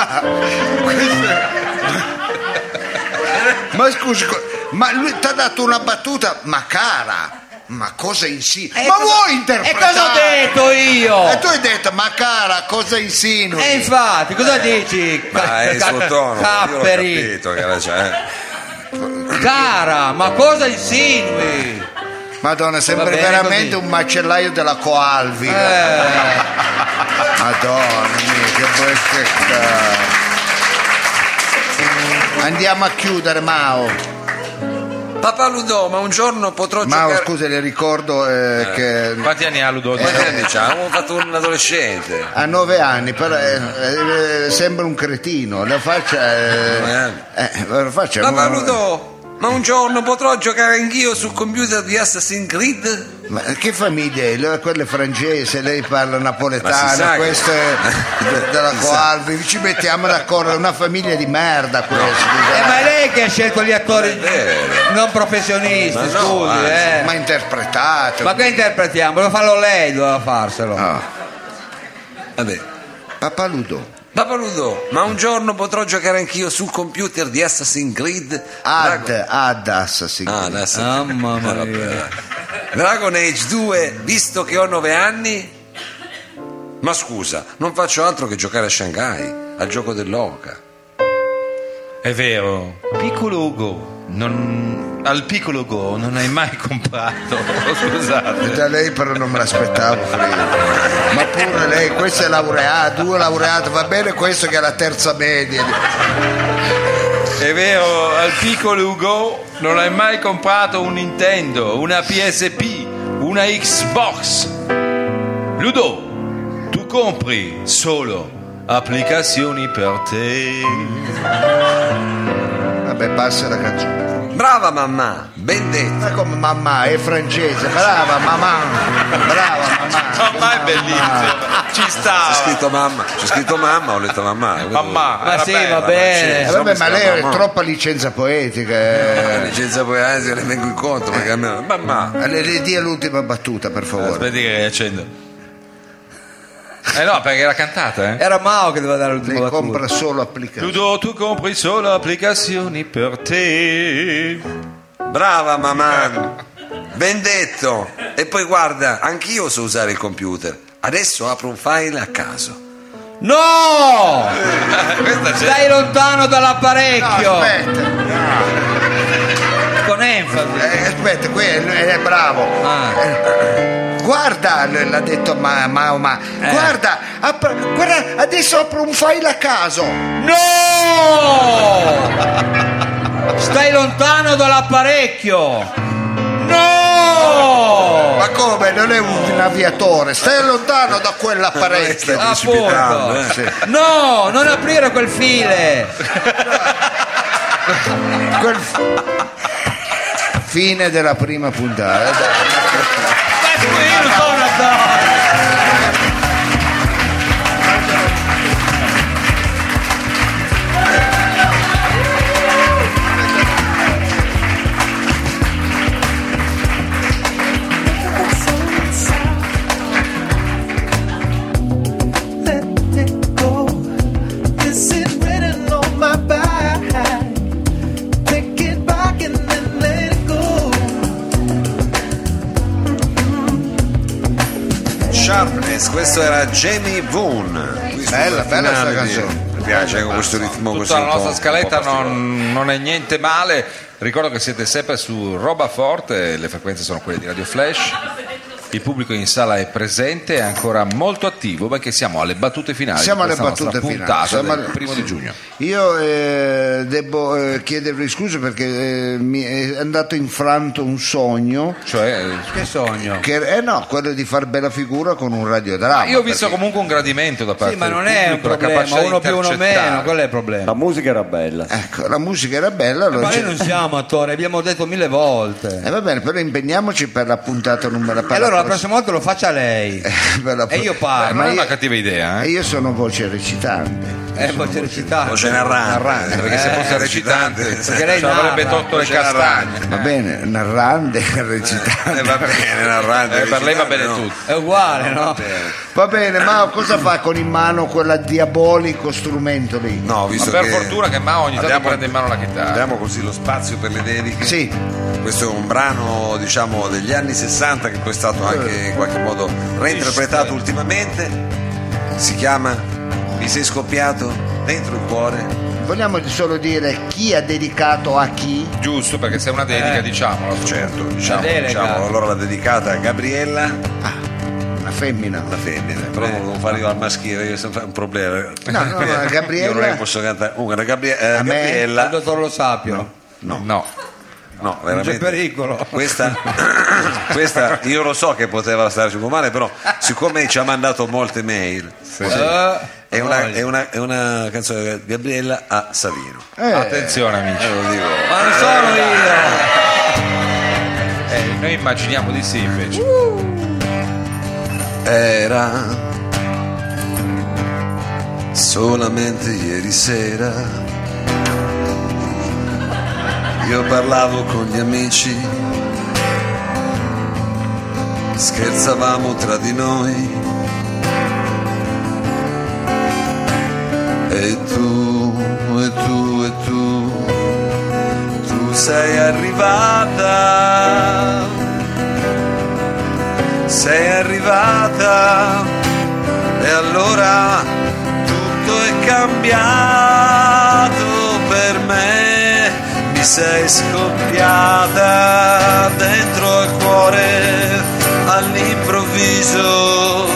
[SPEAKER 1] Ma scusi, ma lui ti ha dato una battuta, ma cara, ma cosa insinui? Ma vuoi
[SPEAKER 2] E
[SPEAKER 1] interpretare?
[SPEAKER 2] cosa ho detto io?
[SPEAKER 1] E tu hai detto, ma cara, cosa insinui?
[SPEAKER 2] E infatti, cosa dici?
[SPEAKER 4] Ma è il suo tono, io l'ho
[SPEAKER 2] Capperi.
[SPEAKER 4] capito, cara, cioè.
[SPEAKER 2] Cara, ma cosa insinui?
[SPEAKER 1] Madonna, sembra
[SPEAKER 2] Va bene
[SPEAKER 1] veramente
[SPEAKER 2] così.
[SPEAKER 1] un macellaio della Coalvi. Madonna mia, che bestia. Andiamo a chiudere, Mao.
[SPEAKER 4] Papà Ludo, ma un giorno potrò
[SPEAKER 1] Mao,
[SPEAKER 4] giocare.
[SPEAKER 1] scusa, le ricordo che
[SPEAKER 3] Quanti anni ha Ludo?
[SPEAKER 4] Quanti anni c'ha? Abbiamo fatto un adolescente.
[SPEAKER 1] ha 9 anni, però sembra un cretino. La faccia. La faccia
[SPEAKER 4] Papà Ludo, ma un giorno potrò giocare anch'io sul computer di Assassin's Creed?
[SPEAKER 1] Ma che famiglia è? Quella è francese, lei parla
[SPEAKER 4] Ma si
[SPEAKER 1] napoletano,
[SPEAKER 4] sa che-
[SPEAKER 1] questa è della Coalvi. Ci mettiamo d'accordo, è una famiglia di merda questa.
[SPEAKER 2] Ma è lei che ha scelto gli attori
[SPEAKER 4] Non è vero.
[SPEAKER 2] non professionisti,
[SPEAKER 4] Ma no,
[SPEAKER 2] scusi,
[SPEAKER 4] anzi.
[SPEAKER 1] Ma interpretato.
[SPEAKER 2] Ma che interpretiamo? Voleva farlo lei, doveva farselo.
[SPEAKER 1] No.
[SPEAKER 4] Vabbè.
[SPEAKER 1] Papà Ludo.
[SPEAKER 4] Papà Ludo, ma un giorno potrò giocare anch'io sul computer di Assassin's Creed?
[SPEAKER 1] Ad Assassin's
[SPEAKER 4] Ah,
[SPEAKER 1] Creed.
[SPEAKER 4] adesso.
[SPEAKER 2] Mamma mia.
[SPEAKER 4] Dragon Age 2, visto che ho 9 anni? Ma scusa, non faccio altro che giocare a Shanghai, al gioco dell'oca.
[SPEAKER 3] È vero, piccolo Ugo. Al piccolo Ugo non hai mai comprato. Scusate.
[SPEAKER 1] Da lei però non me l'aspettavo, Frida. Ma pure lei, questa è laureata, 2 laureate, va bene questo che è la terza media.
[SPEAKER 3] È vero, al piccolo Ugo non hai mai comprato un Nintendo, una PSP, una Xbox. Ludo, tu compri solo applicazioni per te.
[SPEAKER 1] Vabbè, passa la canzone.
[SPEAKER 4] Brava mamma, ben detto.
[SPEAKER 1] Ma come mamma, è francese, brava mamma, brava mamma.
[SPEAKER 3] Mamma è bellissimo, ci sta.
[SPEAKER 4] C'è scritto mamma, ho letto mamma.
[SPEAKER 3] Mamma,
[SPEAKER 2] Ma
[SPEAKER 3] era
[SPEAKER 2] sì,
[SPEAKER 3] bella.
[SPEAKER 2] va bene.
[SPEAKER 1] Vabbè, ma lei ha
[SPEAKER 4] mamma.
[SPEAKER 1] troppa licenza poetica.
[SPEAKER 4] La licenza poetica le vengo incontro perché a me. Mamma.
[SPEAKER 1] Le dia l'ultima battuta, per favore.
[SPEAKER 3] Aspetti che riaccendo. No, perché era cantata, eh?
[SPEAKER 2] Era Mao che doveva dare l'ultima
[SPEAKER 1] Lei
[SPEAKER 2] battuta.
[SPEAKER 1] compra solo applicazioni.
[SPEAKER 3] Ludo, tu compri solo applicazioni per te.
[SPEAKER 4] Brava mamma. Ben detto. E poi guarda, anch'io so usare il computer. Adesso apro un file a caso.
[SPEAKER 2] No!
[SPEAKER 3] Questa c'è.
[SPEAKER 2] Stai lontano
[SPEAKER 1] No,
[SPEAKER 2] dall'apparecchio.
[SPEAKER 1] aspetta,
[SPEAKER 2] Con enfasi.
[SPEAKER 1] aspetta, qui è bravo.
[SPEAKER 2] Ah.
[SPEAKER 1] Guarda, l'ha detto Mao, guarda, guarda, adesso apro un file a caso.
[SPEAKER 2] No! Stai lontano dall'apparecchio. No!
[SPEAKER 1] Ma come? Non è un aviatore, stai lontano da quell'apparecchio.
[SPEAKER 4] Stai precipitando,
[SPEAKER 2] Appunto. No, non aprire quel file.
[SPEAKER 1] Fine della prima puntata.
[SPEAKER 2] Ma io non sono un attore.
[SPEAKER 4] Sharpness, questo era Jamie Vaughan. Qui sul
[SPEAKER 1] Bella sta
[SPEAKER 4] finale di
[SPEAKER 1] canzone.
[SPEAKER 4] piace con questo ritmo così.
[SPEAKER 3] Tutta la
[SPEAKER 4] un po',
[SPEAKER 3] nostra scaletta
[SPEAKER 4] un po' particolare.
[SPEAKER 3] non è niente male. Ricordo che siete sempre su Roba Forte, le frequenze sono quelle di Radio Flash. Il pubblico in sala è presente e ancora molto attivo perché siamo alle battute finali.
[SPEAKER 1] Siamo
[SPEAKER 3] di
[SPEAKER 1] alle
[SPEAKER 3] questa
[SPEAKER 1] battute
[SPEAKER 3] nostra
[SPEAKER 1] finali.
[SPEAKER 3] puntata
[SPEAKER 1] Siamo
[SPEAKER 3] del primo di giugno.
[SPEAKER 1] Io devo chiedervi scusa perché mi è andato infranto un sogno.
[SPEAKER 3] Cioè,
[SPEAKER 2] Che sogno?
[SPEAKER 1] No, quello di far bella figura con un radiodramma.
[SPEAKER 3] io ho visto
[SPEAKER 1] perché-
[SPEAKER 3] comunque un gradimento da parte
[SPEAKER 2] Sì, ma
[SPEAKER 3] del
[SPEAKER 2] non è un
[SPEAKER 3] pubblico, la
[SPEAKER 2] problema,
[SPEAKER 3] capacità di
[SPEAKER 2] uno più uno
[SPEAKER 3] intercettare.
[SPEAKER 2] meno, quello è il problema.
[SPEAKER 5] La musica era bella.
[SPEAKER 1] Ecco, la musica era bella.
[SPEAKER 2] Ma noi non siamo attori, abbiamo detto 1000 volte.
[SPEAKER 1] Va bene, però impegniamoci per la puntata numero
[SPEAKER 2] E allora la prossima volta lo faccia lei. E io parlo.
[SPEAKER 3] Non è una cattiva idea,
[SPEAKER 1] E io sono voce recitante.
[SPEAKER 2] Voce recitante.
[SPEAKER 4] Voce narrante,
[SPEAKER 3] perché se fosse recitante
[SPEAKER 2] perché lei
[SPEAKER 3] ci avrebbe
[SPEAKER 2] narra.
[SPEAKER 3] tolto le
[SPEAKER 4] Voce
[SPEAKER 3] castagne.
[SPEAKER 1] Va bene, narrante, recitante.
[SPEAKER 4] va bene, narrante.
[SPEAKER 3] Per lei va bene
[SPEAKER 4] no.
[SPEAKER 3] tutto.
[SPEAKER 2] È uguale, no?
[SPEAKER 1] Va bene, ma cosa fa con in mano quella diabolico strumento lì?
[SPEAKER 4] No,
[SPEAKER 3] Ma
[SPEAKER 4] visto
[SPEAKER 3] per
[SPEAKER 4] che
[SPEAKER 3] fortuna che Mao ogni tanto
[SPEAKER 4] abbiamo-
[SPEAKER 3] prende in mano la chitarra.
[SPEAKER 4] Abbiamo così lo spazio per le dediche.
[SPEAKER 1] Sì,
[SPEAKER 4] Questo è un brano, diciamo, degli anni 60 che poi è stato anche in qualche modo reinterpretato ultimamente. Si chiama Mi sei scoppiato dentro il cuore.
[SPEAKER 1] vogliamo solo dire chi ha dedicato a chi?
[SPEAKER 3] Giusto, perché se è una dedica, diciamolo.
[SPEAKER 4] Certo, diciamo,
[SPEAKER 2] La delega.
[SPEAKER 4] allora la dedicata a Gabriella,
[SPEAKER 1] Una femmina.
[SPEAKER 4] la femmina, però non devo fare io al maschile, che è un problema.
[SPEAKER 1] No,
[SPEAKER 4] Io non è che
[SPEAKER 1] Gabriella.
[SPEAKER 4] posso cantare. Comunque,
[SPEAKER 1] A me?
[SPEAKER 2] Il
[SPEAKER 4] Gabriella,
[SPEAKER 2] dottor Lo Sapio.
[SPEAKER 3] No.
[SPEAKER 4] no,
[SPEAKER 2] Non c'è
[SPEAKER 4] veramente.
[SPEAKER 2] pericolo.
[SPEAKER 4] Questa io lo so che poteva starci un male, però siccome ci ha mandato molte mail, è una canzone di Gabriella a Savino.
[SPEAKER 3] Attenzione amici.
[SPEAKER 4] Lo dico.
[SPEAKER 2] Ma non sono io.
[SPEAKER 3] Noi immaginiamo di sì invece.
[SPEAKER 4] Era solamente ieri sera, io parlavo con gli amici, scherzavamo tra di noi, e tu sei arrivata, e allora tutto è cambiato per me. Mi sei scoppiata dentro al cuore, all'improvviso,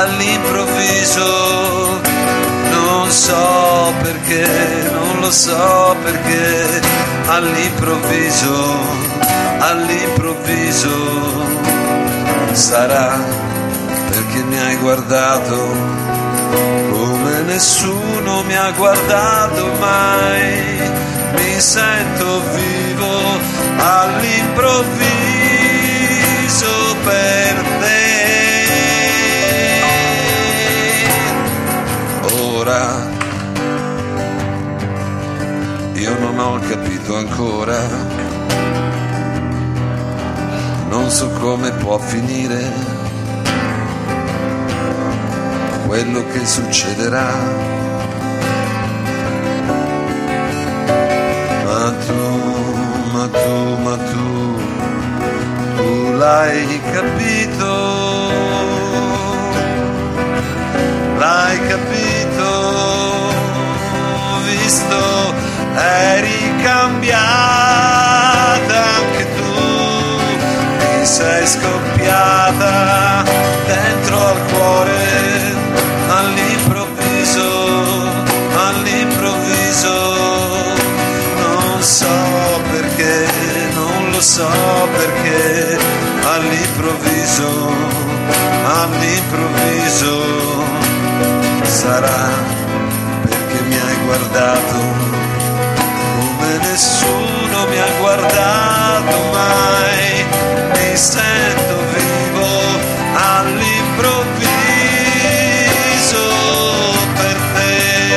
[SPEAKER 4] non so perché, non lo so perché, all'improvviso, sarà perché mi hai guardato come nessuno mi ha guardato mai. Mi sento vivo all'improvviso per te. Ora io non ho capito ancora, non so come può finire quello che succederà, ma tu l'hai capito, visto, eri cambiata anche tu, mi sei scoppiata dentro al cuore, all'improvviso, non so perché, non lo so perché, all'improvviso, sarà perché mi hai guardato come nessuno mi ha guardato mai. Mi sento vivo all'improvviso per te.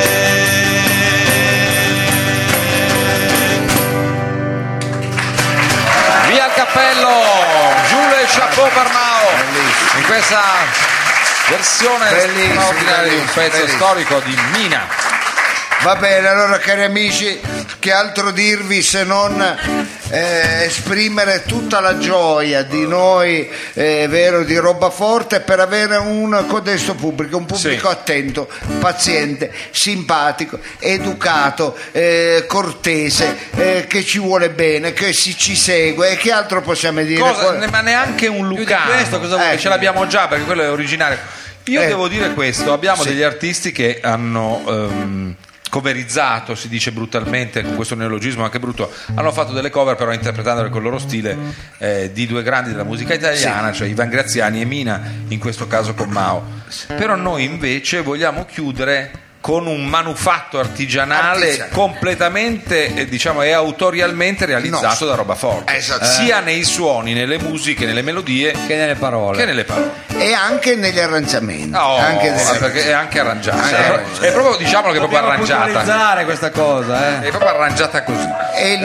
[SPEAKER 3] Via il cappello, Giulio e chapeau per Mao in questa versione straordinaria di un pezzo storico di Mina.
[SPEAKER 1] Va bene, allora cari amici, che altro dirvi se non esprimere tutta la gioia di noi, vero, di Robaforte, per avere un codesto pubblico, un pubblico attento, paziente, simpatico, educato, cortese, che ci vuole bene, che ci segue. E che altro possiamo dire?
[SPEAKER 3] Ma neanche un Lucano.
[SPEAKER 2] Questo cosa vuoi?
[SPEAKER 3] Ce l'abbiamo già, perché quello è originario. Io devo dire questo: abbiamo degli artisti che hanno coverizzato, si dice brutalmente, con questo neologismo anche brutto, hanno fatto delle cover però interpretandole con il loro stile, di due grandi della musica italiana, cioè Ivan Graziani e Mina, in questo caso con Mao. Però noi invece vogliamo chiudere con un manufatto artigianale completamente, diciamo, e autorialmente realizzato da Robaforte, sia nei suoni, nelle musiche, nelle melodie
[SPEAKER 2] che nelle parole.
[SPEAKER 1] E anche negli arrangiamenti.
[SPEAKER 3] Perché è anche arrangiata. È proprio, diciamolo, che è proprio arrangiata.
[SPEAKER 2] Puntualizzare questa cosa,
[SPEAKER 3] È proprio arrangiata così.
[SPEAKER 1] È il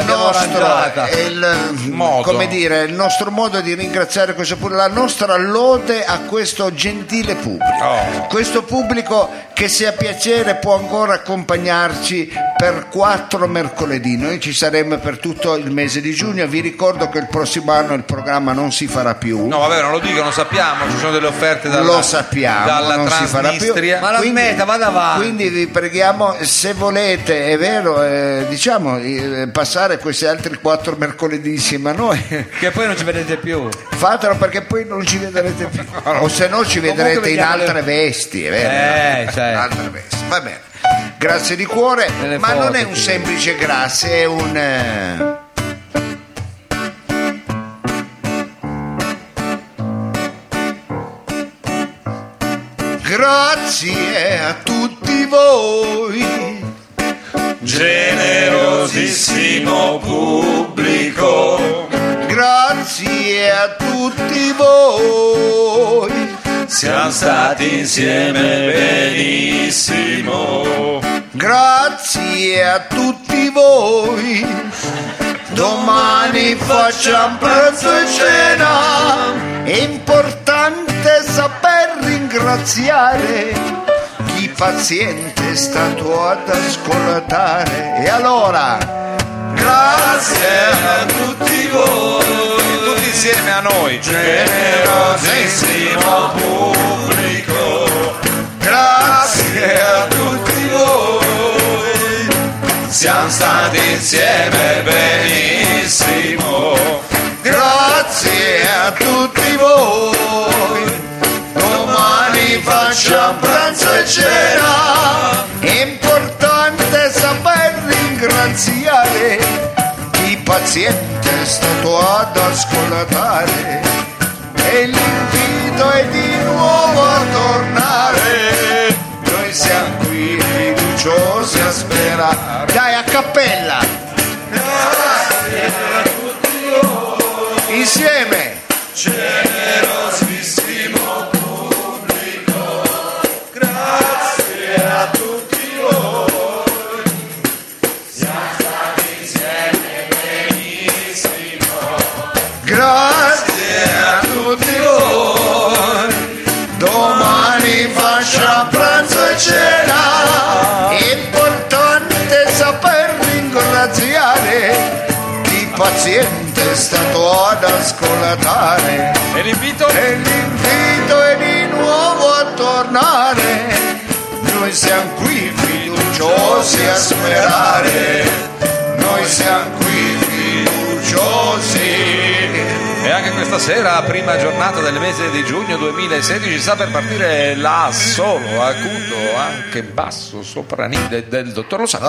[SPEAKER 1] nostro modo di ringraziare la nostra lode a questo gentile pubblico. Questo pubblico che, se ha piacere, può ancora accompagnarci per 4 mercoledì. Noi ci saremo per tutto il mese di giugno. Vi ricordo che il prossimo anno il programma non si farà più.
[SPEAKER 3] No, vabbè, non lo dico, non sappiamo, ci sono delle offerte
[SPEAKER 1] lo sappiamo,
[SPEAKER 3] dalla
[SPEAKER 1] non si farà più.
[SPEAKER 2] Ma la smetta, vada avanti.
[SPEAKER 1] Quindi vi preghiamo, se volete, è vero, passare questi altri 4 mercoledì insieme a noi,
[SPEAKER 2] che poi non ci vedete più.
[SPEAKER 1] Fatelo, perché poi non ci vedrete più. O se no ci vedrete in altre vesti, è vero? In altre vesti. Va bene. Grazie di cuore, ma non è un semplice grazie, è un grazie a tutti voi,
[SPEAKER 4] generosissimo pubblico,
[SPEAKER 1] grazie a tutti voi,
[SPEAKER 4] siamo stati insieme benissimo,
[SPEAKER 1] grazie a tutti voi, domani facciamo pranzo e cena, è importante saper ringraziare chi paziente è stato ad ascoltare. E allora, grazie a tutti voi,
[SPEAKER 3] tutti insieme a noi,
[SPEAKER 1] generosissimo pubblico, grazie a tutti voi, siamo stati insieme benissimo, grazie a tutti voi, domani facciamo pranzo e cena, è importante saper ringraziare chi paziente è stato ad ascoltare, e l'invito è di nuovo a tornare, noi siamo qui fiduciosi a sperare. Dai, a cappella, grazie a tutti voi, insieme, generosissimo pubblico, grazie a tutti voi, siamo stati insieme benissimo, grazie a tutti voi, domani facciamo pranzo e cena, è importante saper ringraziare chi paziente è stato ad ascoltare,
[SPEAKER 3] e l'invito
[SPEAKER 1] è di nuovo a tornare, noi siamo qui fiduciosi a sperare, noi siamo qui fiduciosi.
[SPEAKER 3] E anche questa sera, prima giornata del mese di giugno 2016, sta per partire l'assolo acuto, anche basso, sopranile del dottor Lo Sapio.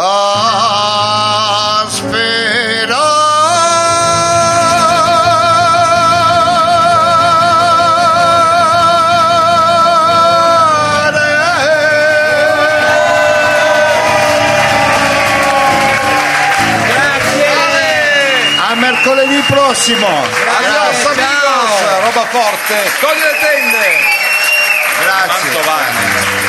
[SPEAKER 1] A mercoledì prossimo.
[SPEAKER 3] Adios, amigos. Robaforte, togli le tende.
[SPEAKER 1] Grazie.
[SPEAKER 3] Mantovani.